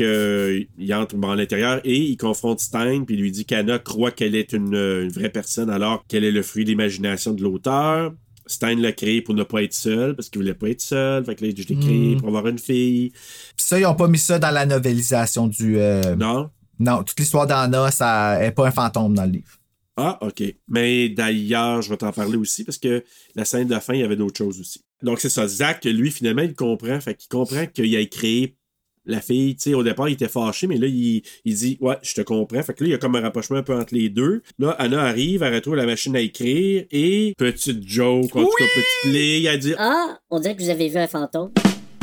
il entre à l'intérieur et il confronte Stein, puis il lui dit qu'Anna croit qu'elle est une vraie personne alors qu'elle est le fruit de l'imagination de l'auteur. Stein l'a créé pour ne pas être seul, parce qu'il voulait pas être seul. Fait que là, je l'ai créé pour avoir une fille. Puis ça, ils ont pas mis ça dans la novélisation du... Non? Non, toute l'histoire d'Anna, ça n'est pas un fantôme dans le livre. Ah, OK. Mais d'ailleurs, je vais t'en parler aussi parce que la scène de la fin, il y avait d'autres choses aussi. Donc, c'est ça. Zach, lui, finalement, il comprend. Fait qu'il comprend qu'il a créé la fille. Tu sais, au départ, il était fâché, mais là, il dit « Ouais, je te comprends. » Fait que là, il y a comme un rapprochement un peu entre les deux. Là, Anna arrive, elle retrouve la machine à écrire et petite joke, en tout cas, petite ligne, elle dit « Ah, on dirait que vous avez vu un fantôme. »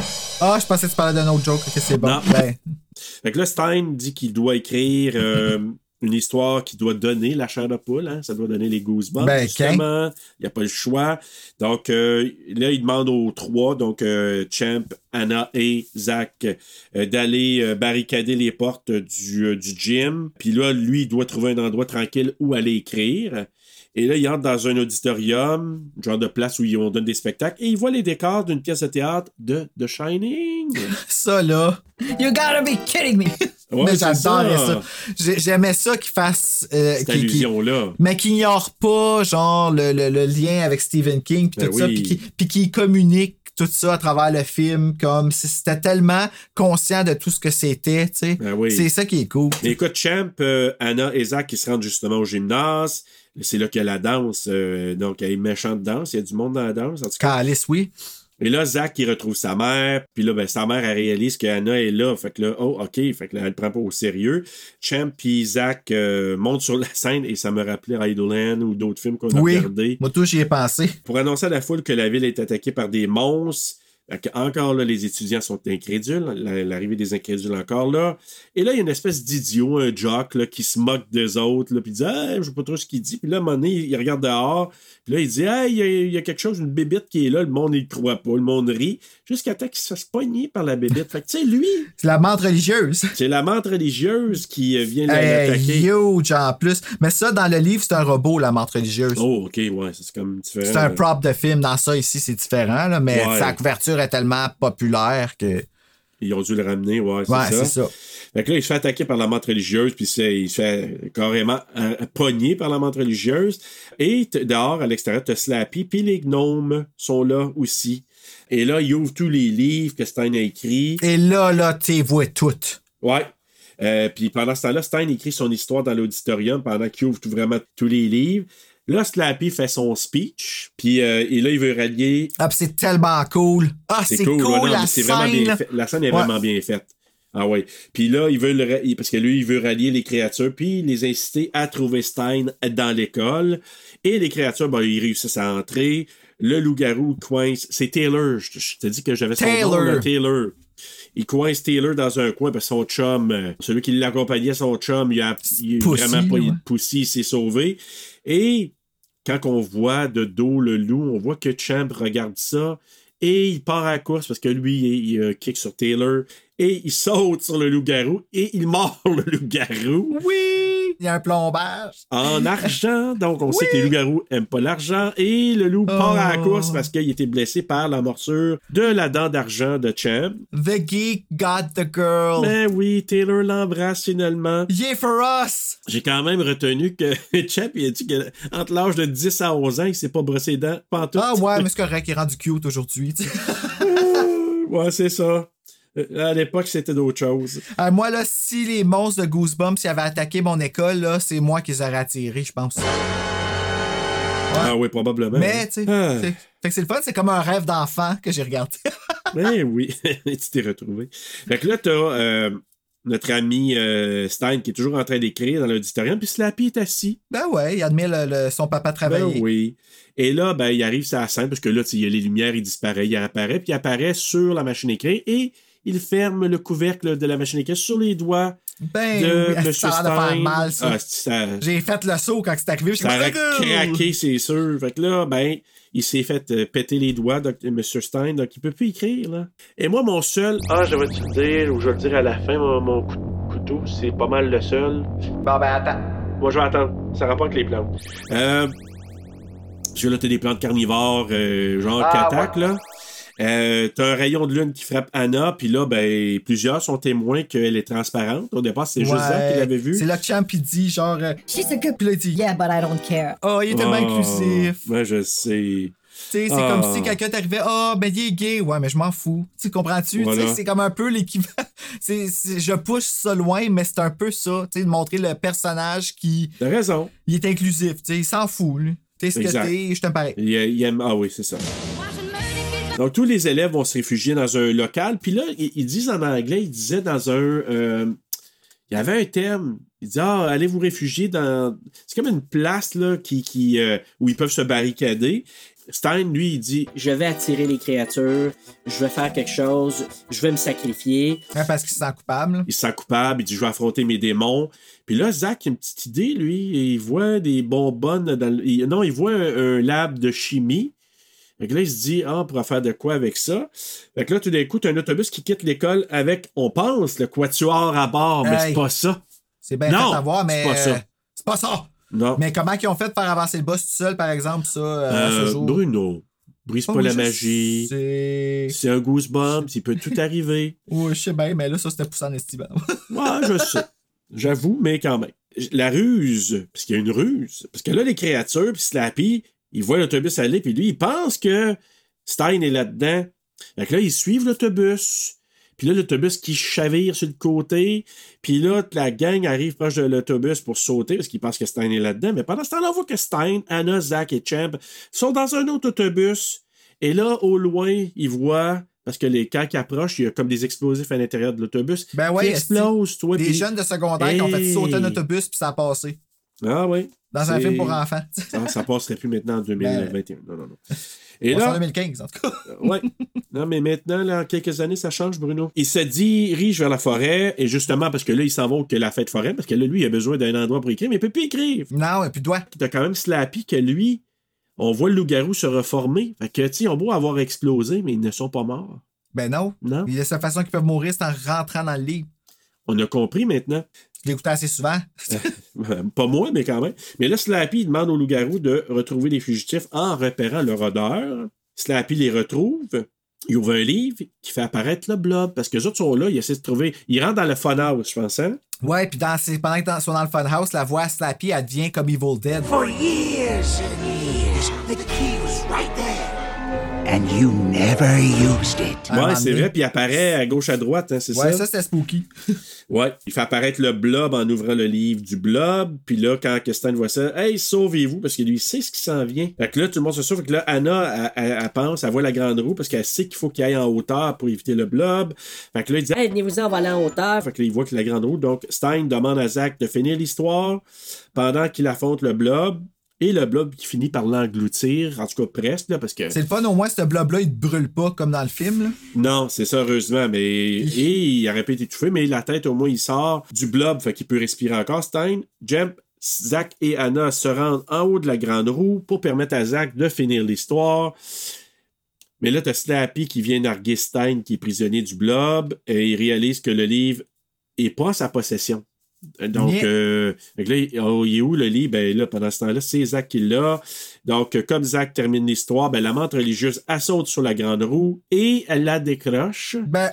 Ah, je pensais que tu parlais d'un autre joke, que c'est bon. Non. Ben... Fait que là, Stein dit qu'il doit écrire... une histoire qui doit donner la chair de poule, hein? Ça doit donner les goosebumps, justement. Il n'y a pas le choix. Donc, là, il demande aux trois, donc Champ, Anna et Zach, d'aller barricader les portes du gym. Puis là, lui, il doit trouver un endroit tranquille où aller écrire. Et là, il entre dans un auditorium, genre de place où on donne des spectacles, et il voit les décors d'une pièce de théâtre de The Shining. Ça, là... You gotta be kidding me! Ouais, mais j'adorais ça. J'aimais ça qu'il fasse... cette allusion-là. Mais qu'il ignore pas, genre, le lien avec Stephen King, puis tout ça, puis qu'il communique tout ça à travers le film, comme c'était tellement conscient de tout ce que c'était, tu sais. C'est ça qui est cool. Mais écoute, Champ, Anna et Zach, qui se rendent justement au gymnase. C'est là qu'il y a la danse. Donc, il y a une méchante danse. Il y a du monde dans la danse. En tout cas. Alice, oui. Et là, Zach, il retrouve sa mère. Puis là, ben, sa mère, elle réalise qu'Anna est là. Fait que là, oh, OK. Fait que là, elle le prend pas au sérieux. Champ puis Zach montent sur la scène et ça me rappelait Idleland ou d'autres films qu'on a regardés. Moi, tout, j'y ai pensé. Pour annoncer à la foule que la ville est attaquée par des monstres. Encore là, les étudiants sont incrédules. L'arrivée des incrédules encore là. Et là, il y a une espèce d'idiot, un jock, là, qui se moque des autres, là, puis il dit « Hey, je sais pas trop ce qu'il dit. » Puis là, à un moment donné, il regarde dehors, puis là, il dit « Hey, il y a quelque chose, une bébite qui est là. » Le monde, il le croit pas. Le monde rit. Jusqu'à temps qu'il se fasse pogner par la bébite. Fait que, tu sais, lui... C'est la menthe religieuse. C'est la menthe religieuse qui vient l'attaquer. Huge en plus. Mais ça, dans le livre, c'est un robot, la menthe religieuse. Oh, OK, ouais, c'est comme différent. C'est un prop de film. Dans ça, ici, c'est différent, là, mais sa couverture est tellement populaire que... Ils ont dû le ramener, c'est ça. Fait que là, il se fait attaquer par la menthe religieuse, puis il se fait carrément pogner par la menthe religieuse. Et dehors, à l'extérieur, t'as Slappy, puis les gnomes sont là aussi. Et là, il ouvre tous les livres que Stein a écrits. Et là, t'es vois toutes. Ouais. Puis pendant ce temps-là, Stein écrit son histoire dans l'auditorium pendant qu'il ouvre vraiment tous les livres. Là, Slappy fait son speech, puis et là, il veut rallier... Ah, c'est tellement cool! Ah, c'est cool, ouais, la c'est scène! Vraiment bien fait. La scène est vraiment bien faite. Ah ouais. Puis là, parce que lui, il veut rallier les créatures, puis les inciter à trouver Stein dans l'école. Et les créatures, ben, ils réussissent à entrer. Le loup-garou coince... C'est Taylor. Je te dis que j'avais son nom, là, Taylor. Il coince Taylor dans un coin parce que son chum, celui qui l'accompagnait, son chum, il a vraiment pas eu de poussi, il s'est sauvé. Et quand on voit de dos le loup, on voit que Champ regarde ça et il part à la course parce que lui, il kick sur Taylor et il saute sur le loup-garou et il mord le loup-garou. Oui! Il y a un plombage. En argent. Donc, on sait que les loups-garous n'aiment pas l'argent. Et le loup part à la course parce qu'il était blessé par la morsure de la dent d'argent de Champ. The geek got the girl. Ben oui, Taylor l'embrasse finalement. Yeah for us! J'ai quand même retenu que Champ, il a dit qu'entre l'âge de 10 à 11 ans, il s'est pas brossé les dents. Pantoute. Ah ouais, mais c'est correct, il est rendu cute aujourd'hui. Ouais, c'est ça. À l'époque, c'était d'autres choses. Moi, là, si les monstres de Goosebumps avaient attaqué mon école, là, c'est moi qui les aurais attirés, je pense. Ouais. Ah oui, probablement. Mais, tu sais, fait que c'est le fun, c'est comme un rêve d'enfant que j'ai regardé. Ben oui, tu t'es retrouvé. Fait que là, t'as notre ami Stein qui est toujours en train d'écrire dans l'auditorium, puis Slappy est assis. Ben ouais, il admire son papa travailler. Ben oui. Et là, ben, il arrive sur la scène, parce que là, il y a les lumières, il disparaît, il apparaît, puis il apparaît sur la machine à écrire, et il ferme le couvercle de la machine à écrire sur les doigts de M. Ça a l'air de faire mal, ça. Ah, ça. J'ai fait le saut quand c'est arrivé. Ça a craqué, c'est sûr. Fait que là, ben, il s'est fait péter les doigts, M. Stein, donc il peut plus écrire, là. Et moi, mon seul... Ah, je vais te le dire, ou je vais le dire à la fin, mon couteau, c'est pas mal le seul. Bon, ben, attends. Moi, je vais attendre. Ça rapporte les plantes. Parce que là, t'as des plantes carnivores, genre qui attaquent, là. T'as un rayon de lune qui frappe Anna, puis là, ben, plusieurs sont témoins qu'elle est transparente. Au départ, c'est juste Zach qui l'avait vu. C'est là que Champ, il dit, genre, she's a good, puis là, il dit, yeah, but I don't care. Oh, il est tellement inclusif. Ouais, je sais. Tu sais, c'est comme si quelqu'un t'arrivait, ben, il est gay. Ouais, mais je m'en fous. Tu comprends-tu? Voilà. C'est comme un peu l'équivalent. Je pousse ça loin, mais c'est un peu ça. Tu sais, de montrer le personnage qui. T'as raison. Il est inclusif. Tu sais, il s'en fout, lui. Tu sais, ce que t'es, je t'aime pareil. Il aime. Ah oui, c'est ça. Donc, tous les élèves vont se réfugier dans un local. Puis là, ils disent en anglais, ils disaient dans un... il y avait un terme. Ils disaient, allez vous réfugier dans... C'est comme une place là, où ils peuvent se barricader. Stein, lui, il dit... Je vais attirer les créatures. Je vais faire quelque chose. Je vais me sacrifier. Ouais, parce qu'il se sent coupable. Il se sent coupable. Il dit, je vais affronter mes démons. Puis là, Zach, il a une petite idée, lui. Il voit des bonbonnes dans... il voit un lab de chimie. Fait que là, il se dit, on pourra faire de quoi avec ça? Fait que là, tout d'un coup, t'as un autobus qui quitte l'école avec, on pense, le quatuor à bord, mais c'est pas ça. C'est bien fait à voir, mais c'est pas ça. C'est pas ça. Non. Mais comment ils ont fait pour faire avancer le boss tout seul, par exemple, ça, à ce jour? Bruno, brise pas la magie. C'est un goosebumps, il peut tout arriver. Oui, je sais bien, mais là, ça, c'était poussé en estivant. Ouais, je sais. J'avoue, mais quand même. La ruse, parce qu'il y a une ruse, parce que là, les créatures, puis Slappy, il voit l'autobus aller, puis lui, il pense que Stein est là-dedans. Fait que là, ils suivent l'autobus. Puis là, l'autobus qui chavire sur le côté. Puis là, la gang arrive proche de l'autobus pour sauter parce qu'ils pensent que Stein est là-dedans. Mais pendant ce temps-là, on voit que Stein, Anna, Zach et Champ sont dans un autre autobus. Et là, au loin, ils voient... Parce que quand ils approchent, il y a comme des explosifs à l'intérieur de l'autobus. Ben ouais, qui explosent, toi. Des jeunes de secondaire qui ont fait sauter un autobus puis ça a passé. Ah oui. Dans un film pour enfants. Ça passerait plus maintenant en 2021. Non. Et là, en 2015, en tout cas. Ouais. Non, mais maintenant, là, en quelques années, ça change, Bruno. Il se dirige vers la forêt, et justement, parce que là, il s'en va que la fête forêt, parce que là, lui, il a besoin d'un endroit pour écrire, mais il peut plus écrire. Non, il n'a plus de doigt. T'as quand même Slappy que lui, on voit le loup-garou se reformer. Fait que, tu sais, on beau avoir explosé, mais ils ne sont pas morts. Ben non. Non. Il y a cette façon qu'ils peuvent mourir, c'est en rentrant dans le livre. On a compris maintenant. Je l'écoutais assez souvent. Pas moi, mais quand même. Mais là, Slappy demande au loup-garou de retrouver les fugitifs en repérant leur odeur. Slappy les retrouve. Il ouvre un livre qui fait apparaître le blob. Parce que les autres sont là, ils essaient de trouver. Ils rentrent dans le funhouse, je pense, hein? Ouais, puis pendant qu'ils sont dans le funhouse, la voix Slappy, elle devient comme Evil Dead. For years and years, the key was right there. And you never used it. Ouais, c'est vrai, puis il apparaît à gauche à droite, hein, c'est ça? Ouais, ça, c'était spooky. Ouais, il fait apparaître le blob en ouvrant le livre du blob, puis là, quand Stein voit ça, hey, sauvez-vous, parce que lui, il sait ce qui s'en vient. Fait que là, tout le monde se sauve, fait que là, Anna, elle pense, elle voit la grande roue, parce qu'elle sait qu'il faut qu'il aille en hauteur pour éviter le blob. Fait que là, il dit, hey, venez-vous-en, on va aller en hauteur. Fait que là, il voit que la grande roue, donc Stein demande à Zach de finir l'histoire pendant qu'il affronte le blob. Et le blob qui finit par l'engloutir, en tout cas presque, là, parce que... C'est le fun, au moins, ce blob-là, il te brûle pas, comme dans le film, là. Non, c'est ça, heureusement, mais... Et il aurait pu être étouffé, mais la tête, au moins, il sort du blob, fait qu'il peut respirer encore. Stein, Jemp, Zach et Anna se rendent en haut de la grande roue pour permettre à Zach de finir l'histoire. Mais là, t'as Slappy qui vient narguer Stein, qui est prisonnier du blob, et il réalise que le livre est pas en sa possession. Donc, là, il est où le livre? Ben là, pendant ce temps-là, c'est Zach qui l'a. Donc, comme Zach termine l'histoire, ben la menthe religieuse, elle saute sur la grande roue et elle la décroche. Ben,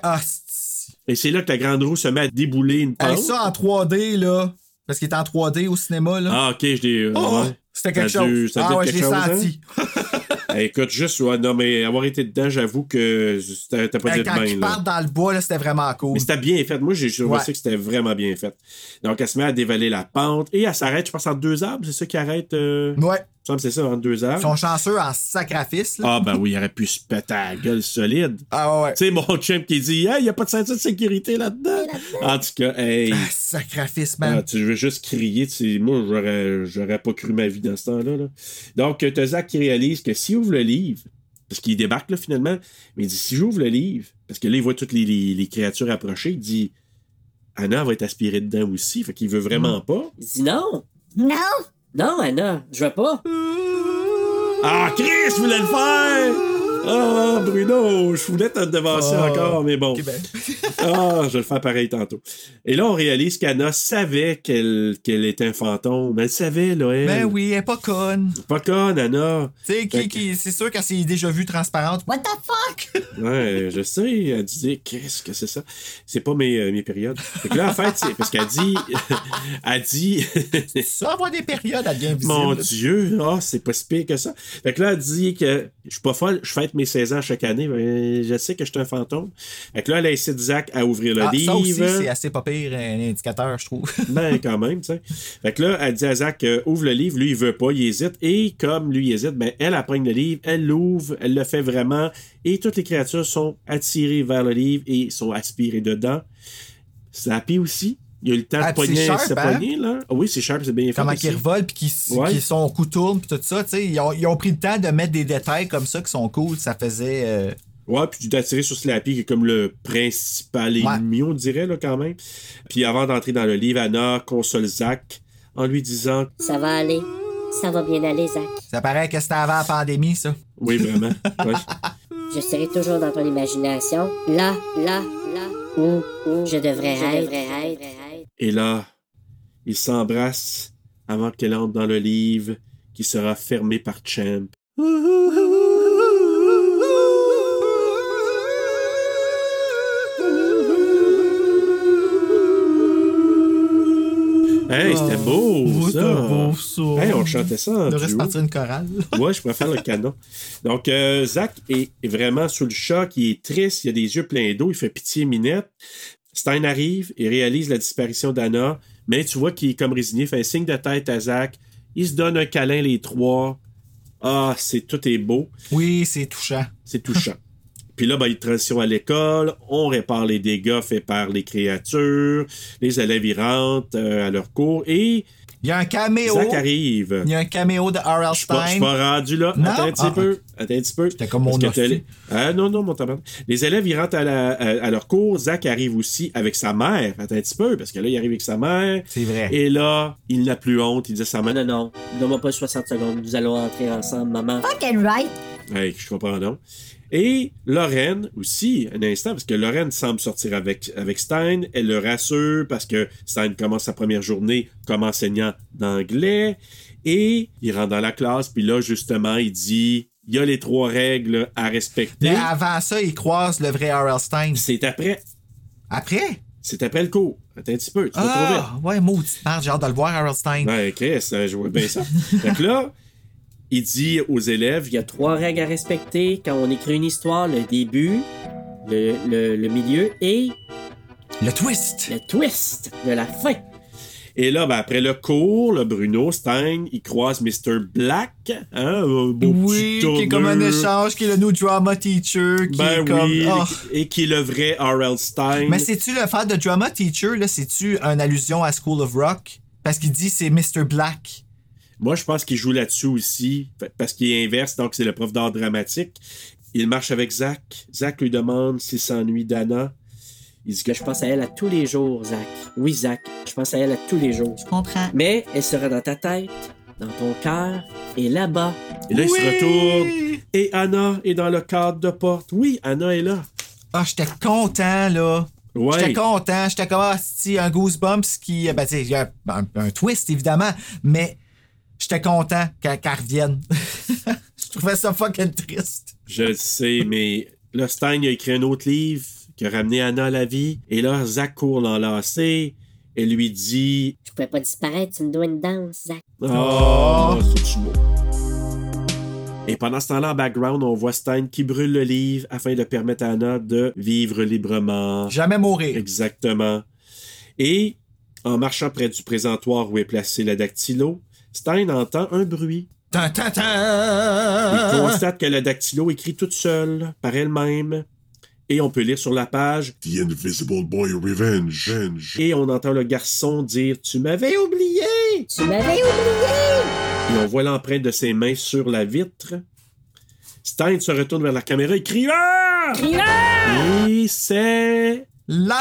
et c'est là que la grande roue se met à débouler une pente. Ça en 3D, là. Parce qu'il est en 3D au cinéma, là. Ah, ok, je l'ai... ouais. C'était quelque chose. Ouais, je l'ai senti. Écoute, juste, non, mais avoir été dedans, j'avoue que t'as pas dit de quand il part dans le bois, là, c'était vraiment cool. Mais c'était bien fait. Moi, j'ai trouvé ça que c'était vraiment bien fait. Donc, elle se met à dévaler la pente et elle s'arrête, je pense, entre deux arbres. C'est ça qui arrête. Ouais. Il me semble que c'est ça, entre 2 arbres. Ils sont chanceux en sacrifice, là. Ah, ben oui, il aurait pu se péter la gueule solide. Ah ouais. Tu sais, mon chum qui dit, hey, il n'y a pas de ceinture de sécurité là-dedans. En tout cas, hey. Ah, sacrifice, man. Tu veux juste crier. Moi, j'aurais pas cru ma vie dans ce temps-là. Là. Donc, t'as Zach qui réalise que s'il ouvre le livre, parce qu'il débarque là finalement, mais il dit, si j'ouvre le livre, parce que là, il voit toutes les créatures approcher, il dit, Anna va être aspirée dedans aussi, fait qu'il veut vraiment pas. Il dit non. Non! Non, Anna, je veux pas. Ah, Chris voulait le faire! Ah, Bruno, je voulais te devancer encore, mais bon. Okay, ben. Ah, je vais le faire pareil tantôt. Et là, on réalise qu'Anna savait qu'elle était un fantôme. Elle savait, là, elle. Ben oui, elle est pas conne. Pas conne, Anna. Tu sais, c'est sûr qu'elle s'est déjà vue transparente. What the fuck? Ouais, je sais. Elle disait, qu'est-ce que c'est ça? C'est pas mes périodes. Fait que là, en fait, c'est parce qu'elle dit. Elle dit. Ça, avoir des périodes, elle devient visible. Mon Dieu, c'est pas si pire que ça. Fait que là, elle dit que je suis pas folle, je fête mes 16 ans chaque année, mais je sais que je suis un fantôme. Fait que là, elle incite Zach à ouvrir le livre. Ça aussi, c'est assez pas pire, un indicateur, je trouve. Ben, quand même, tu sais. Fait que là, elle dit à Zach, ouvre le livre. Lui, il veut pas, il hésite. Et comme lui, il hésite, ben, elle apprend le livre, elle l'ouvre, elle le fait vraiment. Et toutes les créatures sont attirées vers le livre et sont aspirées dedans. Slappy aussi. Il a eu le temps de pogner sa poignée, là. Ah oui, c'est sharp, c'est bien fait. Comment qu'ils revolent puis qu'ils sont coup tourne puis tout ça, tu sais. Ils ont pris le temps de mettre des détails comme ça qui sont cool. Ça faisait. Ouais, puis d'attirer sur Slappy, qui est comme le principal ennemi, on dirait, là, quand même. Puis avant d'entrer dans le livre, Anna console Zach en lui disant... Ça va aller. Ça va bien aller, Zach. Ça paraît que c'était avant la pandémie, ça. Oui, vraiment. Ouais. Je serai toujours dans ton imagination. Là, où je devrais être. Et là, ils s'embrassent avant qu'elle entre dans le livre qui sera fermé par Champ. Hey, c'était beau, ça! Beau, ça! Hey, on chantait ça en duo. On devrait se partir une chorale. Ouais, je préfère le canon. Donc, Zach est vraiment sous le choc, il est triste, il a des yeux pleins d'eau, il fait pitié minette. Stein arrive et réalise la disparition d'Anna, mais tu vois qu'il est comme résigné, fait un signe de tête à Zach. Ils se donnent un câlin, les trois. Ah, tout est beau. Oui, c'est touchant. C'est touchant. Puis là, il transition à l'école, on répare les dégâts faits par les créatures, les élèves y rentrent à leur cours et... Il y a un caméo. Zach arrive. Il y a un caméo de R.L. Stein. Je suis pas rendu là. Non? Attends un petit peu. C'était comme mon hostie. Non, mon tabac. Les élèves, ils rentrent à leur cours. Zach arrive aussi avec sa mère. Attends un petit peu, parce que là, il arrive avec sa mère. C'est vrai. Et là, il n'a plus honte. Il dit à sa mère... Non. Donne-moi pas 60 secondes. Nous allons entrer ensemble, maman. Fucking right. Hey, je comprends donc. Et Lorraine aussi, un instant, parce que Lorraine semble sortir avec Stein. Elle le rassure parce que Stein commence sa première journée comme enseignant d'anglais. Et il rentre dans la classe, puis là, justement, il dit... Il y a les 3 règles à respecter. Mais avant ça, il croise le vrai R.L. Stein. C'est après. Après? C'est après le cours. Attends un petit peu, tu vas trouver. Ouais, maudite merde, j'ai hâte de le voir, R.L. Stein. Ouais, Chris, je vois bien ça. Fait que là... Il dit aux élèves... Il y a 3 règles à respecter quand on écrit une histoire. Le début, le milieu et... Le twist. Le twist de la fin. Et là, après le cours, le Bruno Stein, il croise Mr. Black. Hein, un beau oui, petit qui est comme un échange, qui est le new drama teacher. Qui est comme, et qui est le vrai R.L. Stein. Mais c'est-tu le fait de drama teacher, là, c'est-tu une allusion à School of Rock? Parce qu'il dit c'est Mr. Black. Moi, je pense qu'il joue là-dessus aussi, parce qu'il est inverse, donc c'est le prof d'art dramatique. Il marche avec Zach. Zach lui demande s'il s'ennuie d'Anna. Il dit que je pense à elle à tous les jours, Zach. Oui, Zach, je pense à elle à tous les jours. Je comprends. Mais elle sera dans ta tête, dans ton cœur et là-bas. Et là, il se retourne. Et Anna est dans le cadre de porte. Oui, Anna est là. Ah, j'étais content, là. Ouais. J'étais content. J'étais comme, un Goosebumps qui... Ben, tu sais, il y a un twist, évidemment, mais... J'étais content qu'elle revienne. Je trouvais ça fucking triste. Je le sais, mais là, Stein a écrit un autre livre qui a ramené Anna à la vie. Et là, Zach court l'enlacer et lui dit... Je pouvais pas disparaître, tu me dois une danse, Zach. Oh, c'est beau. Et pendant ce temps-là, en background, on voit Stein qui brûle le livre afin de permettre à Anna de vivre librement. Jamais mourir. Exactement. Et en marchant près du présentoir où est placé la dactylo, Stein entend un bruit. Tan, tan, tan. Il constate que la dactylo écrit toute seule, par elle-même. Et on peut lire sur la page The Invisible Boy Revenge. Et on entend le garçon dire « Tu m'avais oublié! » Tu m'avais oublié! Et on voit l'empreinte de ses mains sur la vitre. Stein se retourne vers la caméra et crie « Ah! » Et c'est... La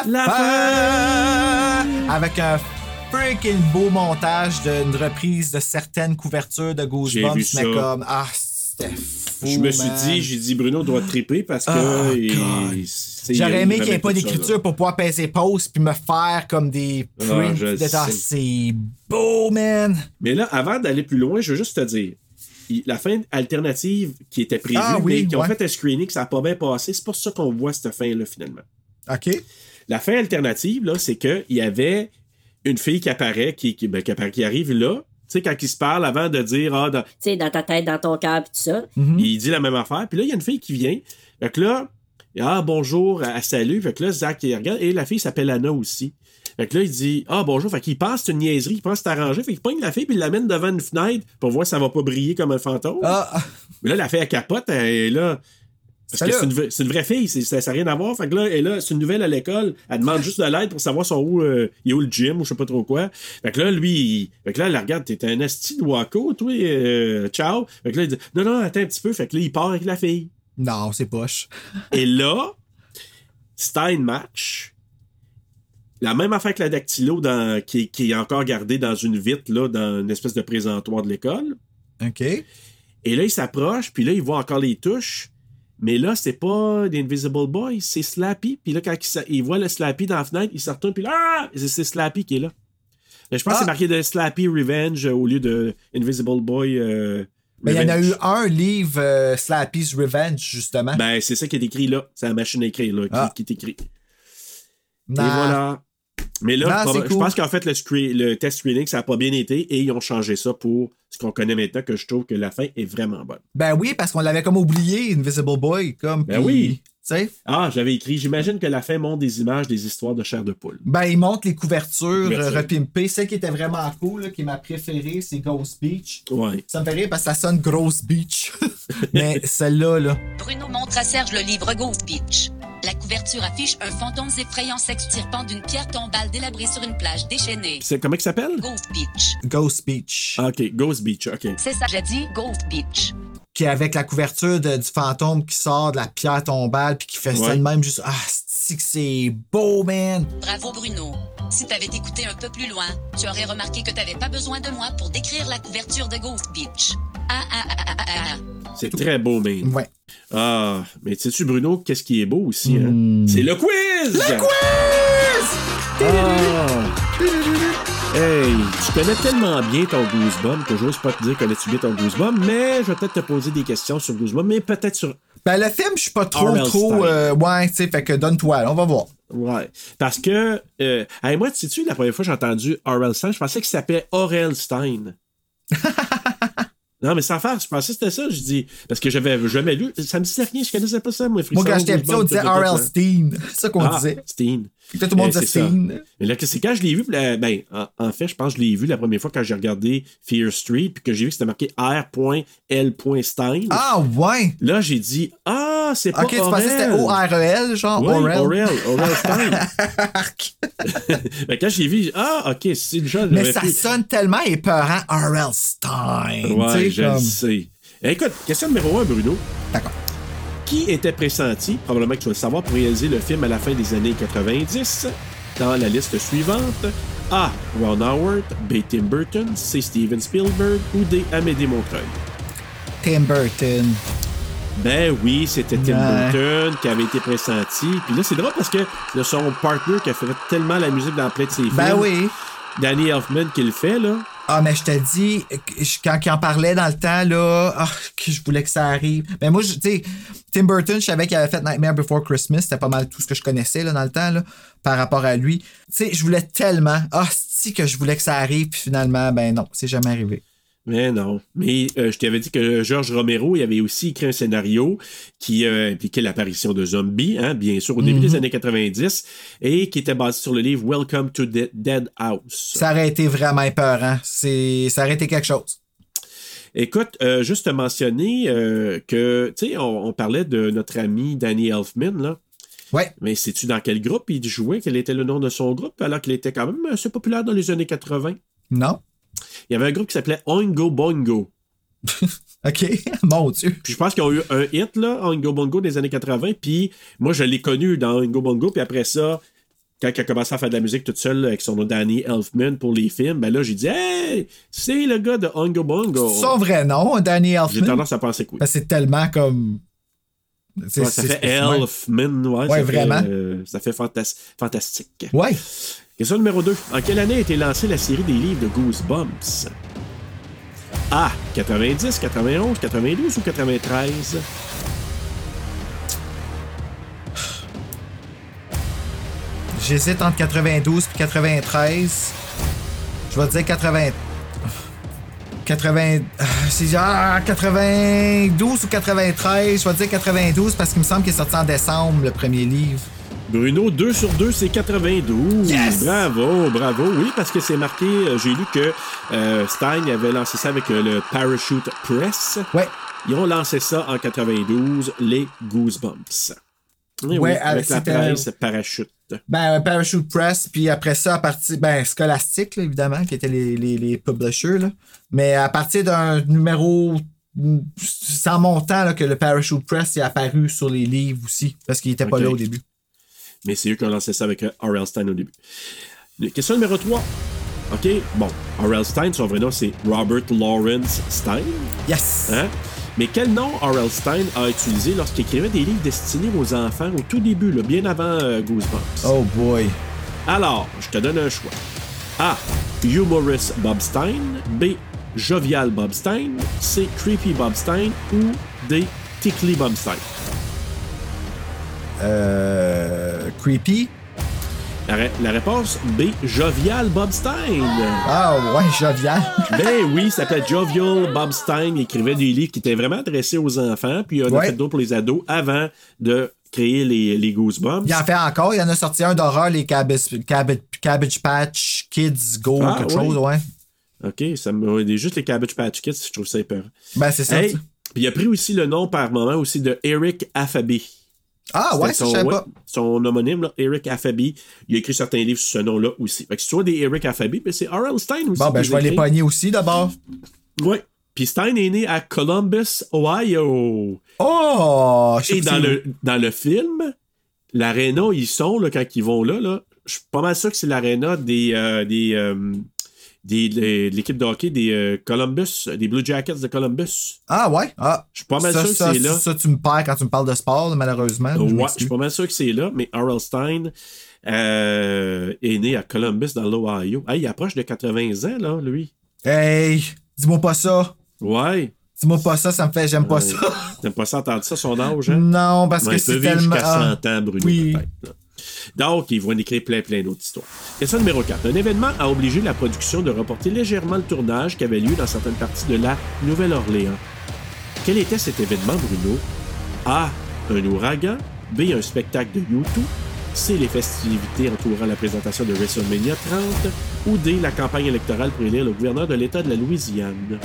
fin! Avec un freaking beau montage d'une reprise de certaines couvertures de J'ai vu Goosebumps, ça. mais comme... Ah, c'était fou, Je me suis man. j'ai dit Bruno doit triper parce que... J'aurais aimé qu'il n'y ait pas tout ça, d'écriture là. pour pouvoir peser pause puis me faire comme des prints. je sais. C'est beau, man! Mais là, avant d'aller plus loin, je veux juste te dire, la fin alternative qui était prévue, mais qui ont fait un screening, ça n'a pas bien passé, c'est pour ça qu'on voit cette fin-là, finalement. OK. La fin alternative, là, c'est qu'il y avait une fille qui apparaît, qui arrive là, tu sais, quand il se parle avant de dire, Tu sais, dans ta tête, dans ton cœur, pis tout ça. il dit la même affaire, puis là, il y a une fille qui vient, fait que là, bonjour, elle salue, fait que là, Zach, il regarde, et la fille s'appelle Anna aussi. Fait que là, il dit, bonjour, fait qu'il pense que c'est une niaiserie, il pense que c'est arrangé, fait qu'il pogne la fille, puis il l'amène devant une fenêtre pour voir si ça va pas briller comme un fantôme. Mais là, la fille, elle capote, elle est là. Parce que c'est une vraie fille, ça n'a rien à voir. Fait que là, elle, c'est une nouvelle à l'école. Elle demande juste de l'aide pour savoir il est où le gym ou je sais pas trop quoi. Fait que là, lui, elle regarde, t'es un asti de Waco, toi, ciao. Fait que là, il dit, non, attends un petit peu. Fait que là, il part avec la fille. Non, c'est poche. Et là, Stein match. La même affaire que la dactylo qui est encore gardée dans une vitre, là, dans une espèce de présentoir de l'école. OK. Et là, il s'approche, puis là, il voit encore les touches. Mais là, c'est pas l'Invisible Boy, c'est Slappy. Puis là, quand il voit le Slappy dans la fenêtre, il se retourne, puis là, c'est Slappy qui est là. Mais je pense que c'est marqué de Slappy Revenge au lieu de Invisible Boy Mais il y en a eu un livre, Slappy's Revenge, justement. Ben, c'est ça qui est écrit là. C'est la machine à écrire là, qui est écrit. Et voilà. Mais là, je pense qu'en fait, le test screening, ça n'a pas bien été et ils ont changé ça pour ce qu'on connaît maintenant, que je trouve que la fin est vraiment bonne. Ben oui, parce qu'on l'avait comme oublié, Invisible Boy. Oui. Tu sais? J'avais écrit, j'imagine que la fin montre des images, des histoires de chair de poule. Ben, il montre les couvertures repimpées. Celle qui était vraiment cool, là, qui est ma préférée, c'est Ghost Beach. Ouais. Ça me fait rire parce que ça sonne Gross Beach. Mais celle-là, là. Bruno montre à Serge le livre Ghost Beach. La couverture affiche un fantôme effrayant s'extirpant d'une pierre tombale délabrée sur une plage déchaînée. C'est comment il s'appelle? Ghost Beach. Ghost Beach. OK, Ghost Beach, OK. C'est ça, j'ai dit Ghost Beach. Qui est avec la couverture du fantôme qui sort de la pierre tombale puis qui fait ça de même juste... Ah, c'est beau, man! Bravo, Bruno. Si t'avais écouté un peu plus loin, tu aurais remarqué que t'avais pas besoin de moi pour décrire la couverture de Ghost Beach. C'est très beau, man. Ouais. Mais sais-tu, Bruno, qu'est-ce qui est beau aussi, hein? C'est le quiz! Le quiz! Hey, tu connais tellement bien ton Goosebump que j'ose pas te dire connais-tu bien ton Goosebump, mais je vais peut-être te poser des questions sur Goosebump, mais peut-être sur... Ben, le film, je suis pas trop... ouais, tu sais, fait que donne-toi, on va voir. Ouais, parce que... moi, sais-tu, la première fois que j'ai entendu R.L. Stein, je pensais qu'il s'appelait Aurel Stein. Non, mais sans faire, je pensais que c'était ça. Je dis, parce que j'avais jamais lu. Ça me disait rien, je connaissais pas ça, moi. Moi, quand j'étais petit, on disait R.L. Stein. C'est ça qu'on disait. Stein. Tout le monde disait Stein. Mais là, c'est quand je l'ai vu, en fait, je pense que je l'ai vu la première fois quand j'ai regardé Fear Street, puis que j'ai vu que c'était marqué R.L.Stein. Ah, ouais. Là, j'ai dit, c'est pas OK, tu pensais que c'était O-R-E-L, genre oui, Aurel Stein. Quand j'ai vu, OK, c'est déjà... Mais ça sonne tellement épeurant, R.L. Stein. Ouais, je le sais. Écoute, question numéro 1, Bruno. D'accord. Qui était pressenti, probablement que tu vas le savoir, pour réaliser le film à la fin des années 90? Dans la liste suivante, A. Ron Howard, B. Tim Burton, C. Steven Spielberg ou D. Amédée Montreuil? Tim Burton. Ben oui, c'était Tim Burton qui avait été pressenti. Puis là, c'est drôle parce que c'est son partner qui a fait tellement la musique dans plein de ses films. Ben oui. Danny Elfman qui le fait, là. Mais je te dis, quand il en parlait dans le temps, là, que je voulais que ça arrive. Mais moi, tu sais, Tim Burton, je savais qu'il avait fait Nightmare Before Christmas. C'était pas mal tout ce que je connaissais, là, dans le temps, là, par rapport à lui. Tu sais, je voulais tellement, que je voulais que ça arrive, puis finalement, ben non, c'est jamais arrivé. Mais non. Mais je t'avais dit que George Romero, il avait aussi écrit un scénario qui impliquait l'apparition de zombies, hein, bien sûr, au début des années 90, et qui était basé sur le livre Welcome to Dead House. Ça aurait été vraiment épeurant. Ça aurait été quelque chose. Écoute, juste te mentionner que, tu sais, on parlait de notre ami Danny Elfman, là. Ouais. Mais sais-tu dans quel groupe il jouait? Quel était le nom de son groupe? Alors qu'il était quand même assez populaire dans les années 80. Non. Il y avait un groupe qui s'appelait Oingo Boingo. OK, mon Dieu. Puis je pense qu'ils ont eu un hit, là, Oingo Boingo, des années 80. Puis moi, je l'ai connu dans Oingo Boingo. Puis après ça, quand il a commencé à faire de la musique toute seule avec son nom Danny Elfman pour les films, ben là, j'ai dit, hey, c'est le gars de Oingo Boingo. C'est son vrai nom, Danny Elfman? J'ai tendance à penser que oui. Parce que c'est tellement comme... Ouais, ça fait Elfman, ouais. Ouais, vraiment. Ça fait fantastique. Ouais. Question numéro 2. En quelle année a été lancée la série des livres de Goosebumps? A. 90, 91, 92 ou 93? J'hésite entre 92 et 93. Je vais dire 92 ou 93. Je vais dire 92 parce qu'il me semble qu'il est sorti en décembre, le premier livre. Bruno, 2 sur 2, c'est 92. Yes! Bravo. Oui, parce que c'est marqué, j'ai lu que Stein avait lancé ça avec le Parachute Press. Ouais. Ils ont lancé ça en 92, les Goosebumps. Oui, avec la presse Parachute. Ben, Parachute Press, puis après ça, à partir... Ben, Scholastic, là, évidemment, qui étaient les publishers, là. Mais à partir d'un numéro... sans montant, là, que le Parachute Press est apparu sur les livres aussi, parce qu'il était pas là au début. Mais c'est eux qui ont lancé ça avec R.L. Stein au début. Question numéro 3. OK, bon, R.L. Stein, son vrai nom, c'est Robert Lawrence Stein. Yes! Hein? Mais quel nom R.L. Stein a utilisé lorsqu'il écrivait des livres destinés aux enfants au tout début, là, bien avant Goosebumps? Oh boy! Alors, je te donne un choix. A. Humorous Bob Stein. B. Jovial Bob Stein. C. Creepy Bob Stein. Ou D. Tickly Bob Stein. Creepy? La réponse B. Jovial Bob Stein. Ah ouais, Jovial. Ben oui, il s'appelait Jovial Bob Stein. Il écrivait des livres qui étaient vraiment adressés aux enfants, puis il en a fait d'autres pour les ados avant de créer les Goosebumps. Il en fait encore. Il en a sorti un d'horreur, les Cabbage Patch Kids Go, quelque chose, ouais. OK, juste les Cabbage Patch Kids, je trouve ça épeurant. Ben c'est ça. Puis il a pris aussi le nom par moment aussi de Eric Affaby. Ah ouais, je sais pas. Son homonyme, là, Eric Affaby, il a écrit certains livres sous ce nom-là aussi. Fait que si tu vois des Eric Affaby, ben c'est R.L. Stein aussi. Bon, ben je vais les pogner aussi d'abord. Oui. Puis Stein est né à Columbus, Ohio. Oh! Et dans le film, l'aréna, ils sont, là, quand ils vont là, je suis pas mal sûr que c'est l'aréna de l'équipe de hockey des Columbus, des Blue Jackets de Columbus. Ah ouais? Ah. Je suis pas mal sûr que c'est là. Ça, tu me perds quand tu me parles de sport, là, malheureusement. Ouais, je suis pas mal sûr que c'est là, mais R.L. Stein est né à Columbus, dans l'Ohio. Hey, il approche de 80 ans, là, lui. Hey, dis-moi pas ça. Ouais. Dis-moi pas ça, ça me fait... J'aime pas ça. T'aimes pas ça entendre ça, son âge, hein? Non, parce que c'est tellement... Il peut vivre jusqu'à 100 ans, Bruno, oui. peut-être, là. Donc, ils vont en écrire plein d'autres histoires. Question numéro 4. Un événement a obligé la production de reporter légèrement le tournage qui avait lieu dans certaines parties de la Nouvelle-Orléans. Quel était cet événement, Bruno? A. Un ouragan. B. Un spectacle de U2. C. Les festivités entourant la présentation de WrestleMania 30. Ou D. La campagne électorale pour élire le gouverneur de l'État de la Louisiane.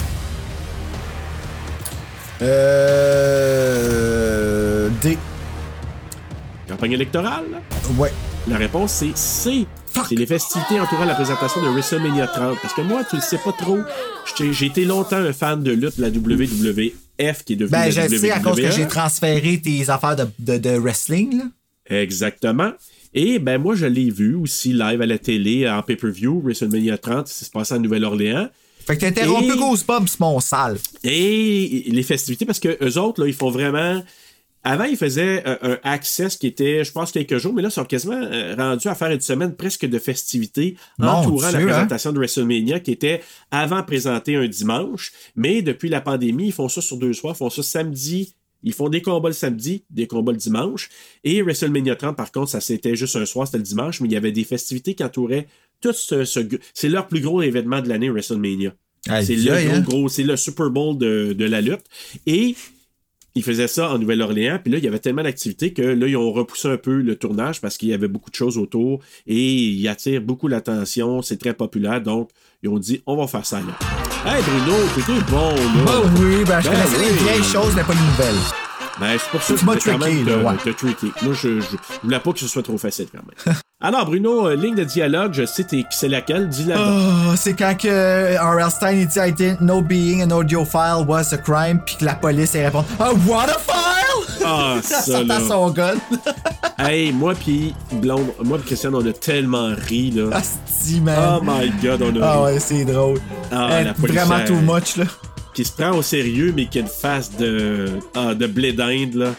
D. Campagne électorale? Ouais. La réponse, c'est C. C'est les festivités entourant la présentation de WrestleMania 30. Parce que moi, tu le sais pas trop, j'ai été longtemps un fan de lutte de la WWF qui est devenue la WWE. Ben, je sais à cause que j'ai transféré tes affaires de wrestling, là. Exactement. Et ben moi, je l'ai vu aussi live à la télé, en pay-per-view, WrestleMania 30, ça se passait à Nouvelle-Orléans. Fait que t'as interrompu Goosebumps, mon sale. Et les festivités, parce que eux autres, là, ils font vraiment... Avant, ils faisaient un access qui était, je pense, quelques jours, mais là, ils sont quasiment rendus à faire une semaine presque de festivités entourant la présentation de WrestleMania qui était avant présenté un dimanche. Mais depuis la pandémie, ils font ça sur 2 soirs, ils font ça samedi. Ils font des combats le samedi, des combats le dimanche. Et WrestleMania 30, par contre, ça c'était juste un soir, c'était le dimanche, mais il y avait des festivités qui entouraient tout c'est leur plus gros événement de l'année, WrestleMania. C'est le gros, c'est le Super Bowl de la lutte. Et ils faisaient ça en Nouvelle-Orléans, puis là, il y avait tellement d'activités que là, ils ont repoussé un peu le tournage parce qu'il y avait beaucoup de choses autour et ils attirent beaucoup l'attention, c'est très populaire, donc ils ont dit, on va faire ça là. Hey Bruno, t'étais bon, là. Bah oui, ben je connaissais les vieilles choses, mais pas les nouvelles. Ben, c'est pour ça que tu m'as je voulais quand trické, même là, ouais. te tricker. Moi, je voulais pas que ce soit trop facile, quand même. Alors, Bruno, ligne de dialogue, je sais c'est laquelle, dis-la. Oh, c'est quand que R.L. Stein il dit I didn't know being an audiophile was a crime, puis que la police elle répond a what a file! Ah, ça là. Son gun. Hey, moi pis Christiane, on a tellement ri, là. Asti, man. Oh my God, on a ri. Ah ouais, c'est drôle. Ah, la police, vraiment too much, là. Qui se prend au sérieux, mais qui a une face de blé d'Inde, là.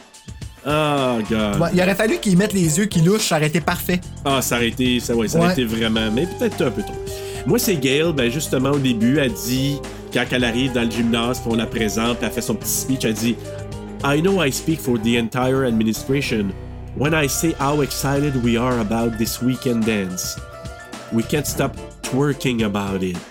Oh, God. Ouais, il aurait fallu qu'ils mettent les yeux qui louchent, ça aurait été parfait. Ah, ça aurait été vraiment, mais peut-être un peu trop. Moi, c'est Gail, ben justement, au début, elle dit, quand elle arrive dans le gymnase, puis on la présente, puis elle fait son petit speech, elle dit I know I speak for the entire administration when I say how excited we are about this weekend dance. We can't stop twerking about it.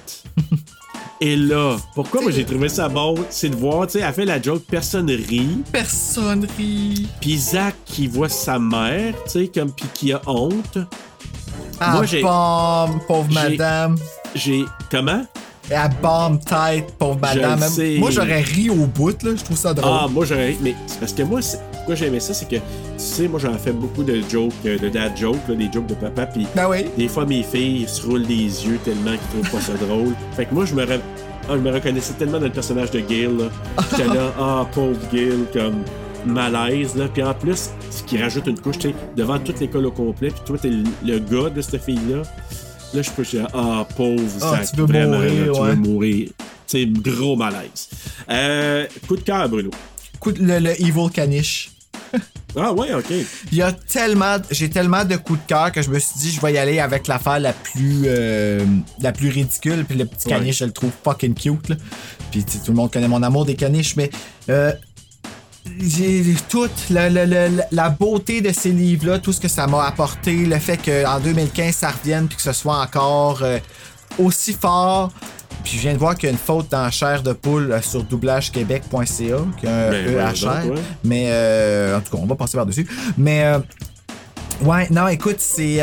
Et là, pourquoi moi j'ai trouvé ça bon, c'est de voir, tu sais, elle fait la joke, personne rit. Personne rit. Puis Zach qui voit sa mère, tu sais, comme pis qui a honte. Ah, moi, bombe, pauvre madame. Comment? À bombe tête, pauvre madame. Moi, j'aurais ri au bout, là. Je trouve ça drôle. Ah, moi, j'aurais ri. Mais c'est parce que moi, pourquoi j'ai aimé ça, c'est que, tu sais, moi, j'en fais beaucoup de jokes, de dad jokes, là, des jokes de papa. Puis oui. Des fois, mes filles se roulent les yeux tellement qu'ils trouvent pas ça drôle. Fait que moi, je me reconnaissais tellement dans le personnage de Gail, là. J'étais là, pauvre Gail, comme malaise, là. Puis en plus, ce qui rajoute une couche, tu sais, devant toute l'école au complet, puis toi, t'es le gars de cette fille-là. Là, je peux dire, pauvre Zach, tu veux vraiment, mourir, là, tu ouais. veux mourir. C'est gros malaise. Coup de cœur, Bruno. Le Evil Caniche. Ah ouais, ok. J'ai tellement de coups de cœur que je me suis dit, je vais y aller avec l'affaire la plus ridicule. Puis le petit caniche, je le trouve fucking cute, là. Puis tout le monde connaît mon amour des caniches, mais j'ai toute la beauté de ces livres-là, tout ce que ça m'a apporté, le fait qu'en 2015 ça revienne puis que ce soit encore aussi fort. Puis je viens de voir qu'il y a une faute dans Chair de poule sur doublagequebec.ca, qui est un EHR. Mais en tout cas, on va passer par-dessus. Mais ouais, non, écoute, c'est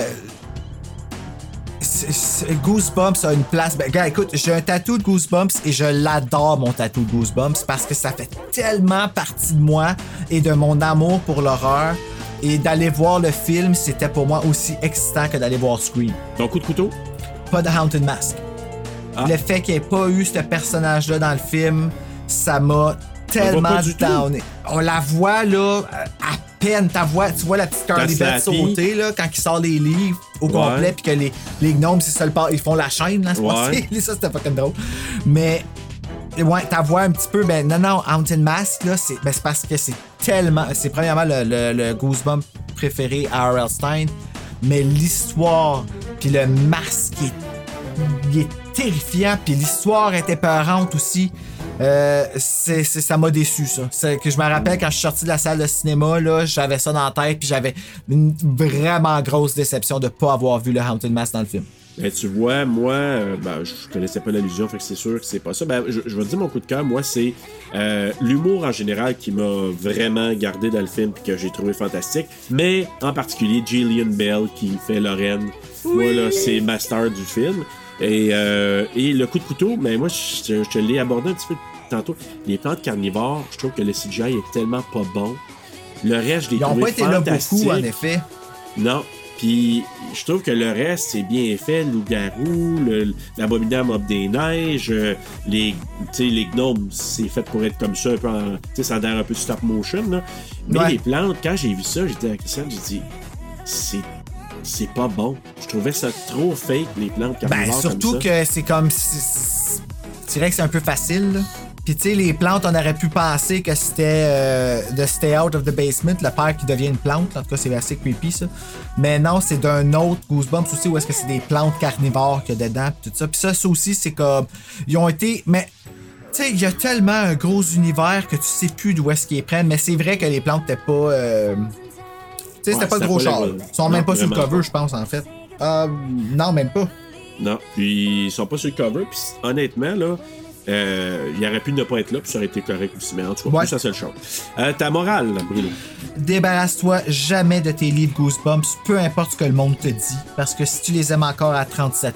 Goosebumps a une place. Ben, gars, écoute, j'ai un tatou de Goosebumps et je l'adore, mon tatou de Goosebumps, parce que ça fait tellement partie de moi et de mon amour pour l'horreur. Et d'aller voir le film, c'était pour moi aussi excitant que d'aller voir Scream. Ton coup de couteau? Pas de Haunted Mask. Le fait qu'il n'y ait pas eu ce personnage-là dans le film, ça m'a tellement downé. On la voit, là, à peine. Tu vois la petite Carly Beth sauter, là, quand il sort les livres au complet, puis que les gnomes, c'est ça le part, ils font la chaîne, là, c'est passé. Ça, c'était fucking drôle. Mais, ouais, t'as vois un petit peu, non, Haunted Mask, là, c'est parce que c'est tellement. C'est premièrement le Goosebumps préféré à R.L. Stein, mais l'histoire, puis le masque, il est terrifiant, puis l'histoire est épeurante aussi. Ça m'a déçu, ça. C'est que je me rappelle quand je suis sorti de la salle de cinéma, là, j'avais ça dans la tête, puis j'avais une vraiment grosse déception de pas avoir vu le Haunted Mask dans le film. Ben, tu vois, moi, je connaissais pas l'allusion, fait que c'est sûr que c'est pas ça. Je vais te dire mon coup de cœur, moi, c'est l'humour en général qui m'a vraiment gardé dans le film et que j'ai trouvé fantastique. Mais en particulier, Gillian Bell qui fait Lorraine. Oui. Moi, là, c'est ma star du film. Et le coup de couteau, moi, je te l'ai abordé un petit peu tantôt. Les plantes carnivores, je trouve que le CGI est tellement pas bon. Le reste, je l'ai trouvé fantastique. Ils n'ont pas été là beaucoup, en effet. Non. Puis, je trouve que le reste, c'est bien fait. Le loup-garou, l'abominable mob des neiges, les gnomes, c'est fait pour être comme ça, un peu ça a l'air un peu stop motion, là. Mais les plantes, quand j'ai vu ça, j'étais à Christiane, j'ai dit, c'est pas bon. Je trouvais ça trop fake, les plantes carnivores surtout comme ça. Que c'est comme... Je dirais que c'est un peu facile, là. Puis tu sais, les plantes, on aurait pu penser que c'était de Stay Out of the Basement, le père qui devient une plante. En tout cas, c'est assez creepy, ça. Mais non, c'est d'un autre Goosebumps aussi, où est-ce que c'est des plantes carnivores qu'il y a dedans, pis tout ça. Puis ça aussi, c'est comme... Ils ont été... Mais, tu sais, il y a tellement un gros univers que tu sais plus d'où est-ce qu'ils prennent. Mais c'est vrai que les plantes n'étaient pas... Tu sais, c'était pas le gros char. Ils sont même pas sur le cover, je pense, en fait. Non, même pas. Non, puis ils sont pas sur le cover. Puis honnêtement, là... il aurait pu ne pas être là, puis ça aurait été correct aussi. Mais en tout cas, plus la seule chose. Ta morale, Bruno? Débarrasse-toi jamais de tes livres Goosebumps, peu importe ce que le monde te dit, parce que si tu les aimes encore à 37 ans,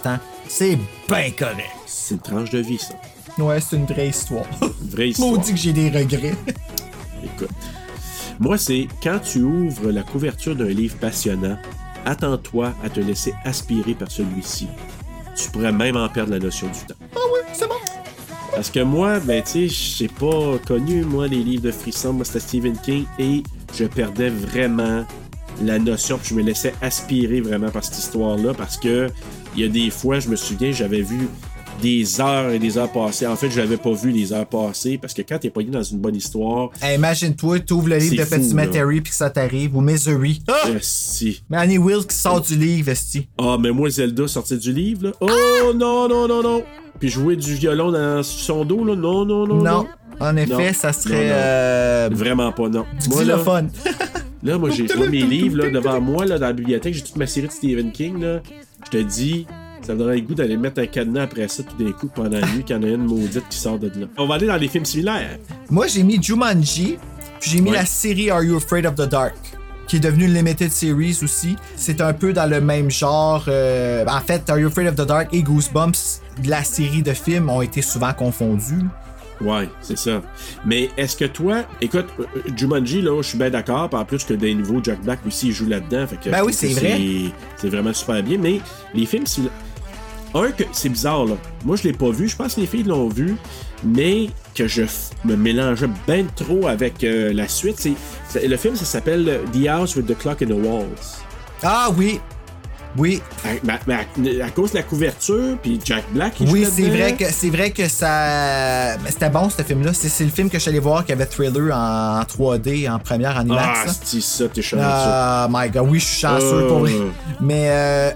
C'est bien correct. C'est une tranche de vie, ça. Ouais, c'est une vraie histoire. Une vraie histoire. Maudit que j'ai des regrets. Écoute, moi, c'est quand tu ouvres la couverture d'un livre passionnant, attends-toi à te laisser aspirer par celui-ci. Tu pourrais même en perdre la notion du temps. Ah oui, c'est bon. Parce que moi, ben, tu sais, j'ai pas connu, moi, les livres de frisson. Moi, c'était Stephen King et je perdais vraiment la notion, puis je me laissais aspirer vraiment par cette histoire-là parce que il y a des fois, je me souviens, j'avais vu des heures et des heures passées. En fait, je l'avais pas vu les heures passées parce que quand t'es pogné dans une bonne histoire... Hey, imagine-toi, t'ouvres le livre de Pet Sematary puis que ça t'arrive, ou Misery. Ah! Si. Mais Annie Wilkes qui sort du livre, esti. Ah, mais moi, Zelda sortait du livre, là. Oh, non, non, non, non. Puis jouer du violon dans son dos, là. Non, non, non, non. En effet, non. ça serait... Non. Vraiment pas, non. Du xylophone. Là, moi, j'ai mes livres, là, devant moi, là, dans la bibliothèque. J'ai toute ma série de Stephen King, là. Je te dis... Ça me donnerait le goût d'aller mettre un cadenas après ça tout d'un coup pendant la nuit, qu'il y en a une maudite qui sort de là. On va aller dans les films similaires. Moi, j'ai mis Jumanji, puis j'ai mis la série Are You Afraid of the Dark, qui est devenue une limited series aussi. C'est un peu dans le même genre. En fait, Are You Afraid of the Dark et Goosebumps, de la série de films, ont été souvent confondus. Ouais, c'est ça. Mais est-ce que toi... Écoute, Jumanji, là, je suis bien d'accord. En plus que des nouveaux, Jack Black aussi, il joue là-dedans. Fait que ben oui, c'est vrai. C'est vraiment super bien. Mais les films... c'est bizarre, là. Moi, je l'ai pas vu. Je pense que les filles l'ont vu. Mais que je me mélangeais bien trop avec la suite. Le film, ça s'appelle The House with the Clock in the Walls. Ah oui! Oui. À cause de la couverture, puis Jack Black, oui, c'est vrai que ça... Mais c'était bon, ce film-là. C'est le film que je suis allé voir qui avait Thriller en 3D, en première, en IMAX. Ah, c'est ça, t'es chanceux. Ah, my God, oui, je suis chanceux pour vrai. Mais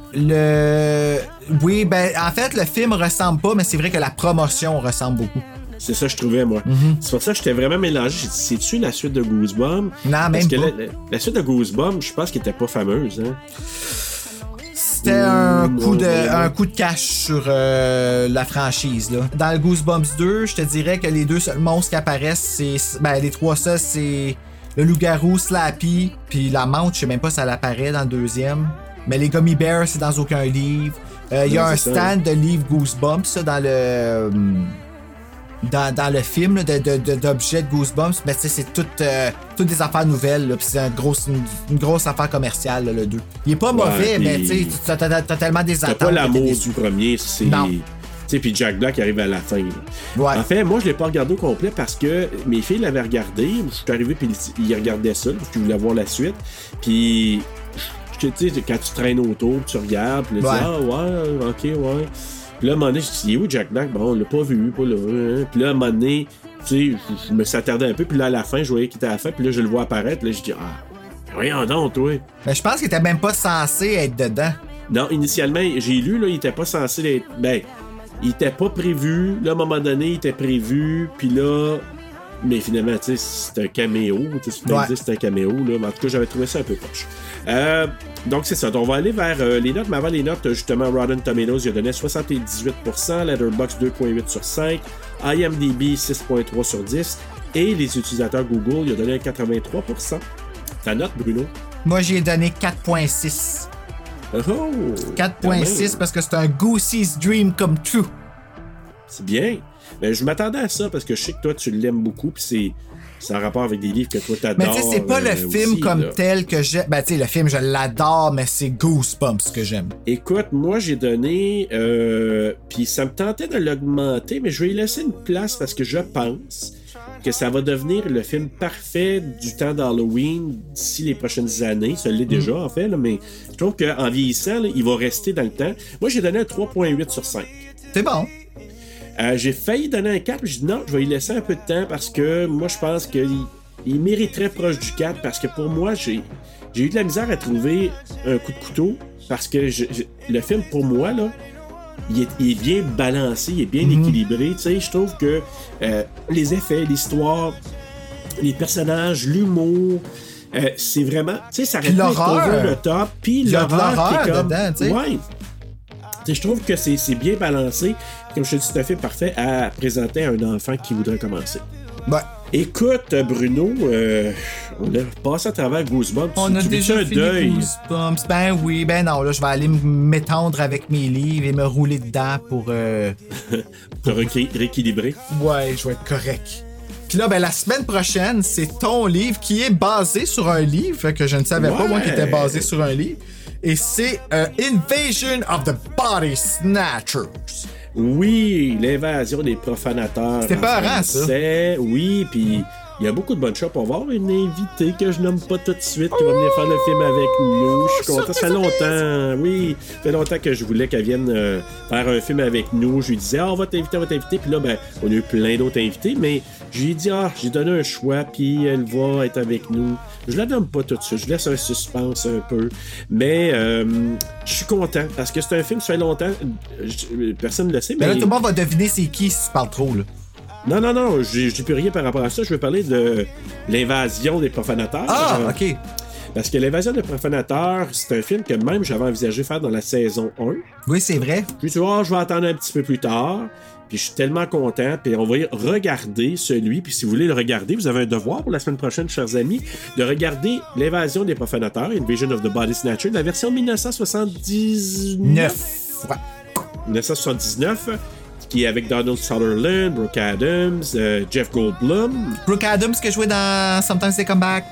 oui, ben, en fait, le film ressemble pas, mais c'est vrai que la promotion ressemble beaucoup. C'est ça que je trouvais, moi. Mm-hmm. C'est pour ça que j'étais vraiment mélangé. J'ai dit, c'est-tu la suite de Goosebumps? Non, même pas. Parce que la suite de Goosebumps, je pense qu'elle était pas fameuse, hein. C'était un coup de cash sur la franchise, là. Dans le Goosebumps 2, je te dirais que les deux seuls monstres qui apparaissent, les trois seuls, c'est le loup-garou, Slappy, puis la menthe, je sais même pas si elle apparaît dans le deuxième. Mais les Gummy Bears, c'est dans aucun livre. Il y a un stand de livres Goosebumps, ça, dans le... Dans le film là, d'objets de Goosebumps, mais c'est toutes des affaires nouvelles, puis c'est une grosse affaire commerciale, là, le 2. Il est pas mauvais, mais t'as tellement des attentes. T'as pas l'amour du premier, c'est... Non. Puis Jack Black arrive à la fin. Ouais. En fait, moi, je l'ai pas regardé au complet parce que mes filles l'avaient regardé. Je suis arrivé, puis ils regardaient ça, parce qu'ils voulaient voir la suite. Puis, tu sais, quand tu traînes autour, tu regardes, puis tu dis, ah ouais, ok, ouais. Puis là, à un moment donné, je me suis dit, où Jack Black? Bon, on l'a pas vu, pas là. Hein? Puis là, à un moment donné, tu sais, je me s'attardais un peu. Puis là, à la fin, je voyais qu'il était à la fin. Puis là, je le vois apparaître. Là, je dis, voyons donc, toi. Mais je pense qu'il était même pas censé être dedans. Non, initialement, j'ai lu, là, il était pas censé être. Ben, il était pas prévu. Là, à un moment donné, il était prévu. Puis là. Mais finalement, tu sais, c'est un caméo. Tu sais, c'est un caméo, là. Mais en tout cas, j'avais trouvé ça un peu poche. Donc, c'est ça. Donc, on va aller vers les notes. Mais avant les notes, justement, Rotten Tomatoes, il a donné 78%, Letterboxd 2.8 sur 5, IMDb 6.3 sur 10, et les utilisateurs Google, il a donné 83%. Ta note, Bruno? Moi, j'ai donné 4.6. Oh! 4.6 parce que c'est un Goosey's Dream come true. C'est bien. Mais je m'attendais à ça parce que je sais que toi, tu l'aimes beaucoup, puis c'est en rapport avec des livres que toi, t'adores. Mais tu sais, c'est pas le film aussi, comme là. Tel que j'aime. Ben, tu sais, le film, je l'adore, mais c'est Goosebumps que j'aime. Écoute, moi, j'ai donné... puis ça me tentait de l'augmenter, mais je vais y laisser une place parce que je pense que ça va devenir le film parfait du temps d'Halloween d'ici les prochaines années. Ça l'est déjà, en fait, là, mais je trouve qu'en vieillissant, là, il va rester dans le temps. Moi, j'ai donné un 3.8 sur 5. C'est bon. J'ai failli donner un 4, mais j'ai dit non, je vais y laisser un peu de temps parce que moi, je pense qu'il mériterait proche du 4 parce que pour moi, j'ai eu de la misère à trouver un coup de couteau parce que le film, pour moi, là, il est bien balancé, il est bien équilibré. Tu sais, je trouve que les effets, l'histoire, les personnages, l'humour, c'est vraiment... Tu sais, ça reste over le top. Puis l'horreur qui est comme... dedans, tu sais. Ouais. Je trouve que c'est bien balancé. Comme je te dis, c'est un film parfait à présenter à un enfant qui voudrait commencer. Ouais. Écoute, Bruno, on a passé à travers Goosebumps. On a Tu déjà vis-tu un fini deuil? Goosebumps. Ben oui, ben non. Là, je vais aller m'étendre avec mes livres et me rouler dedans pour... Pour rééquilibrer. Ouais, je vais être correct. Puis là, ben la semaine prochaine, c'est ton livre qui est basé sur un livre que je ne savais pas, moi, qui était basé sur un livre. Et c'est Invasion of the Body Snatchers. Oui, l'invasion des profanateurs. C'était peurant, ça. Oui, puis il y a beaucoup de bonnes choses pour voir une invitée que je nomme pas tout de suite qui va venir faire le film avec nous. Je suis content, ça fait longtemps. Oui, ça fait longtemps que je voulais qu'elle vienne faire un film avec nous. Je lui disais, on va t'inviter. Puis là, ben, on a eu plein d'autres invités, mais je lui ai dit, j'ai donné un choix, puis elle va être avec nous. Je la nomme pas tout de suite, je laisse un suspense un peu. Mais je suis content parce que c'est un film, ça fait longtemps. Personne ne le sait, mais. Là, tout le monde va deviner c'est qui si tu parles trop, là. Non, je dis plus rien par rapport à ça. Je veux parler de l'invasion des profanateurs. Ah, OK. Parce que l'invasion des profanateurs, c'est un film que même j'avais envisagé faire dans la saison 1. Oui, c'est vrai. Puis tu vois, je vais attendre un petit peu plus tard. Puis je suis tellement content. Puis on va regarder celui. Puis si vous voulez le regarder, vous avez un devoir pour la semaine prochaine, chers amis, de regarder l'invasion des profanateurs, Invasion of the Body Snatchers, la version 1979. 1979. Qui est avec Donald Sutherland, Brooke Adams, Jeff Goldblum. Brooke Adams qui a joué dans Sometimes They Come Back.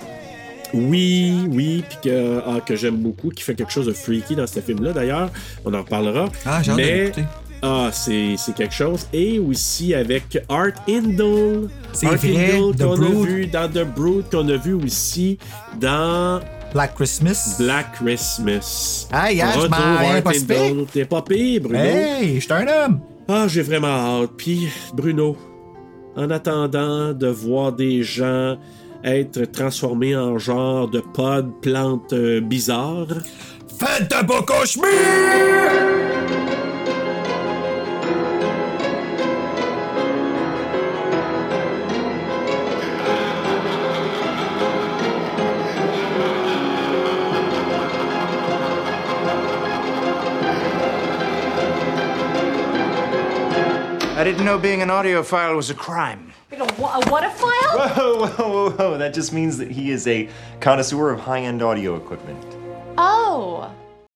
Oui, puis que j'aime beaucoup, qui fait quelque chose de freaky dans ce film-là, d'ailleurs. On en reparlera. Ah, j'ai hâte de l'écouter. C'est quelque chose. Et aussi avec Art Hindle. C'est Art vrai, Hindle The qu'on a Brood. vu dans The Brood, qu'on a vu aussi dans... Black Christmas. Hey, je m'en pas pire. T'es pas pire, Bruno. Hey, je suis un homme. J'ai vraiment hâte. Puis, Bruno, en attendant de voir des gens être transformés en genre de plantes bizarres... Faites de beaux cauchemars! I didn't know being an audiophile was a crime. A what a file? Whoa. That just means that he is a connoisseur of high-end audio equipment. Oh.